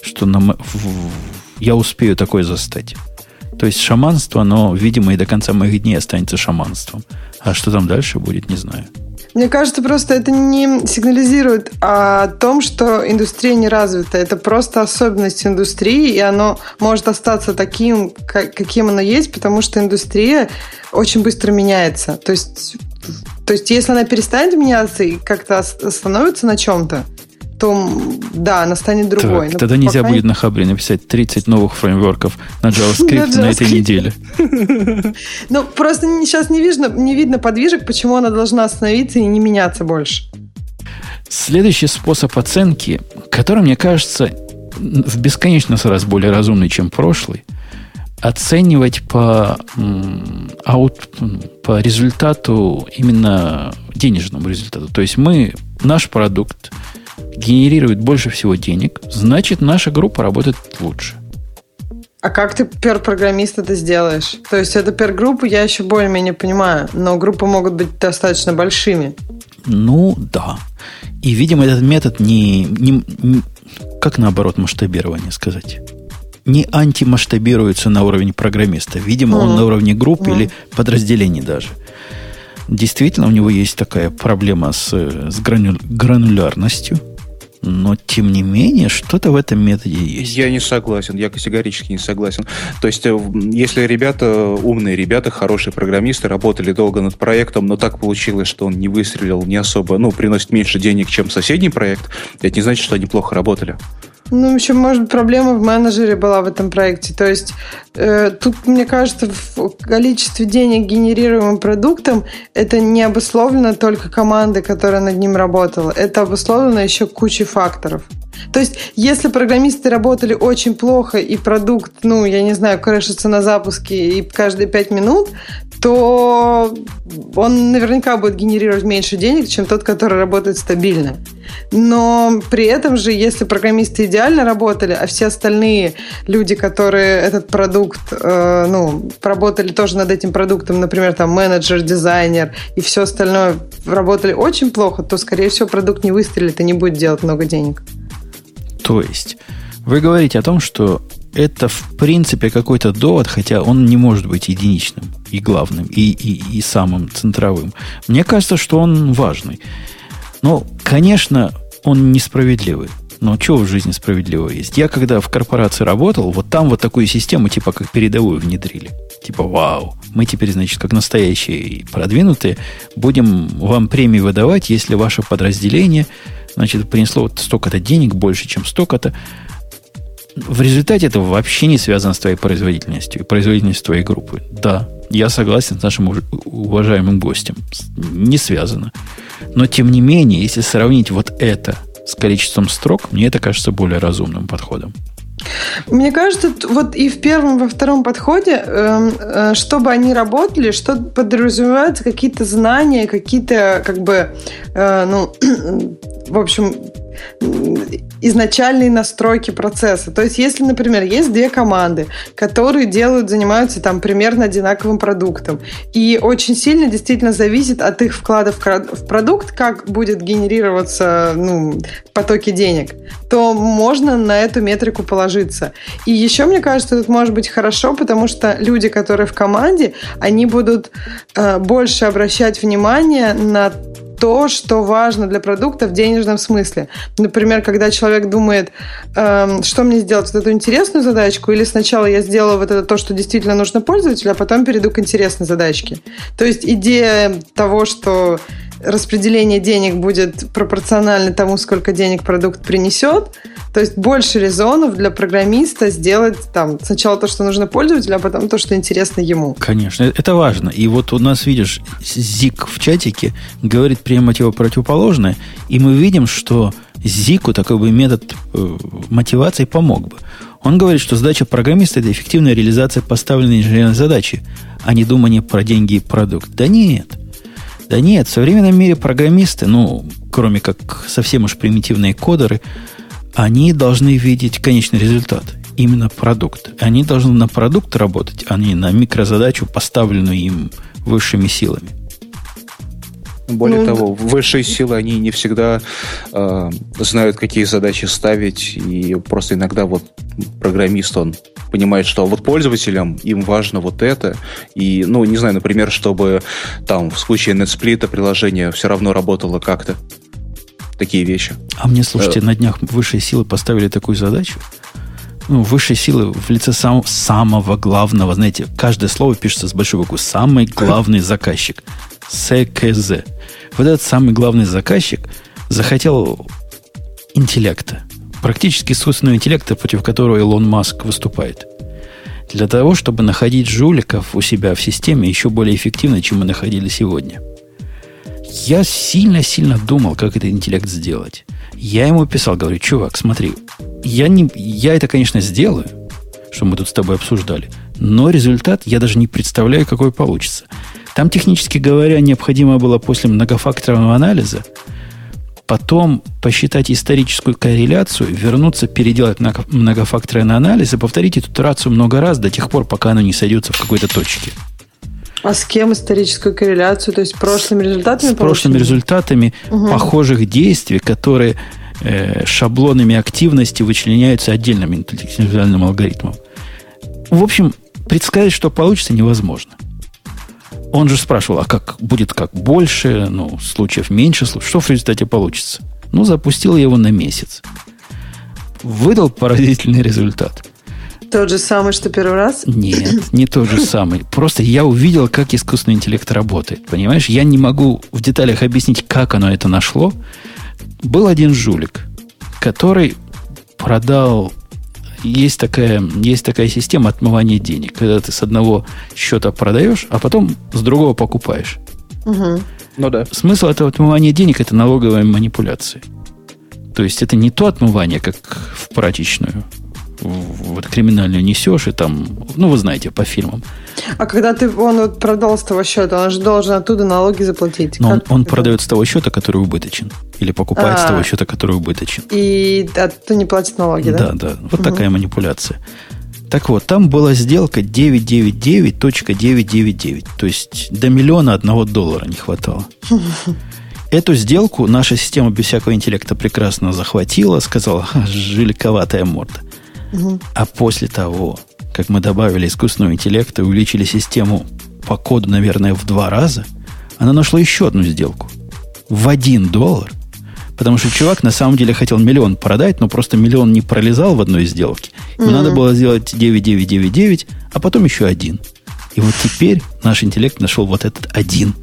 что я успею такое застать. То есть шаманство, оно, видимо, и до конца моих дней останется шаманством. А что там дальше будет, не знаю. Мне кажется, просто это не сигнализирует о том, что индустрия не развита. Это просто особенность индустрии, и оно может остаться таким, каким оно есть, потому что индустрия очень быстро меняется. То есть если она перестанет меняться и как-то остановится на чем-то, то да, она станет другой. Так, тогда нельзя будет на Хабре написать 30 новых фреймворков на JavaScript на этой неделе. Ну, просто сейчас не видно подвижек, почему она должна остановиться и не меняться больше. Следующий способ оценки, который, мне кажется, в бесконечность раз более разумный, чем прошлый, оценивать по результату, именно денежному результату. То есть наш продукт генерирует больше всего денег, значит, наша группа работает лучше. А как ты пер-программист это сделаешь? То есть это пер-группы я еще более-менее понимаю, но группы могут быть достаточно большими. Ну, да. И, видимо, этот метод как наоборот масштабирование сказать? Не антимасштабируется на уровне программиста. Видимо, он на уровне группы или подразделений даже. Действительно, у него есть такая проблема с гранулярностью, но, тем не менее, что-то в этом методе есть. Я не согласен, я категорически не согласен. То есть, если умные ребята, хорошие программисты, работали долго над проектом, но так получилось, что он не выстрелил, не особо, приносит меньше денег, чем соседний проект, это не значит, что они плохо работали. Ну, еще, может, проблема в менеджере была в этом проекте. То есть, тут, мне кажется, в количестве денег, генерируемым продуктом, это не обусловлено только командой, которая над ним работала. Это обусловлено еще кучей факторов. То есть, если программисты работали очень плохо, и продукт, я не знаю, крашится на запуске и каждые 5 минут, то он наверняка будет генерировать меньше денег, чем тот, который работает стабильно. Но при этом же, если программисты идеально работали, а все остальные люди, которые этот продукт, поработали тоже над этим продуктом, например, там менеджер, дизайнер и все остальное работали очень плохо, то, скорее всего, продукт не выстрелит и не будет делать много денег. То есть, вы говорите о том, что это, в принципе, какой-то довод, хотя он не может быть единичным и главным, и самым центровым. Мне кажется, что он важный. Но, конечно, он несправедливый. Но что в жизни справедливого есть? Я, когда в корпорации работал, вот там вот такую систему, типа как передовую внедрили. Типа, вау, мы теперь, значит, как настоящие и продвинутые, будем вам премии выдавать, если ваше подразделение, значит, принесло вот столько-то денег, больше, чем столько-то. В результате это вообще не связано с твоей производительностью и производительностью твоей группы. Да, я согласен с нашим уважаемым гостем. Не связано. Но, тем не менее, если сравнить вот это с количеством строк, мне это кажется более разумным подходом. Мне кажется, вот и в первом, во втором подходе, чтобы они работали, что подразумеваются какие-то знания, какие-то, в общем, изначальные настройки процесса. То есть, если, например, есть две команды, которые занимаются там примерно одинаковым продуктом, и очень сильно действительно зависит от их вкладов в продукт, как будет генерироваться потоки денег, то можно на эту метрику положиться. И еще, мне кажется, тут может быть хорошо, потому что люди, которые в команде, они будут больше обращать внимание на то, что важно для продукта в денежном смысле. Например, когда человек думает, что мне сделать, вот эту интересную задачку, или сначала я сделаю вот это то, что действительно нужно пользователю, а потом перейду к интересной задачке. То есть идея того, что распределение денег будет пропорционально тому, сколько денег продукт принесет, то есть больше резонов для программиста сделать сначала то, что нужно пользователю, а потом то, что интересно ему. Конечно, это важно. И вот у нас, видишь, Зик в чатике говорит прямо противоположное, и мы видим, что Зику такой бы метод мотивации помог бы. Он говорит, что задача программиста – это эффективная реализация поставленной инженерной задачи, а не думание про деньги и продукт. Да нет, в современном мире программисты, кроме как совсем уж примитивные кодеры, они должны видеть конечный результат, именно продукт. Они должны на продукт работать, а не на микрозадачу, поставленную им высшими силами. Более того, высшие силы, они не всегда знают, какие задачи ставить, и просто иногда вот программист, он понимает, что вот пользователям им важно вот это, и, ну, не знаю, например, чтобы там в случае NetSplit приложение все равно работало как-то. Такие вещи. А мне, слушайте, на днях высшие силы поставили такую задачу. Ну, высшие силы в лице самого главного, знаете, каждое слово пишется с большой буквы. Самый главный заказчик. СКЗ. Вот этот самый главный заказчик захотел интеллекта. Практически искусственного интеллекта, против которого Илон Маск выступает. Для того, чтобы находить жуликов у себя в системе еще более эффективно, чем мы находили сегодня. Я сильно-сильно думал, как этот интеллект сделать. Я ему писал, говорю, чувак, смотри, я это, конечно, сделаю, что мы тут с тобой обсуждали, но результат я даже не представляю, какой получится. Там, технически говоря, необходимо было после многофакторного анализа потом посчитать историческую корреляцию, вернуться, переделать многофакторный анализ и повторить эту операцию много раз до тех пор, пока она не сойдется в какой-то точке. А с кем историческую корреляцию? То есть с прошлыми результатами? С прошлыми результатами похожих действий, которые шаблонами активности вычленяются отдельным интеллектуальным алгоритмом. В общем, предсказать, что получится, невозможно. Он же спрашивал, а как будет как больше, ну, случаев меньше, что в результате получится? Ну, запустил его на месяц. Выдал поразительный результат. Тот же самый, что первый раз? Нет, не тот же самый. Просто я увидел, как искусственный интеллект работает. Понимаешь, я не могу в деталях объяснить, как оно это нашло. Был один жулик, который продал... Есть такая система отмывания денег, когда ты с одного счета продаешь, а потом с другого покупаешь. Угу. Ну да. Смысл этого отмывания денег – это налоговые манипуляции. То есть это не то отмывание, как в прачечную. Вот криминальную несешь, и там, ну, вы знаете, по фильмам. А когда он вот продал с того счета, он же должен оттуда налоги заплатить. Но он продает с того счета, который убыточен. Или покупает с того счета, который убыточен. И оттуда не платит налоги, да? Да. Вот такая манипуляция. Так вот, там была сделка 999.999. То есть до $1,000,000 не хватало. Эту сделку наша система без всякого интеллекта прекрасно захватила, сказала, жиликоватая морда. А после того, как мы добавили искусственного интеллекта и увеличили систему по коду, наверное, в 2 раза, она нашла еще одну сделку. В $1. Потому что чувак на самом деле хотел 1 000 000 продать, но просто 1 000 000 не пролезал в одной сделке. Ему надо было сделать 9999, а потом еще 1. И вот теперь наш интеллект нашел вот этот 1.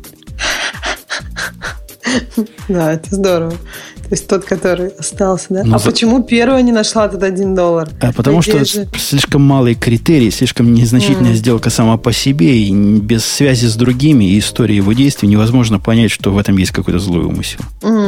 Да, это здорово. То есть тот, который остался, да? Ну, почему первая не нашла этот $1? Потому что слишком малый критерий, слишком незначительная сделка сама по себе, и без связи с другими и истории его действий невозможно понять, что в этом есть какой-то злой умысел.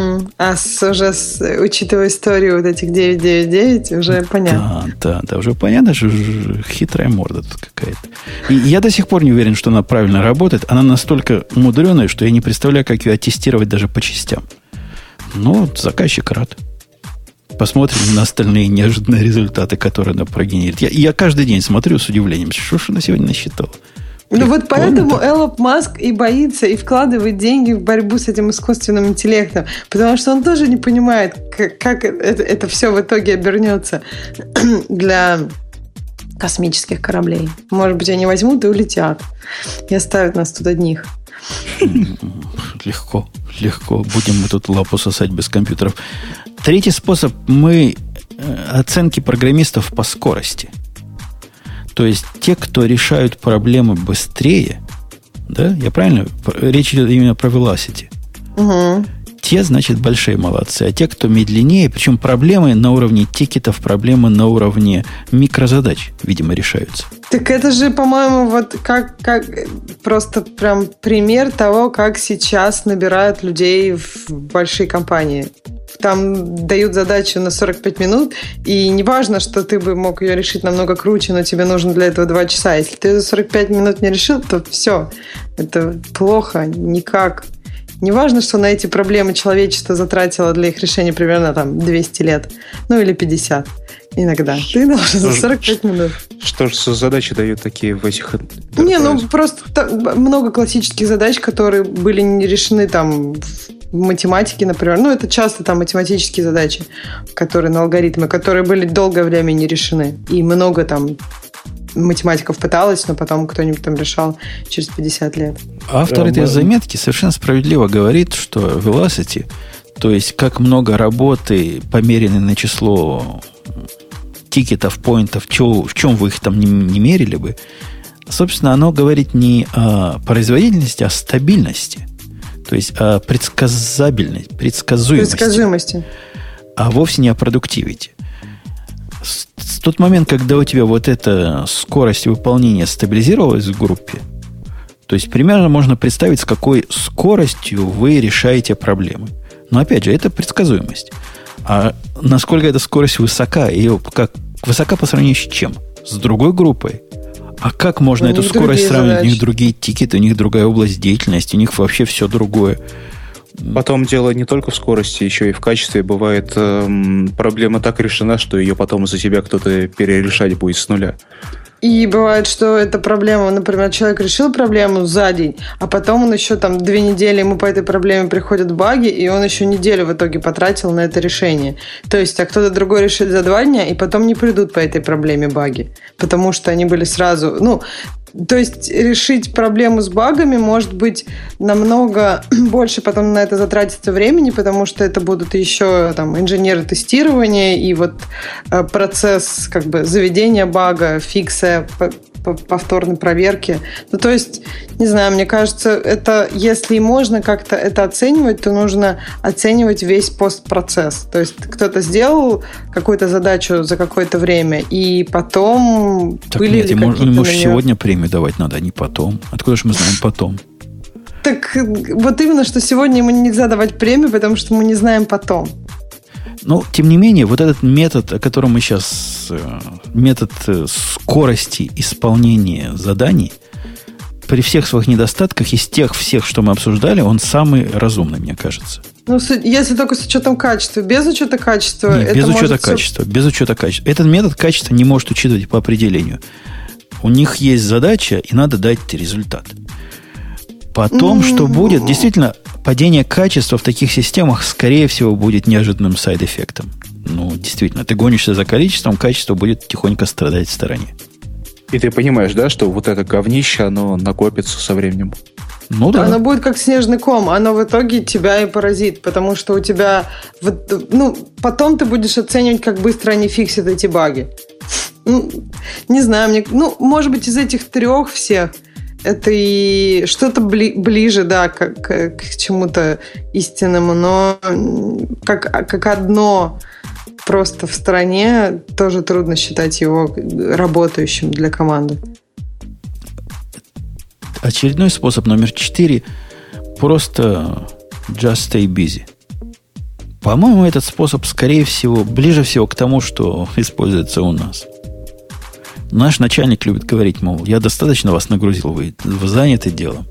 Учитывая историю вот этих 999, уже понятно. Да, уже понятно, что хитрая морда тут какая-то. И я до сих пор не уверен, что она правильно работает. Она настолько мудреная, что я не представляю, как ее оттестировать даже по частям. Но заказчик рад. Посмотрим на остальные неожиданные результаты, которые она прогенерирует. Я каждый день смотрю с удивлением, что она сегодня насчитала. Ну вот поэтому Элон Маск и боится, и вкладывает деньги в борьбу с этим искусственным интеллектом. Потому что он тоже не понимает, как это все в итоге обернется для космических кораблей. Может быть, они возьмут и улетят. И оставят нас тут одних. Легко. Будем мы тут лапу сосать без компьютеров. Третий способ оценки программистов по скорости. То есть те, кто решают проблемы быстрее, да, я правильно? Речь идет именно про velocity. Угу. Те, значит, большие молодцы. А те, кто медленнее, причем проблемы на уровне тикетов, проблемы на уровне микрозадач, видимо, решаются. Так это же, по-моему, вот как просто прям пример того, как сейчас набирают людей в большие компании. Там дают задачу на 45 минут, и не важно, что ты бы мог ее решить намного круче, но тебе нужно для этого 2 часа. Если ты за 45 минут не решил, то все. Это плохо, никак. Не важно, что на эти проблемы человечество затратило для их решения примерно там 200 лет. Ну или 50. иногда. Ты должен за 45 минут. Что же за задачи дают такие в этих... Не, ну просто много классических задач, которые были не решены там в математике, например. Ну, это часто там математические задачи, которые на алгоритмы, которые были долгое время не решены. И много там математиков пыталась, но потом кто-нибудь там решал через 50 лет. Автор этой заметки совершенно справедливо говорит, что velocity, то есть как много работы, померенное на число тикетов, поинтов, в чем вы их там не мерили бы, собственно, оно говорит не о производительности, а о стабильности. То есть о предсказуемости. А вовсе не о продуктивити. В тот момент, когда у тебя вот эта скорость выполнения стабилизировалась в группе, то есть примерно можно представить, с какой скоростью вы решаете проблемы. Но опять же, это предсказуемость. А насколько эта скорость высока, ее как высока по сравнению с чем? С другой группой. А как можно эту скорость сравнить? У них другие тикеты, у них другая область деятельности, у них вообще все другое. Потом дело не только в скорости, еще и в качестве. Бывает, проблема так решена, что ее потом за тебя кто-то перерешать будет с нуля. И бывает, что эта проблема, например, человек решил проблему за день, а потом он еще там 2 недели, ему по этой проблеме приходят баги, и он еще неделю в итоге потратил на это решение. То есть, а кто-то другой решит за 2 дня, и потом не придут по этой проблеме баги, потому что они были сразу... То есть решить проблему с багами может быть намного больше потом на это затратится времени, потому что это будут еще там инженеры тестирования и вот процесс как бы заведения бага, фикса, повторной проверки. Ну, то есть, не знаю, мне кажется, это, если можно как-то это оценивать, то нужно оценивать весь постпроцесс. То есть, кто-то сделал какую-то задачу за какое-то время, и потом так были нет, ли какие-то... Ему же сегодня премию давать надо, а не потом. Откуда же мы знаем потом? Так вот именно, что сегодня ему нельзя давать премию, потому что мы не знаем потом. Но, тем не менее, вот этот метод, о котором мы сейчас... Метод скорости исполнения заданий, при всех своих недостатках, из тех всех, что мы обсуждали, он самый разумный, мне кажется. Ну, если только с учетом качества. Без учета качества... Нет, без учета качества. Без учета качества. Этот метод качества не может учитывать по определению. У них есть задача, и надо дать результат. Потом, что будет, действительно, падение качества в таких системах, скорее всего, будет неожиданным сайд-эффектом. Ну, действительно, ты гонишься за количеством, качество будет тихонько страдать в стороне. И ты понимаешь, да, что вот это говнище, оно накопится со временем? Ну да. Оно будет как снежный ком, оно в итоге тебя и поразит, потому что у тебя... потом ты будешь оценивать, как быстро они фиксят эти баги. Не знаю, может быть, из этих 3 всех... Это и что-то ближе, да, к чему-то истинному, но как одно просто в стороне тоже трудно считать его работающим для команды. Очередной способ номер 4 просто just stay busy. По-моему, этот способ, скорее всего, ближе всего к тому, что используется у нас. Наш начальник любит говорить, мол, я достаточно вас нагрузил, вы заняты делом.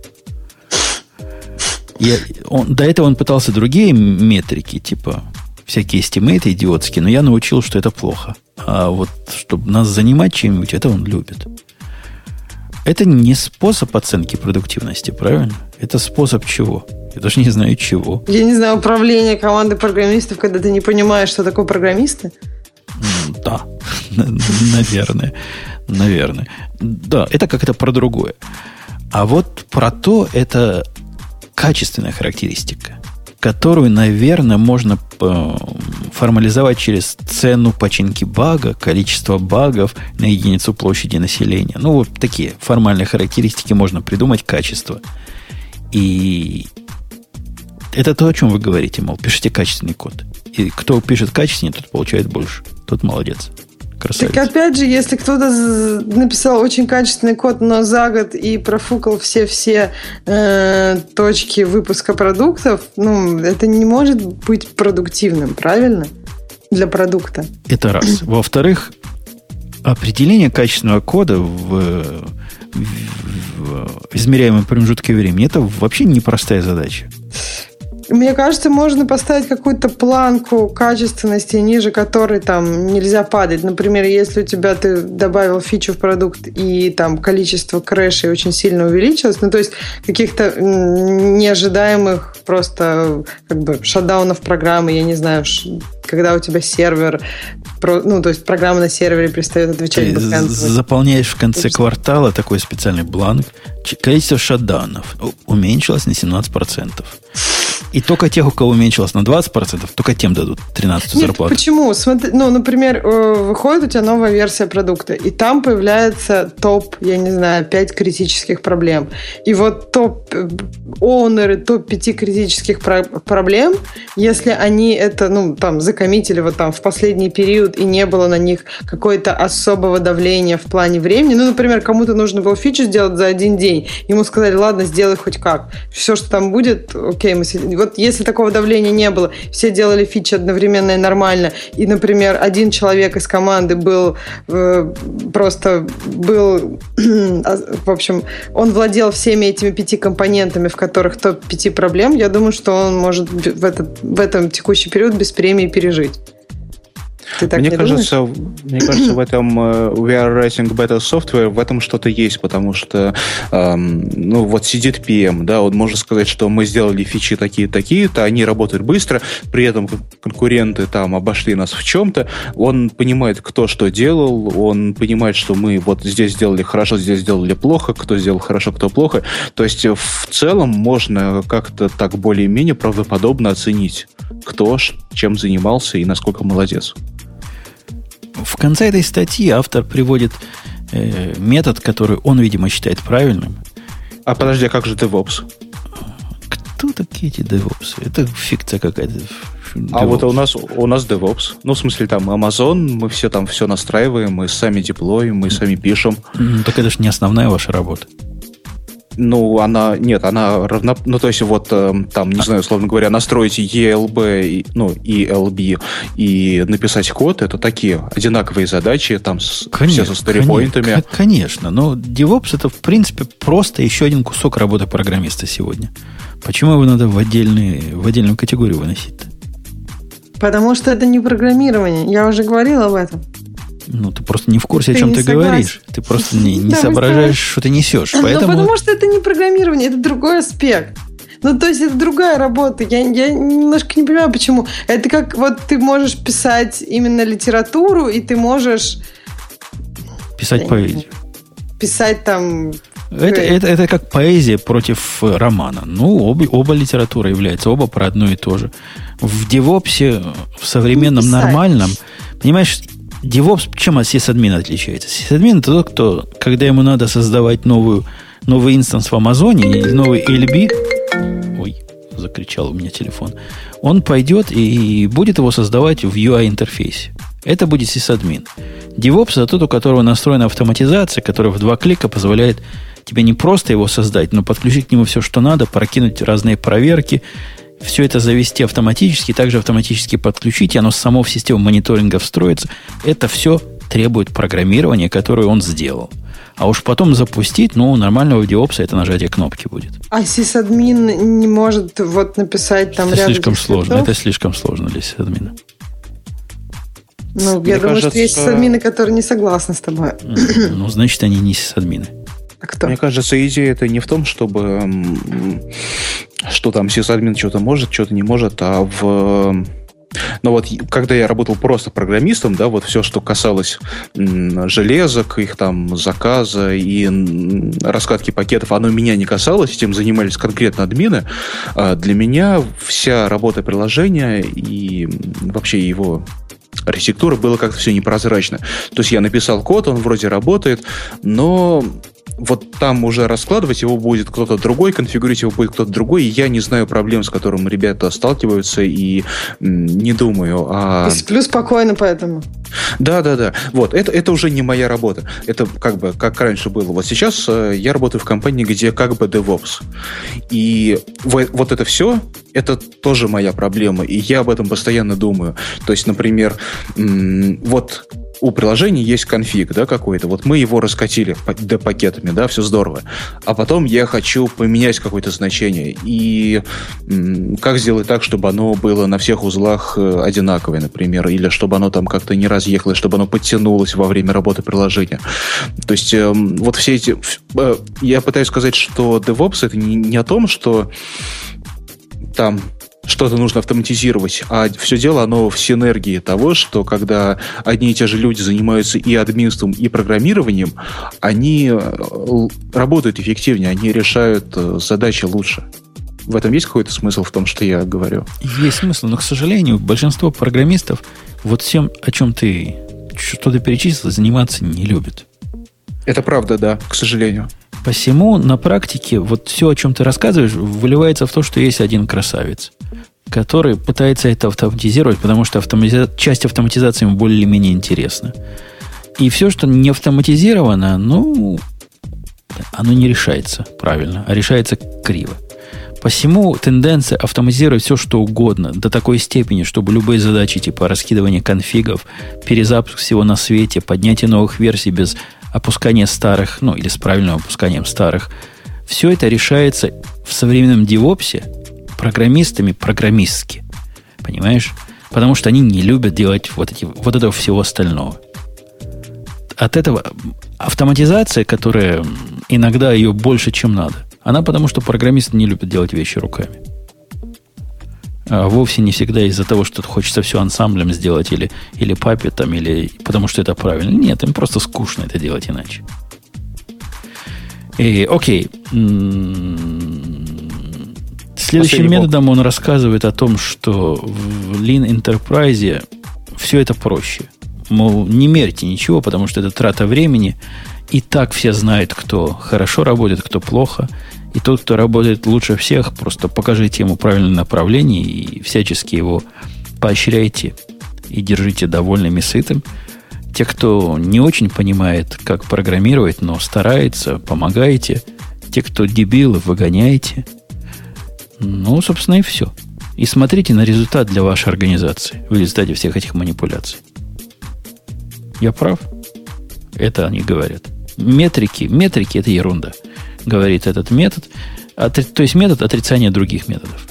До этого он пытался другие метрики, типа всякие эстимейты идиотские, но я научил, что это плохо. А вот чтобы нас занимать чем-нибудь, это он любит. Это не способ оценки продуктивности, правильно? Это способ чего? Я даже не знаю чего. Я не знаю, управление командой программистов, когда ты не понимаешь, что такое программисты? Да, наверное. Да, это как-то про другое. А вот про то, это качественная характеристика, которую, наверное, можно формализовать через цену починки бага, количество багов на единицу площади населения. Ну, вот такие формальные характеристики можно придумать, качество. И это то, о чем вы говорите, мол, пишите качественный код. И кто пишет качественнее, тот получает больше. Тот молодец. Красавец. Так опять же, если кто-то написал очень качественный код, но за год и профукал все точки выпуска продуктов, это не может быть продуктивным, правильно? Для продукта. Это раз. Во-вторых, определение качественного кода в измеряемом промежутке времени, это вообще непростая задача. Мне кажется, можно поставить какую-то планку качественности, ниже которой там нельзя падать. Например, если у тебя ты добавил фичу в продукт и там количество крэшей очень сильно увеличилось, ну то есть каких-то неожидаемых просто как бы шатдаунов программы, я не знаю, когда у тебя сервер, ну то есть программа на сервере перестает отвечать бэкэнд. Ты заполняешь в конце квартала такой специальный бланк. Количество шатдаунов уменьшилось на 17%. И только тех, у кого уменьшилось на 20%, только тем дадут 13-ю зарплату. Почему? Смотри, ну, например, выходит у тебя новая версия продукта, и там появляется топ, я не знаю, 5 критических проблем. И вот топ-оунеры топ-5 критических проблем, если они это, ну, там, закоммитили вот там в последний период, и не было на них какого-то особого давления в плане времени, ну, например, кому-то нужно было фичу сделать за один день, ему сказали, ладно, сделай хоть как. Все, что там будет, окей, вот если такого давления не было, все делали фичи одновременно и нормально, и, например, один человек из команды был в общем, он владел всеми этими 5 компонентами, в которых топ-5 проблем, я думаю, что он может в этом текущий период без премии пережить. Мне кажется, в этом we are writing better software, в этом что-то есть, потому что ну вот сидит PM, да, он может сказать, что мы сделали фичи такие-такие-то, они работают быстро, при этом конкуренты там обошли нас в чем-то, он понимает, кто что делал, он понимает, что мы вот здесь сделали хорошо, здесь сделали плохо, кто сделал хорошо, кто плохо, то есть в целом можно как-то так более-менее правдоподобно оценить, кто чем занимался и насколько молодец. В конце этой статьи автор приводит метод, который он, видимо, считает правильным. А подожди, а как же DevOps? Кто такие эти DevOps? Это фикция какая-то. А вот у нас DevOps. Ну, в смысле, там Amazon, мы все там все настраиваем, мы сами деплоим, мы сами пишем. Так это же не основная ваша работа. Ну, она равна... Ну, то есть, вот там, не знаю, условно говоря, настроить ELB, и ELB и написать код, это такие одинаковые задачи, там все со сторипоинтами. Конечно, но DevOps это, в принципе, просто еще один кусок работы программиста сегодня. Почему его надо в отдельную категорию выносить-то? Потому что это не программирование. Я уже говорила об этом. Ну, ты просто не в курсе, о чем ты говоришь. Ты просто не соображаешь, что ты несешь. Поэтому... Ну, потому что это не программирование, это другой аспект. Ну, то есть, это другая работа. Я немножко не понимаю, почему. Это как вот ты можешь писать именно литературу, и ты можешь... Писать поэзию. Писать там... Это как поэзия против романа. Ну, оба литература являются, оба про одно и то же. В DevOps, в современном, нормальном, понимаешь... DevOps чем от сисадмина отличается? Сисадмин это тот, кто, когда ему надо создавать новый инстанс в Амазоне или новый LB, ой, закричал у меня телефон, он пойдет и будет его создавать в UI-интерфейсе. Это будет сисадмин. DevOps это тот, у которого настроена автоматизация, которая в 2 клика позволяет тебе не просто его создать, но подключить к нему все, что надо, прокинуть разные проверки, все это завести автоматически, также автоматически подключить, и оно само в систему мониторинга встроится. Это все требует программирования, которое он сделал. А уж потом запустить, ну, нормального DevOps это нажатие кнопки будет. А сисадмин не может вот написать там это слишком сложно. Это слишком сложно для сисадмина. Ну, я думаю, что есть сисадмины, которые не согласны с тобой. Ну, значит, они не сисадмины. А кто? Мне кажется, идея это не в том, чтобы что там сисадмин что-то может, что-то не может, а в... Но вот когда я работал просто программистом, да, вот все, что касалось железок, их там заказа и раскладки пакетов, оно меня не касалось, этим занимались конкретно админы. Для меня вся работа приложения и вообще его архитектура была как-то все непрозрачно. То есть я написал код, он вроде работает, но вот там уже раскладывать его будет кто-то другой, конфигурировать его будет кто-то другой, и я не знаю проблем, с которыми ребята сталкиваются, и не думаю о... И сплю спокойно поэтому. Да. Вот, это уже не моя работа. Это как бы, как раньше было. Вот сейчас я работаю в компании, где как бы DevOps. И вот это все, это тоже моя проблема, и я об этом постоянно думаю. То есть, например, вот у приложения есть конфиг, да, какой-то. Вот мы его раскатили D-пакетами, да, все здорово. А потом я хочу поменять какое-то значение. И как сделать так, чтобы оно было на всех узлах одинаковое, например, или чтобы оно там как-то не разъехалось, чтобы оно подтянулось во время работы приложения. То есть вот все эти... Я пытаюсь сказать, что DevOps — это не о том, что там что-то нужно автоматизировать, а все дело, оно в синергии того, что когда одни и те же люди занимаются и админством, и программированием, они работают эффективнее, они решают задачи лучше. В этом есть какой-то смысл в том, что я говорю? Есть смысл, но, к сожалению, большинство программистов вот всем, о чем ты что-то перечислил, заниматься не любят. Это правда, да, к сожалению. Посему на практике вот все, о чем ты рассказываешь, выливается в то, что есть один красавец, который пытается это автоматизировать, потому что часть автоматизации ему более-менее интересна. И все, что не автоматизировано, ну, оно не решается правильно, а решается криво. Посему тенденция автоматизировать все, что угодно, до такой степени, чтобы любые задачи типа раскидывания конфигов, перезапуск всего на свете, поднятие новых версий без опускания старых, ну, или с правильным опусканием старых, все это решается в современном девопсе программистами программистски. Понимаешь? Потому что они не любят делать вот этого всего остального. От этого автоматизация, которая иногда ее больше, чем надо, она потому, что программисты не любят делать вещи руками. А вовсе не всегда из-за того, что хочется все ансамблем сделать или папетом, или потому что это правильно. Нет, им просто скучно это делать иначе. Окей. Следующим методом он рассказывает о том, что в Lean Enterprise все это проще. Мол, не мерьте ничего, потому что это трата времени. И так все знают, кто хорошо работает, кто плохо. И тот, кто работает лучше всех, просто покажите ему правильное направление и всячески его поощряйте и держите довольным и сытым. Те, кто не очень понимает, как программировать, но старается, помогаете. Те, кто дебилы, выгоняете. Ну, собственно, и все. И смотрите на результат для вашей организации в результате всех этих манипуляций. Я прав? Это они говорят. Метрики – это ерунда, говорит этот метод. То есть метод отрицания других методов.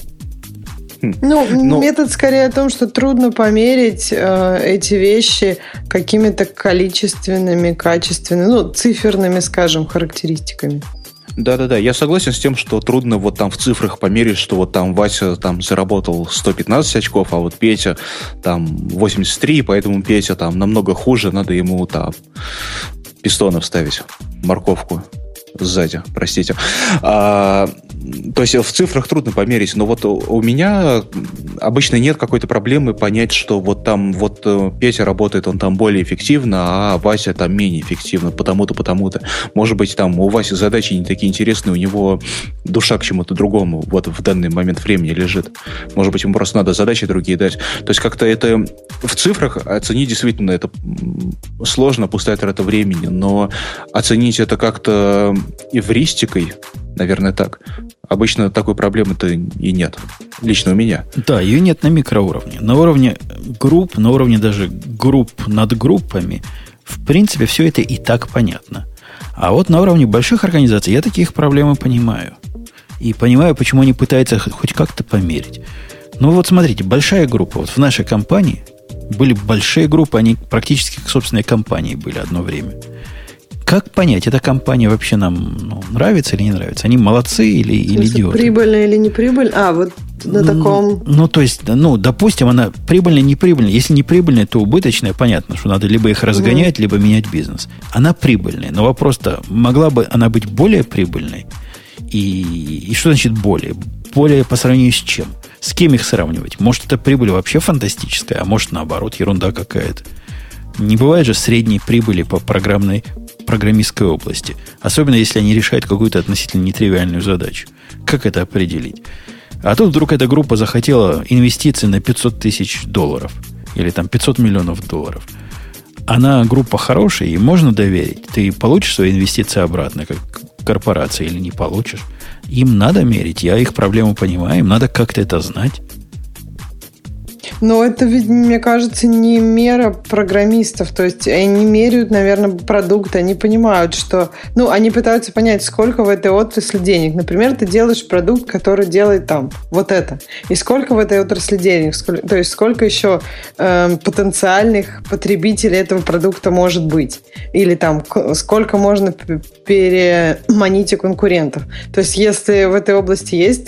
Метод скорее о том, что трудно померить эти вещи какими-то количественными, качественными, циферными, скажем, характеристиками. Да-да-да, я согласен с тем, что трудно вот там в цифрах померить, что вот там Вася там заработал 115 очков, а вот Петя там 83, поэтому Петя там намного хуже, надо ему там пистона вставить, морковку сзади, простите. То есть в цифрах трудно померить, но вот у меня обычно нет какой-то проблемы понять, что вот там вот Петя работает, он там более эффективно, а Вася там менее эффективно, потому-то. Может быть, там у Васи задачи не такие интересные, у него душа к чему-то другому вот в данный момент времени лежит. Может быть, ему просто надо задачи другие дать. То есть как-то это в цифрах оценить действительно это сложно, пустая трата времени, но оценить это как-то эвристикой, наверное, так. Обычно такой проблемы-то и нет. Лично у меня. Да, ее нет на микроуровне. На уровне групп, на уровне даже групп над группами, в принципе, все это и так понятно. А вот на уровне больших организаций я таких проблем понимаю. И понимаю, почему они пытаются хоть как-то померить. Ну вот смотрите, большая группа. Вот в нашей компании были большие группы, они практически как собственной компании были одно время. Как понять, эта компания вообще нам нравится или не нравится? Они молодцы или идиоты? Прибыльная или не прибыльная? Вот на таком... То есть, допустим, она прибыльная, не прибыльная. Если не прибыльная, то убыточная. Понятно, что надо либо их разгонять, либо менять бизнес. Она прибыльная. Но вопрос-то, могла бы она быть более прибыльной? И что значит более? Более по сравнению с чем? С кем их сравнивать? Может, эта прибыль вообще фантастическая, а может, наоборот, ерунда какая-то. Не бывает же средней прибыли по программистской области. Особенно, если они решают какую-то относительно нетривиальную задачу. Как это определить? А тут вдруг эта группа захотела инвестиции на $500 тысяч. Или там $500 миллионов. Она группа хорошая, и можно доверить. Ты получишь свои инвестиции обратно, как корпорация, или не получишь. Им надо мерить. Я их проблему понимаю. Им надо как-то это знать. Но это ведь, мне кажется, не мера программистов. То есть они меряют, наверное, продукт, они понимают, что... они пытаются понять, сколько в этой отрасли денег. Например, ты делаешь продукт, который делает там вот это. И сколько в этой отрасли денег? То есть сколько еще потенциальных потребителей этого продукта может быть? Или там сколько можно переманить у конкурентов? То есть если в этой области есть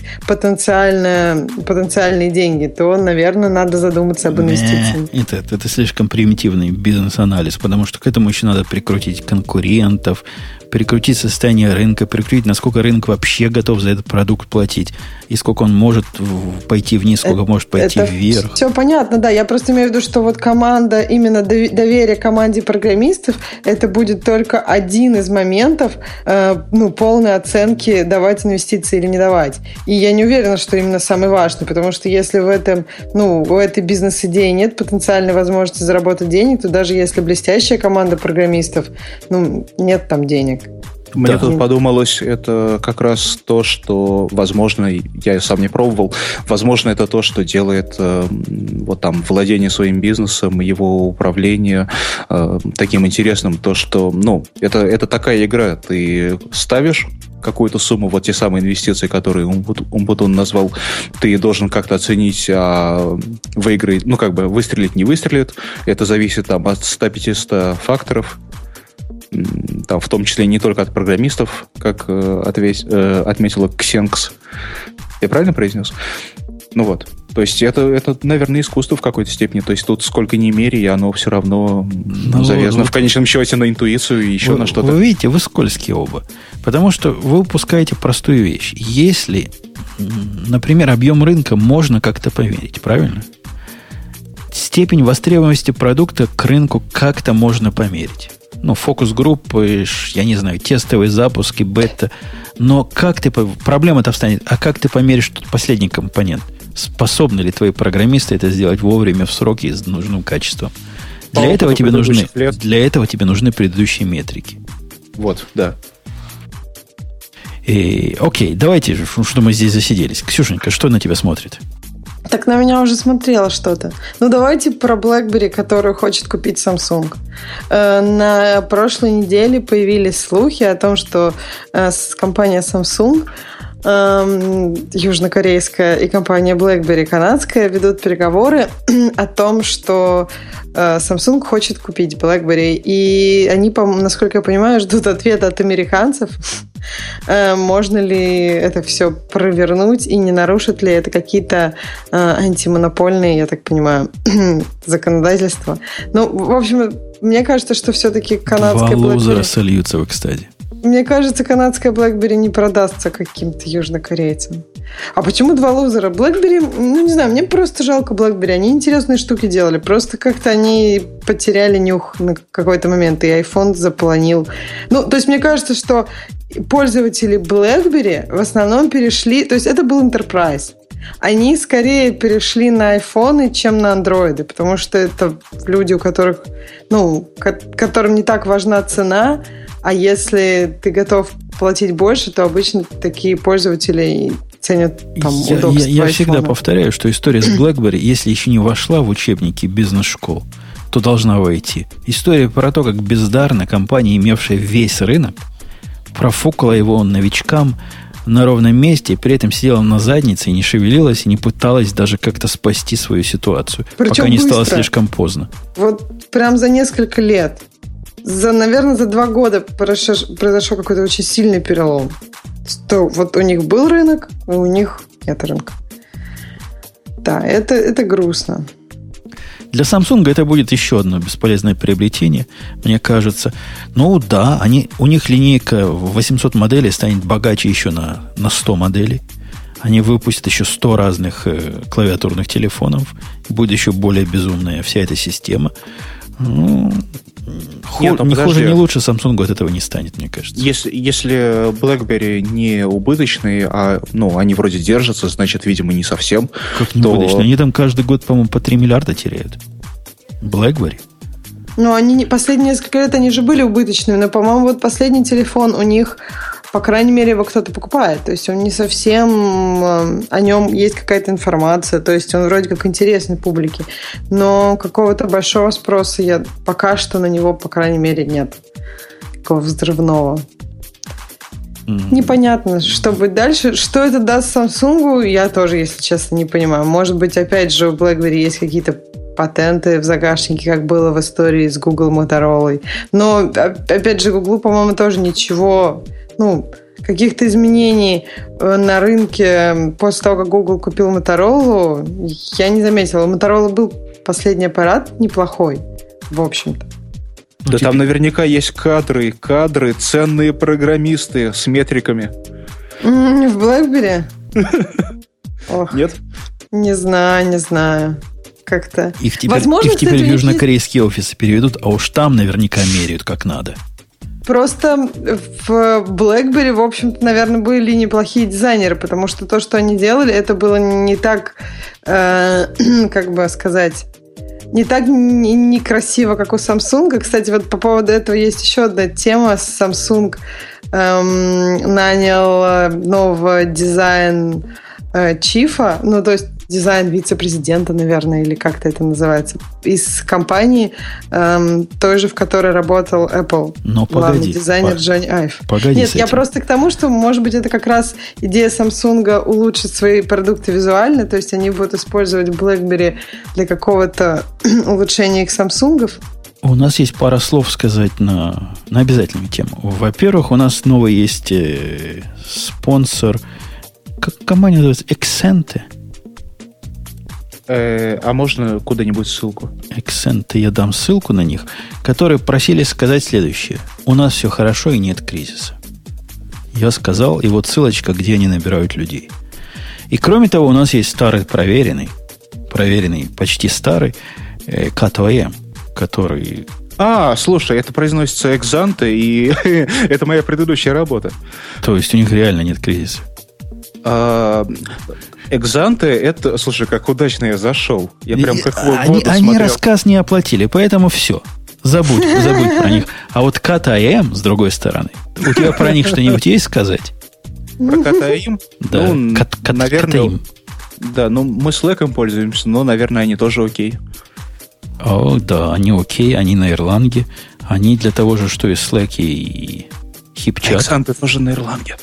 потенциальные деньги, то, наверное, надо задуматься об инвестициях. Это слишком примитивный бизнес-анализ, потому что к этому еще надо прикрутить конкурентов, прикрутить состояние рынка, прикрутить, насколько рынок вообще готов за этот продукт платить, и сколько он может пойти вниз, сколько может пойти вверх. Все понятно, да. Я просто имею в виду, что вот команда, именно доверие команде программистов, это будет только один из моментов полной оценки, давать инвестиции или не давать. И я не уверена, что именно самый важный, потому что если в этом, у этой бизнес-идеи нет потенциальной возможности заработать денег, то даже если блестящая команда программистов, нет там денег. Мне тут подумалось, это как раз то, что, возможно, я сам не пробовал, возможно, это то, что делает владение своим бизнесом, его управление таким интересным, то, что, это такая игра, ты ставишь какую-то сумму, вот те самые инвестиции, которые Умпутун назвал, ты должен как-то оценить, выиграет, выстрелит, не выстрелит, это зависит от 100-500 факторов, там, в том числе не только от программистов, как отметила Xenx. Я правильно произнес? То есть это, наверное, искусство в какой-то степени. То есть тут сколько ни мери, оно все равно завязано в конечном счете на интуицию и еще на что-то. Вы видите, вы скользкие оба. Потому что вы упускаете простую вещь. Если, например, объем рынка можно как-то померить, правильно? Степень востребованности продукта к рынку как-то можно померить. Фокус-группы, я не знаю, тестовые запуски, бета. Но проблема-то встанет, а как ты померишь тот последний компонент? Способны ли твои программисты это сделать вовремя, в сроки и с нужным качеством? Для этого тебе нужны предыдущие метрики. Вот, да. Окей, давайте, что мы здесь засиделись. Ксюшенька, что на тебя смотрит? Так на меня уже смотрело что-то. Давайте про BlackBerry, которую хочет купить Samsung. На прошлой неделе появились слухи о том, что компания Samsung, южнокорейская, и компания BlackBerry, канадская, ведут переговоры о том, что Samsung хочет купить BlackBerry. И они, насколько я понимаю, ждут ответа от американцев. Можно ли это все провернуть и не нарушит ли это какие-то антимонопольные, я так понимаю, законодательства. В общем, мне кажется, что все-таки канадская BlackBerry... Два лузера сольются в экстазе. Мне кажется, канадская BlackBerry не продастся каким-то южнокорейцам. А почему два лузера? BlackBerry, не знаю, мне просто жалко BlackBerry. Они интересные штуки делали. Просто как-то они потеряли нюх на какой-то момент, и iPhone заполонил. То есть мне кажется, что пользователи BlackBerry в основном перешли... То есть это был Enterprise. Они скорее перешли на айфоны, чем на андроиды, потому что это люди, у которых, которым не так важна цена, а если ты готов платить больше, то обычно такие пользователи ценят удобство Я всегда повторяю, что история с BlackBerry, если еще не вошла в учебники бизнес-школ, то должна войти. История про то, как бездарно компания, имевшая весь рынок, профукала его новичкам на ровном месте, и при этом сидела на заднице и не шевелилась, и не пыталась даже как-то спасти свою ситуацию, причем пока не стало слишком поздно. Вот прям за несколько лет. Наверное, за 2 года произошел какой-то очень сильный перелом. Что вот у них был рынок, а у них нет рынка. Да, это грустно. Для Samsung это будет еще одно бесполезное приобретение, мне кажется. Да, у них линейка 800 моделей станет богаче еще на 100 моделей. Они выпустят еще 100 разных клавиатурных телефонов. Будет еще более безумная вся эта система. Ни хуже, ни лучше Samsung от этого не станет, мне кажется. Если BlackBerry не убыточные, а они вроде держатся, значит, видимо, не совсем. Как не убыточные? Они там каждый год, по-моему, по 3 миллиарда теряют. BlackBerry. Они последние несколько лет они же были убыточными, но, по-моему, вот последний телефон у них по крайней мере, его кто-то покупает. То есть он не совсем... О нем есть какая-то информация. То есть он вроде как интересный публике. Но какого-то большого спроса пока что на него, по крайней мере, нет. Такого взрывного. Непонятно, что будет дальше. Что это даст Samsung, я тоже, если честно, не понимаю. Может быть, опять же, у BlackBerry есть какие-то патенты в загашнике, как было в истории с Google Motorola. Но, опять же, Google, по-моему, тоже ничего... каких-то изменений на рынке после того, как Google купил Motorola, я не заметила. У Motorola был последний аппарат неплохой, в общем-то. Да там наверняка есть кадры, ценные программисты с метриками. В BlackBerry? Нет? Не знаю. Как-то. Их теперь в южнокорейские офисы переведут, а уж там наверняка меряют как надо. Просто в BlackBerry, в общем-то, наверное, были неплохие дизайнеры, потому что то, что они делали, это было не так, как бы сказать, не так некрасиво, как у Samsung. Кстати, вот по поводу этого есть еще одна тема. Samsung нанял нового дизайн-чифа, то есть дизайн вице-президента, наверное, или как-то это называется, из компании, той же, в которой работал Apple. Но главный дизайнер Джонни Айв. Погоди. Нет, я просто к тому, что, может быть, это как раз идея Samsung улучшить свои продукты визуально, то есть они будут использовать BlackBerry для какого-то улучшения их Samsung'ов. У нас есть пара слов сказать на обязательную тему. Во-первых, у нас новый есть спонсор, как компания называется, Accent. А можно куда-нибудь ссылку? Accent, я дам ссылку на них, которые просили сказать следующее. У нас все хорошо и нет кризиса. Я сказал, и вот ссылочка, где они набирают людей. И кроме того, у нас есть старый проверенный, почти старый, Cat-OEM, который... Слушай, это произносится Exante, и это моя предыдущая работа. То есть у них реально нет кризиса. Экзанты, это, слушай, как удачно я зашел. Я прям как в воду смотрел. Они рассказ не оплатили, поэтому все. Забудь про них. А вот Cat-OEM, с другой стороны, у тебя про них что-нибудь есть сказать? Про Cat-OEM? Да, наверное, да, мы Slack'ом пользуемся, но, наверное, они тоже окей. Да, они окей, они на Erlang. Они для того же, что и Slack, и HipChat. Экзанты тоже на Erlang.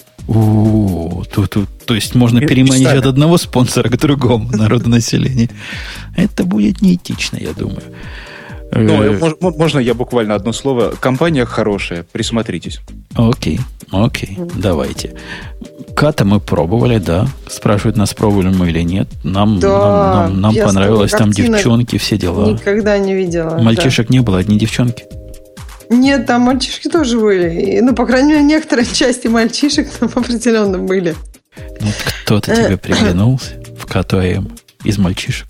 То есть можно переманить от одного спонсора к другому народонаселения. Это будет неэтично, я думаю. Можно я буквально одно слово? Компания хорошая, присмотритесь. Окей, давайте. Ката мы пробовали, да. Спрашивают нас, пробовали мы или нет. Нам понравилось, там девчонки, все дела. Никогда не видела. Мальчишек не было, одни девчонки. Нет, там мальчишки тоже были. По крайней мере, некоторые части мальчишек там определенно были. Кто-то тебе приглянулся в Cat-OEM из мальчишек?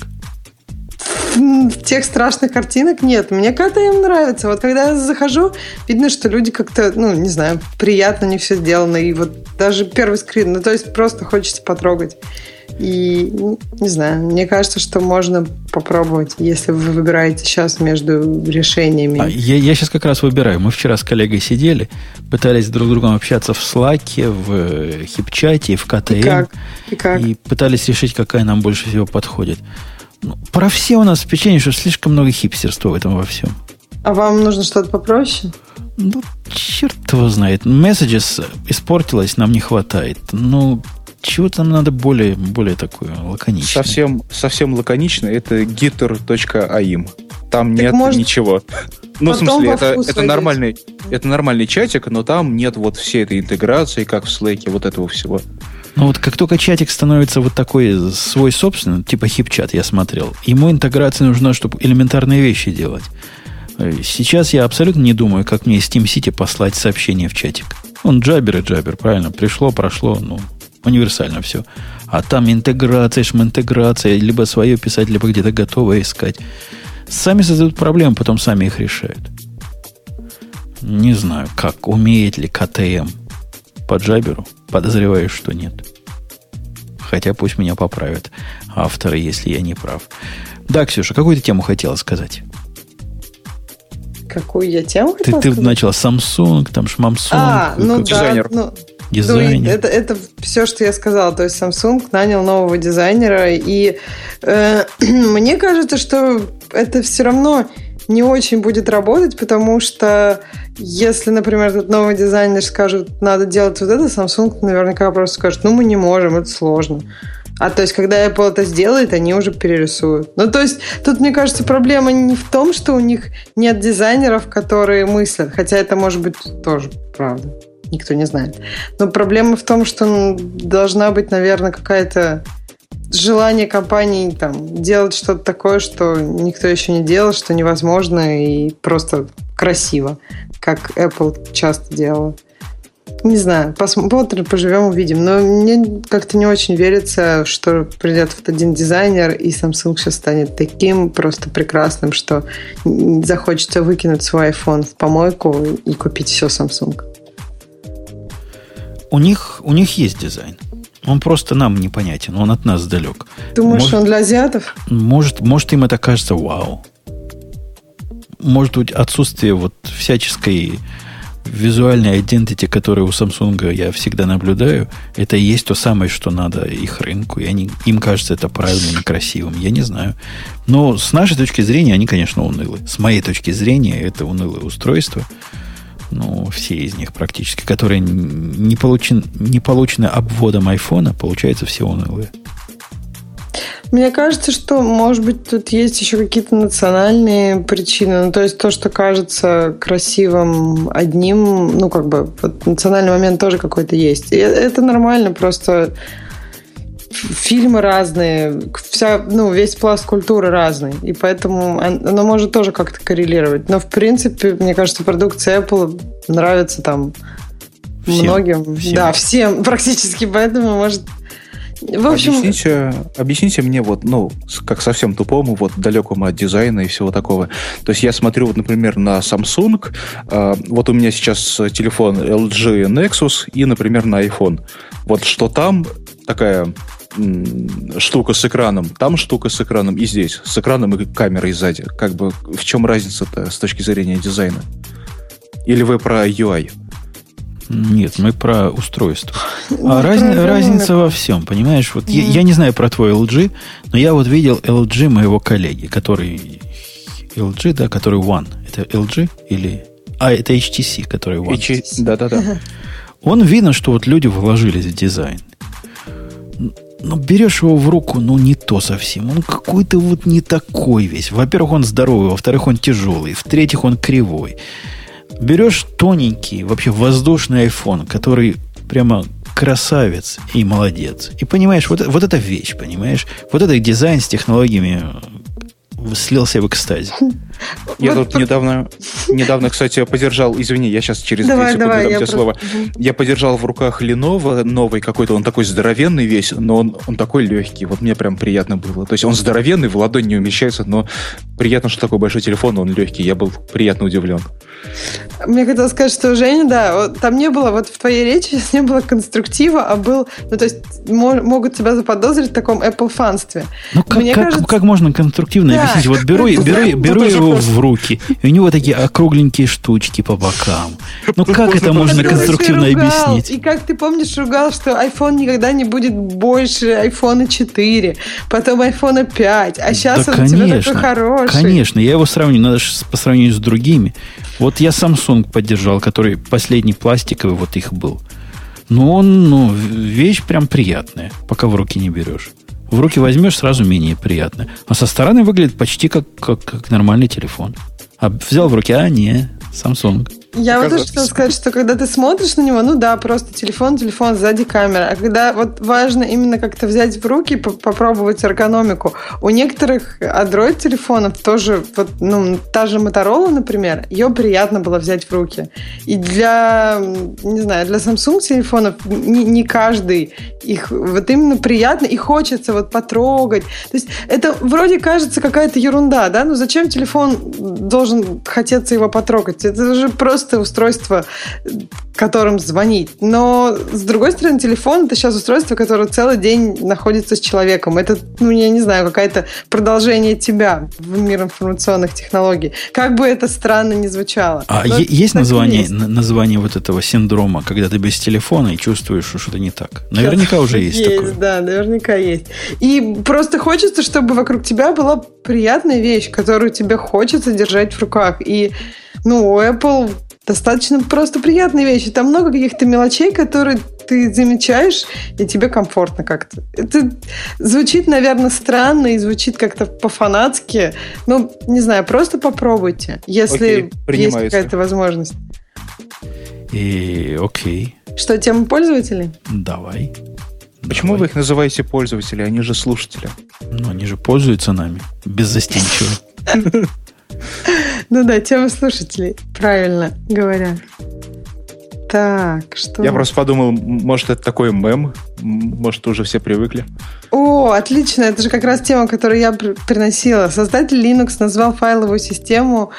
Тех страшных картинок нет. Мне Cat-OEM нравится. Вот когда я захожу, видно, что люди как-то, не знаю, приятно не все сделано. И вот даже первый скрин, то есть просто хочется потрогать. И, не знаю, мне кажется, что можно попробовать, если вы выбираете сейчас между решениями. Я сейчас как раз выбираю. Мы вчера с коллегой сидели, пытались друг с другом общаться в Slack'е, в HipChat'е, в Cat-OEM. И как? И пытались решить, какая нам больше всего подходит. Про все у нас впечатление, что слишком много хипстерства в этом во всем. А вам нужно что-то попроще? Черт его знает. Messages испортилось, нам не хватает. Чего-то нам надо более такое лаконичное. Совсем лаконично. Это gitter.aim. Там нет ничего. В смысле, это нормальный чатик, но там нет вот всей этой интеграции, как в Slack, вот этого всего. Как только чатик становится вот такой свой собственный, типа HipChat я смотрел, ему интеграция нужна, чтобы элементарные вещи делать. Сейчас я абсолютно не думаю, как мне из TeamCity послать сообщение в чатик. Он джабер, правильно. Пришло, прошло, универсально все. А там интеграция, либо свое писать, либо где-то готовое искать. Сами создают проблемы, потом сами их решают. Не знаю, как, умеет ли КТМ по джаберу. Подозреваю, что нет. Хотя пусть меня поправят авторы, если я не прав. Да, Ксюша, какую ты тему хотела сказать? Какую я тему хотела сказать? Ты начала Samsung, там Шмамсунг. Дизайнер. дизайнер. Ну, это все, что я сказала. То есть Samsung нанял нового дизайнера, и мне кажется, что это все равно не очень будет работать, потому что если, например, этот новый дизайнер скажет, надо делать вот это, Samsung наверняка просто скажет, мы не можем, это сложно. А то есть, когда Apple это сделает, они уже перерисуют. Ну, то есть, тут, мне кажется, проблема не в том, что у них нет дизайнеров, которые мыслят, хотя это может быть тоже правда. Никто не знает. Но проблема в том, что должна быть, наверное, какая-то желание компании там, делать что-то такое, что никто еще не делал, что невозможно и просто красиво, как Apple часто делала. Не знаю, посмотрим, поживем, увидим. Но мне как-то не очень верится, что придет вот один дизайнер, и Samsung сейчас станет таким просто прекрасным, что захочется выкинуть свой iPhone в помойку и купить все Samsung. У них есть дизайн. Он просто нам непонятен, он от нас далек. Думаешь, он для азиатов? Может, им это кажется вау. Может быть, отсутствие вот всяческой визуальной identity, которую у Samsung я всегда наблюдаю, это и есть то самое, что надо их рынку. И им кажется это правильным и красивым. Я не знаю. Но с нашей точки зрения они, конечно, унылые. С моей точки зрения это унылое устройство. Ну, все из них практически, которые не получены обводом айфона, получается, все унылые. Мне кажется, что, может быть, тут есть еще какие-то национальные причины. Ну, то есть то, что кажется красивым одним, ну, как бы, вот национальный момент тоже какой-то есть. И это нормально, просто фильмы разные, весь пласт культуры разный, и поэтому оно может тоже как-то коррелировать. Но, в принципе, мне кажется, продукция Apple нравится там многим. Всем. Да, всем практически, поэтому, может... В общем... Объясните мне, вот, как совсем тупому, вот, далекому от дизайна и всего такого. То есть я смотрю, вот, например, на Samsung, вот у меня сейчас телефон LG Nexus и, например, на iPhone. Вот что там такая штука с экраном, там штука с экраном и здесь, с экраном и камерой сзади. Как бы в чем разница-то с точки зрения дизайна? Или вы про UI? Нет, мы про устройство. Разница во всем, понимаешь? Вот я не знаю про твой LG, но я вот видел LG моего коллеги, который LG, да, который One. Это LG или... это HTC, который One. Да. Он видно, что вот люди вложились в дизайн. Но берешь его в руку, не то совсем. Он какой-то вот не такой весь. Во-первых, он здоровый, во-вторых, он тяжелый, в-третьих, он кривой. Берешь тоненький, вообще воздушный iPhone, который прямо красавец и молодец. И понимаешь, вот эта вещь, понимаешь? Вот этот дизайн с технологиями слился в экстазе. Я тут недавно, кстати, подержал, извини, я сейчас через 2 секунды дам тебе слово. Я подержал в руках Lenovo новый какой-то, он такой здоровенный весь, но он такой легкий, вот мне прям приятно было. То есть он здоровенный, в ладонь не умещается, но приятно, что такой большой телефон, он легкий, я был приятно удивлен. Мне хотелось сказать, что, Женя, да, вот там не было, вот в твоей речи сейчас не было конструктива, а был, то есть могут тебя заподозрить в таком Apple-фанстве. Как можно конструктивно объяснить? Вот беру его в руки, и у него такие округленькие штучки по бокам. Как это можно конструктивно объяснить? И как ты помнишь, ругал, что iPhone никогда не будет больше iPhone 4, потом iPhone 5, а сейчас он у тебя такой хороший. Конечно, я его сравню, надо по сравнению с другими. Вот я Samsung поддержал, который последний пластиковый, вот их был. Вещь прям приятная, пока в руки не берешь. В руки возьмешь, сразу менее приятно. А со стороны выглядит почти как нормальный телефон. А взял в руки, не, Samsung. Я вот тоже хотела сказать, что когда ты смотришь на него, просто телефон, сзади камера. А когда вот важно именно как-то взять в руки и попробовать эргономику. У некоторых Android-телефонов тоже, та же Motorola, например, ее приятно было взять в руки. И для Samsung телефонов не каждый их вот именно приятно и хочется вот потрогать. То есть это вроде кажется какая-то ерунда, да? Зачем телефон должен хотеться его потрогать? Это же просто просто устройство, которым звонить. Но, с другой стороны, телефон – это сейчас устройство, которое целый день находится с человеком. Это, я не знаю, какое-то продолжение тебя в мир информационных технологий. Как бы это странно ни звучало. А есть название вот этого синдрома, когда ты без телефона и чувствуешь, что что-то не так? Наверняка уже есть такое. Есть, да, наверняка есть. И просто хочется, чтобы вокруг тебя была приятная вещь, которую тебе хочется держать в руках. И, у Apple достаточно просто приятные вещи. Там много каких-то мелочей, которые ты замечаешь, и тебе комфортно как-то. Это звучит, наверное, странно и звучит как-то по-фанатски. Не знаю, просто попробуйте, если есть какая-то возможность. Окей. Что, тема пользователей? Давай. Почему вы их называете пользователи? Они же слушатели. Они же пользуются нами. Беззастенчиво. Да, тема слушателей. Правильно говоря. Так, что... Я просто подумал, может, это такой мем? Может, уже все привыкли? О, отлично. Это же как раз тема, которую я приносила. Создатель Linux назвал файловую систему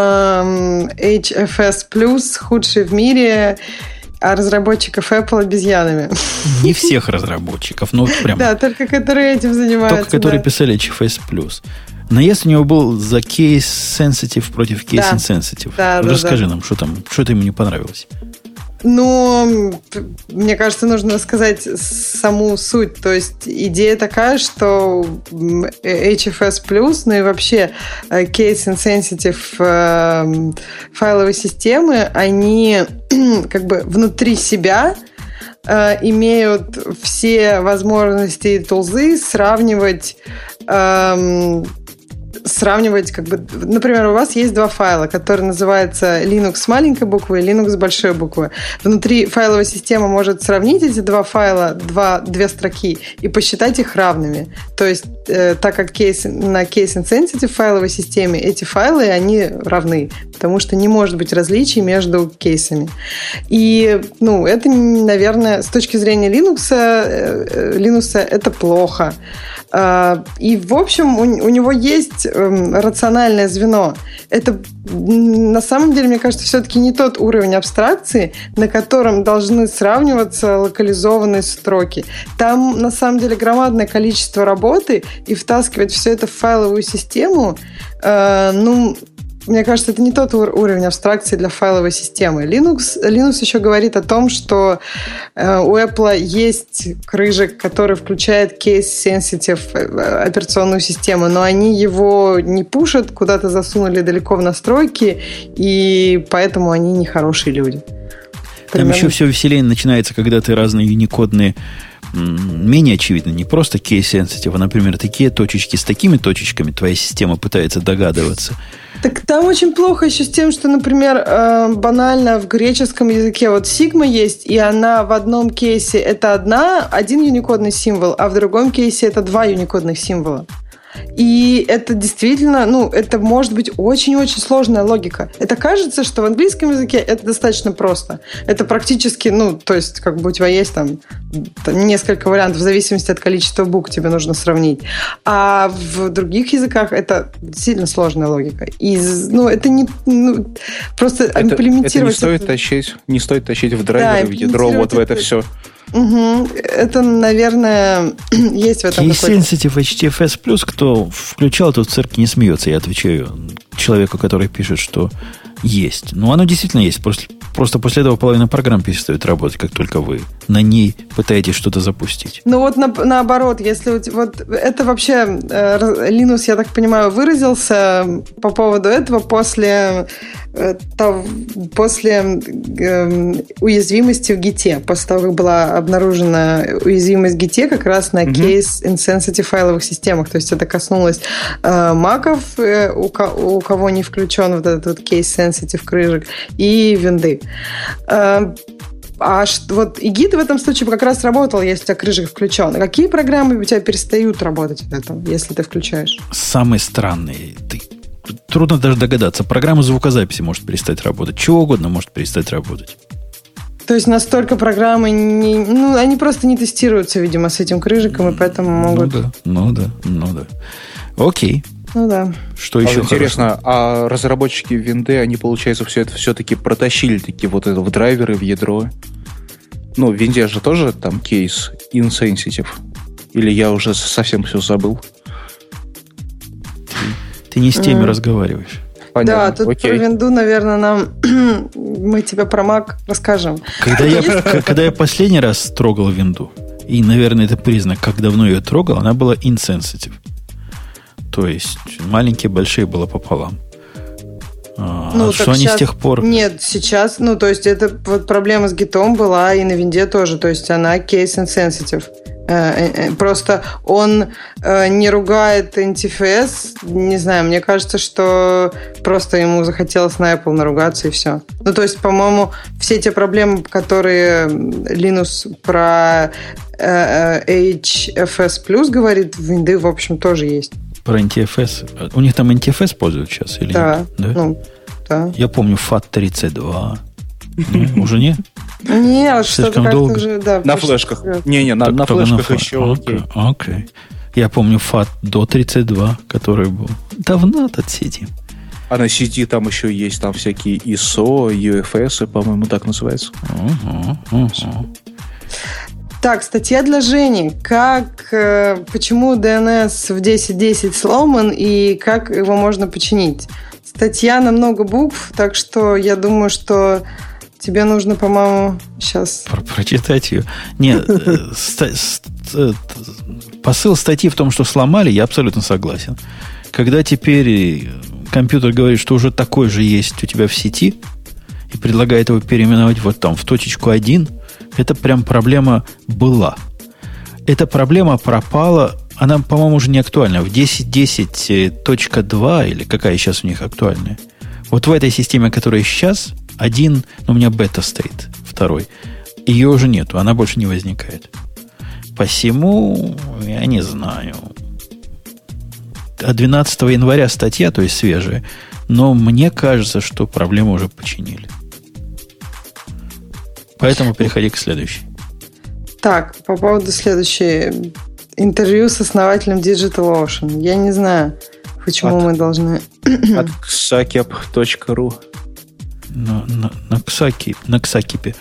HFS+, худшей в мире, а разработчиков Apple обезьянами. Не всех разработчиков, прям... Да, только которые этим занимаются. Только которые писали HFS+. Наезд у него был за case-sensitive против case-insensitive. Да, расскажи нам, что это ему не понравилось. Мне кажется, нужно рассказать саму суть. То есть идея такая, что HFS+, и вообще case-insensitive файловые системы, они как бы внутри себя имеют все возможности и тулзы сравнивать, например, у вас есть два файла, которые называются Linux с маленькой буквы и Linux с большой буквы. Внутри файловая система может сравнить эти два файла, две строки, и посчитать их равными. То есть, так как на case-insensitive файловой системе эти файлы, они равны, потому что не может быть различий между кейсами. И, это, наверное, с точки зрения Linux это плохо. И, в общем, у него есть рациональное звено. Это, на самом деле, мне кажется, все-таки не тот уровень абстракции, на котором должны сравниваться локализованные строки. Там, на самом деле, громадное количество работы, и втаскивать все это в файловую систему, мне кажется, это не тот уровень абстракции для файловой системы. Linux еще говорит о том, что у Apple есть крыжик, который включает case-sensitive операционную систему, но они его не пушат, куда-то засунули далеко в настройки, и поэтому они не хорошие люди. Там еще все веселее начинается, когда ты разные юникодные, менее очевидно, не просто case-sensitive, а, например, такие точечки с такими точечками твоя система пытается догадываться. Так там очень плохо еще с тем, что, например, банально в греческом языке вот сигма есть, и она в одном кейсе это один юникодный символ, а в другом кейсе это два юникодных символа. И это действительно, это может быть очень-очень сложная логика. Это кажется, что в английском языке это достаточно просто. Это практически, то есть, как бы у тебя есть там несколько вариантов, в зависимости от количества букв тебе нужно сравнить. А в других языках это сильно сложная логика. И, это не... просто имплементировать... Это не стоит тащить в драйвер, в ядро, вот в это все. Угу. Это, наверное, есть в этом какой-то... Case-sensitive HTFS+, кто включал, тот в церкви не смеется, я отвечаю человеку, который пишет, что есть. Оно действительно есть. Просто после этого половина программ перестает работать, как только вы на ней пытаетесь что-то запустить. Наоборот, если вот это вообще Linux, я так понимаю, выразился по поводу этого после уязвимости в Git. После того, как была обнаружена уязвимость в Git как раз на case-insensitive файловых системах. То есть это коснулось маков, у кого не включен вот этот вот case-sensitive крыжик, и винды. Вот и Git в этом случае как раз работал, если у тебя крыжик включен. А какие программы у тебя перестают работать в этом, если ты включаешь? Самые странные. Трудно даже догадаться. Программа звукозаписи может перестать работать. Чего угодно может перестать работать. То есть настолько программы они просто не тестируются, видимо, с этим крыжиком, и поэтому могут... Ну да. Окей. Ну да. Что еще интересно, а разработчики винды, они, получается, все это все-таки протащили такие вот это в драйверы, в ядро? Ну, в винде же тоже там кейс insensitive. Или я уже совсем все забыл? Ты не с теми разговариваешь. Понятно. Да, тут окей. про винду, наверное, мы тебе про Mac расскажем. Когда я последний раз трогал винду, и, наверное, это признак, как давно ее трогал, она была insensitive. То есть маленькие, большие было пополам. Что они сейчас, с тех пор... Нет, сейчас, то есть это вот проблема с гитом была и на винде тоже, то есть она case insensitive. Просто он не ругает NTFS, не знаю, мне кажется, что просто ему захотелось на Apple наругаться и все. Ну, то есть, по-моему, все те проблемы, которые Linus про HFS Plus говорит, в винды, в общем, тоже есть. Про NTFS. У них там NTFS пользуют сейчас или нет? Да. Да. Я помню FAT32. Уже не? Нет, что-то как-то уже... Да, на флешках. Не, на флешках еще окей. Я помню FAT до 32, который был. Давно от сети. А на сети там еще есть там всякие ISO, UFS, по-моему, так называется. Так, статья для Жени. Почему DNS в 10.10 сломан и как его можно починить? Статья на много букв, так что я думаю, что тебе нужно, по-моему, сейчас... Прочитать ее. Нет, посыл статьи в том, что сломали, я абсолютно согласен. Когда теперь компьютер говорит, что уже такой же есть у тебя в сети, и предлагает его переименовать вот там в точечку 1, это прям проблема была. Эта проблема пропала, она, по-моему, уже не актуальна. В 10.10.2, или какая сейчас у них актуальная, вот в этой системе, которая сейчас, один, у меня бета стоит, второй, ее уже нету, она больше не возникает. Посему, я не знаю. От 12 января статья, то есть свежая, но мне кажется, что проблему уже починили. Поэтому переходи к следующей. Так, по поводу следующей. Интервью с основателем DigitalOcean. Я не знаю, почему мы должны... От xakip.ru. На Xakip.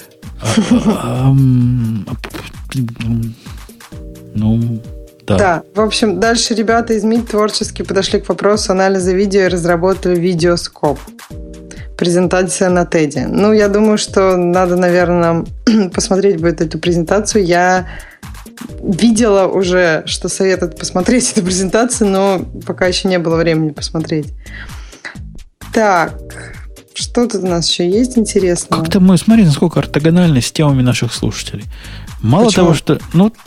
Да. Да, в общем, дальше ребята из МИД творчески подошли к вопросу анализа видео и разработали видеоскоп. Презентация на TED. Я думаю, что надо, наверное, посмотреть будет эту презентацию. Я видела уже, что советуют посмотреть эту презентацию, но пока еще не было времени посмотреть. Так, что тут у нас еще есть интересного? Как-то мы, смотри, насколько ортогонально с темами наших слушателей. Мало того, что...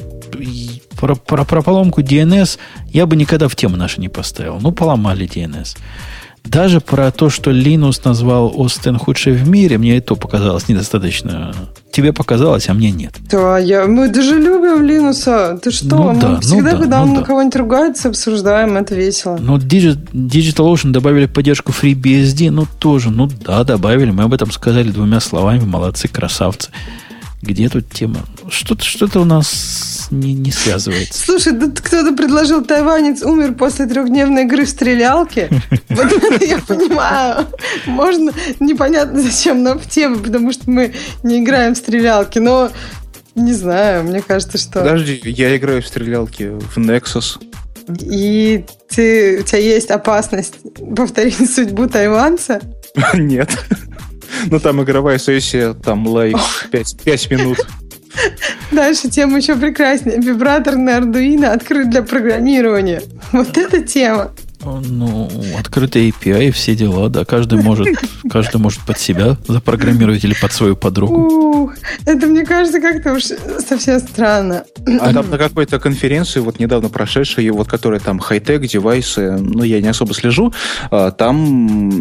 Про поломку DNS я бы никогда в тему наши не поставил. Поломали DNS. Даже про то, что Linus назвал Остин худшей в мире, мне это показалось недостаточно. Тебе показалось, а мне нет. Да, мы даже любим Линуса. Ты что? Мы всегда, когда он на кого-нибудь ругается, обсуждаем, это весело. DigitalOcean добавили поддержку FreeBSD, тоже, добавили. Мы об этом сказали двумя словами. Молодцы, красавцы. Где тут тема? Что-то у нас не связывается. Слушай, тут кто-то предложил, тайванец умер после 3-дневной игры в стрелялке. Вот это я понимаю. Можно, непонятно зачем нам в тему, потому что мы не играем в стрелялки, но не знаю, мне кажется, что... Подожди, я играю в стрелялки в Nexus. И у тебя есть опасность повторить судьбу тайванца? Нет. Там игровая сессия, там 5 минут. Дальше тема еще прекраснее. Вибратор на Arduino открыт для программирования. Вот эта тема. Открытые API и все дела, да. Каждый может под себя запрограммировать или под свою подругу. Это, мне кажется, как-то уж совсем странно. А там на какой-то конференции, недавно прошедшей, которая там хай-тек, девайсы, я не особо слежу, там...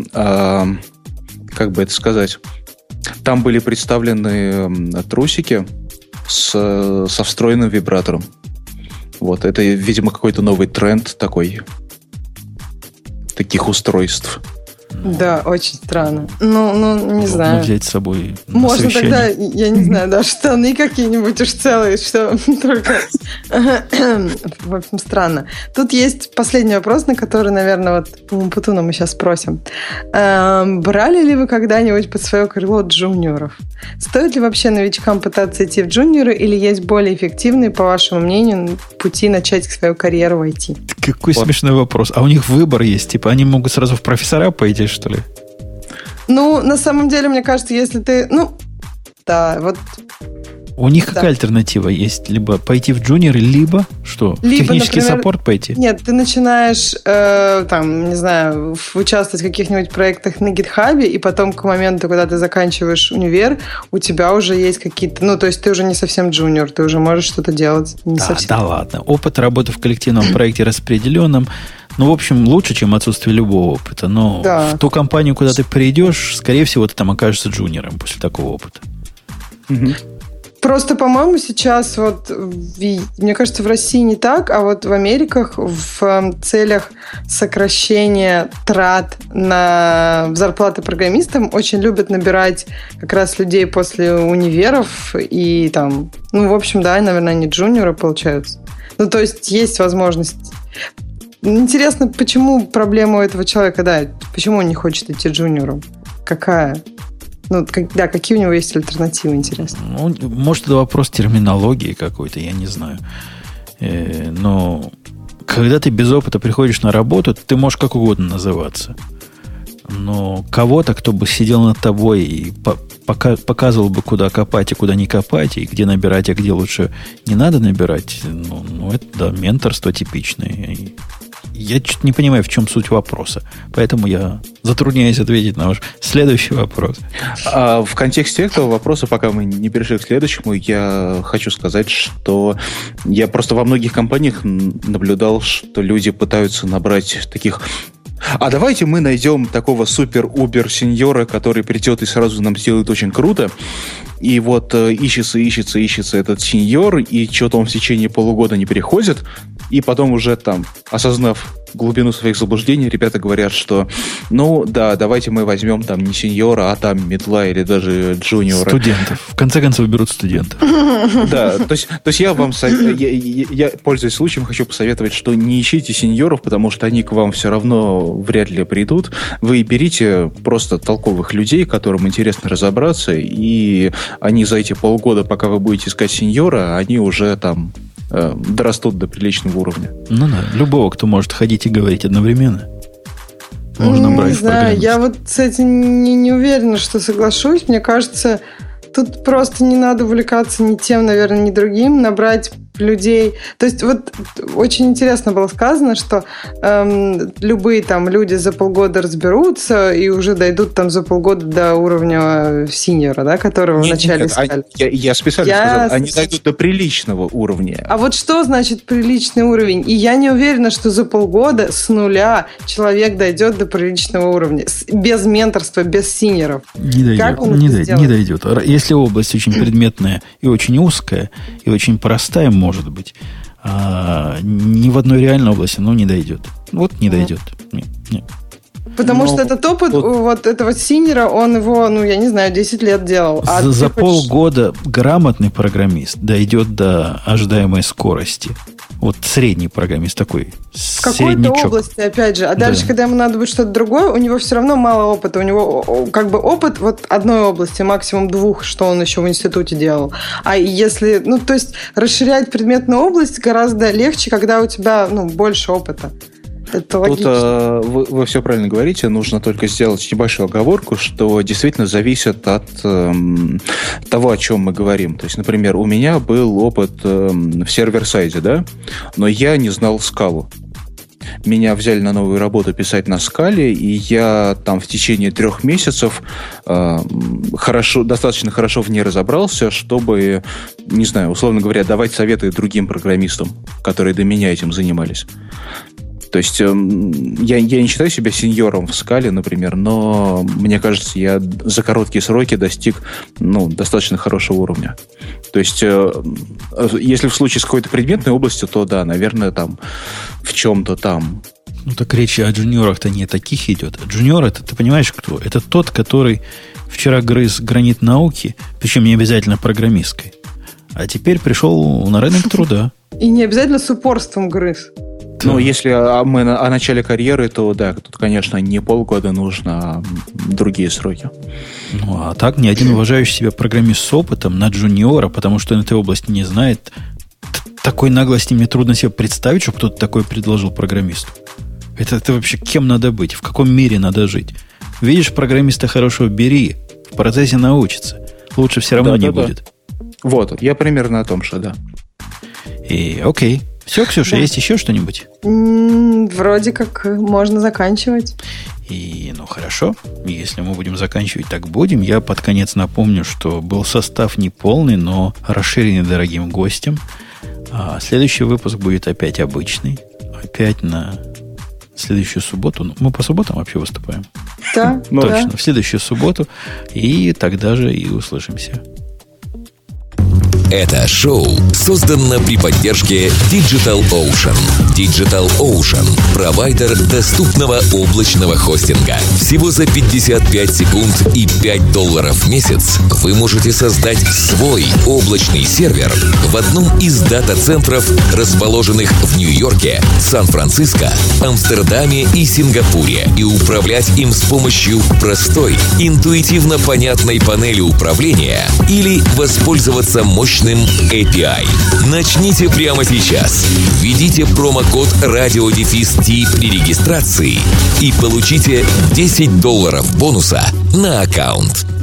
как бы это сказать, там были представлены трусики со встроенным вибратором. Это, видимо, какой-то новый тренд таких устройств. Да, очень странно. Не знаю. Взять с собой на можно совещание. тогда, я не знаю, да, штаны какие-нибудь уж целые, что только... В общем, странно. Тут есть последний вопрос, на который, наверное, вот у Путуна мы сейчас спросим. Брали ли вы когда-нибудь под свое крыло джуниоров? Стоит ли вообще новичкам пытаться идти в джуниоры, или есть более эффективные, по вашему мнению, пути начать свою карьеру в IT? Какой смешной вопрос. А у них выбор есть? Типа они могут сразу в профессора пойти, что ли? На самом деле, мне кажется, если ты... да, вот... У них какая альтернатива есть? Либо пойти в джуниоры, либо что? Либо, в технический например, саппорт пойти? Нет, ты начинаешь, не знаю, участвовать в каких-нибудь проектах на гитхабе, и потом к моменту, когда ты заканчиваешь универ, у тебя уже есть какие-то... то есть ты уже не совсем джуниор, ты уже можешь что-то делать не совсем. Да ладно. Опыт работы в коллективном проекте распределенном, в общем, лучше, чем отсутствие любого опыта. Но в ту компанию, куда ты придешь, скорее всего, ты там окажешься джуниором после такого опыта. Угу. Просто, по-моему, сейчас мне кажется, в России не так, а вот в Америках в целях сокращения трат на зарплаты программистам очень любят набирать как раз людей после универов и там, в общем, да, наверное, они джуниоры получаются. То есть есть возможность. Интересно, почему проблема у этого человека, почему он не хочет идти джуниором? Какая? Какие у него есть альтернативы, интересно? Может, это вопрос терминологии какой-то, я не знаю. Но когда ты без опыта приходишь на работу, ты можешь как угодно называться. Но кого-то, кто бы сидел над тобой и показывал бы, куда копать и куда не копать, и где набирать, а где лучше не надо набирать, это, менторство типичное. Я что-то не понимаю, в чем суть вопроса. Поэтому я затрудняюсь ответить на ваш следующий вопрос. В контексте этого вопроса, пока мы не перешли к следующему, я хочу сказать, что я просто во многих компаниях наблюдал, что люди пытаются набрать таких... А давайте мы найдем такого супер-убер-сеньора, который придет и сразу нам сделает очень круто. И вот ищется этот сеньор, и что-то он в течение полугода не приходит. И потом уже там, осознав глубину своих заблуждений, ребята говорят, что давайте мы возьмем там не сеньора, а там медла или даже джуниора. Студентов. В конце концов берут студентов. Да, то есть я вам, я, пользуясь случаем, хочу посоветовать, что не ищите сеньоров, потому что они к вам все равно вряд ли придут. Вы берите просто толковых людей, которым интересно разобраться, и они за эти полгода, пока вы будете искать сеньора, они уже там дорастут до приличного уровня. Любого, кто может ходить и говорить одновременно, можно брать. Не знаю, я вот с этим не уверена, что соглашусь. Мне кажется, тут просто не надо увлекаться ни тем, наверное, ни другим, набрать людей. То есть вот очень интересно было сказано, что любые там люди за полгода разберутся и уже дойдут там за полгода до уровня синьора, да, которого вначале искали. Я специально сказал, они дойдут до приличного уровня. А вот что значит приличный уровень? И я не уверена, что за полгода с нуля человек дойдет до приличного уровня. Без менторства, без синьоров. Не дойдет. Если область очень предметная и очень узкая, и очень простая, может быть, ни в одной реальной области, не дойдет. Не дойдет. Нет. Потому что этот опыт вот этого синьора, он его, я не знаю, 10 лет делал. За полгода грамотный программист дойдет до ожидаемой скорости. Вот средний программист такой. В какой-то области, опять же. А дальше, когда ему надо будет что-то другое, у него все равно мало опыта. У него как бы опыт вот одной области, максимум 2, что он еще в институте делал. А если, то есть расширять предметную область гораздо легче, когда у тебя, больше опыта. Это логично. Тут вы все правильно говорите, нужно только сделать небольшую оговорку, что действительно зависит от того, о чем мы говорим. То есть, например, у меня был опыт в сервер-сайде, да, но я не знал скалу. Меня взяли на новую работу писать на скале, и я там в течение 3 месяцев достаточно хорошо в ней разобрался, чтобы, не знаю, условно говоря, давать советы другим программистам, которые до меня этим занимались. То есть я не считаю себя сеньором в скале, например, но мне кажется, я за короткие сроки достиг достаточно хорошего уровня. То есть если в случае с какой-то предметной областью, то да, наверное, там в чем-то там Ну, так речь о джуниорах-то не таких идет. Джуниор, это ты понимаешь, кто? Это тот, который вчера грыз гранит науки, причем не обязательно программистской, а теперь пришел на рынок труда. И не обязательно с упорством грыз. Ну, если мы о начале карьеры, то да, тут, конечно, не полгода нужно, а другие сроки. Ну, а так ни один уважающий себя программист с опытом на джуниора, потому что он этой области не знает, такой наглости мне трудно себе представить, что кто-то такое предложил программисту. Это вообще кем надо быть? В каком мире надо жить? Видишь хорошего хорошего, бери. В процессе научится. Лучше все равно не будет. Вот, я примерно о том же, да. И окей. Все, Ксюша, да. Есть еще что-нибудь? Вроде как можно заканчивать. И, ну, хорошо. Если мы будем заканчивать, так будем. Я под конец напомню, что был состав не полный, но расширенный дорогим гостем. А следующий выпуск будет опять обычный. Опять на следующую субботу. Мы по субботам вообще выступаем? Да. Точно, в следующую субботу. И тогда же и услышимся. Это шоу создано при поддержке DigitalOcean. DigitalOcean – провайдер доступного облачного хостинга. Всего за 55 секунд и $5 в месяц вы можете создать свой облачный сервер в одном из дата-центров, расположенных в Нью-Йорке, Сан-Франциско, Амстердаме и Сингапуре, и управлять им с помощью простой, интуитивно понятной панели управления или воспользоваться мощным API. Начните прямо сейчас. Введите промокод RadioDefist при регистрации и получите $10 бонуса на аккаунт.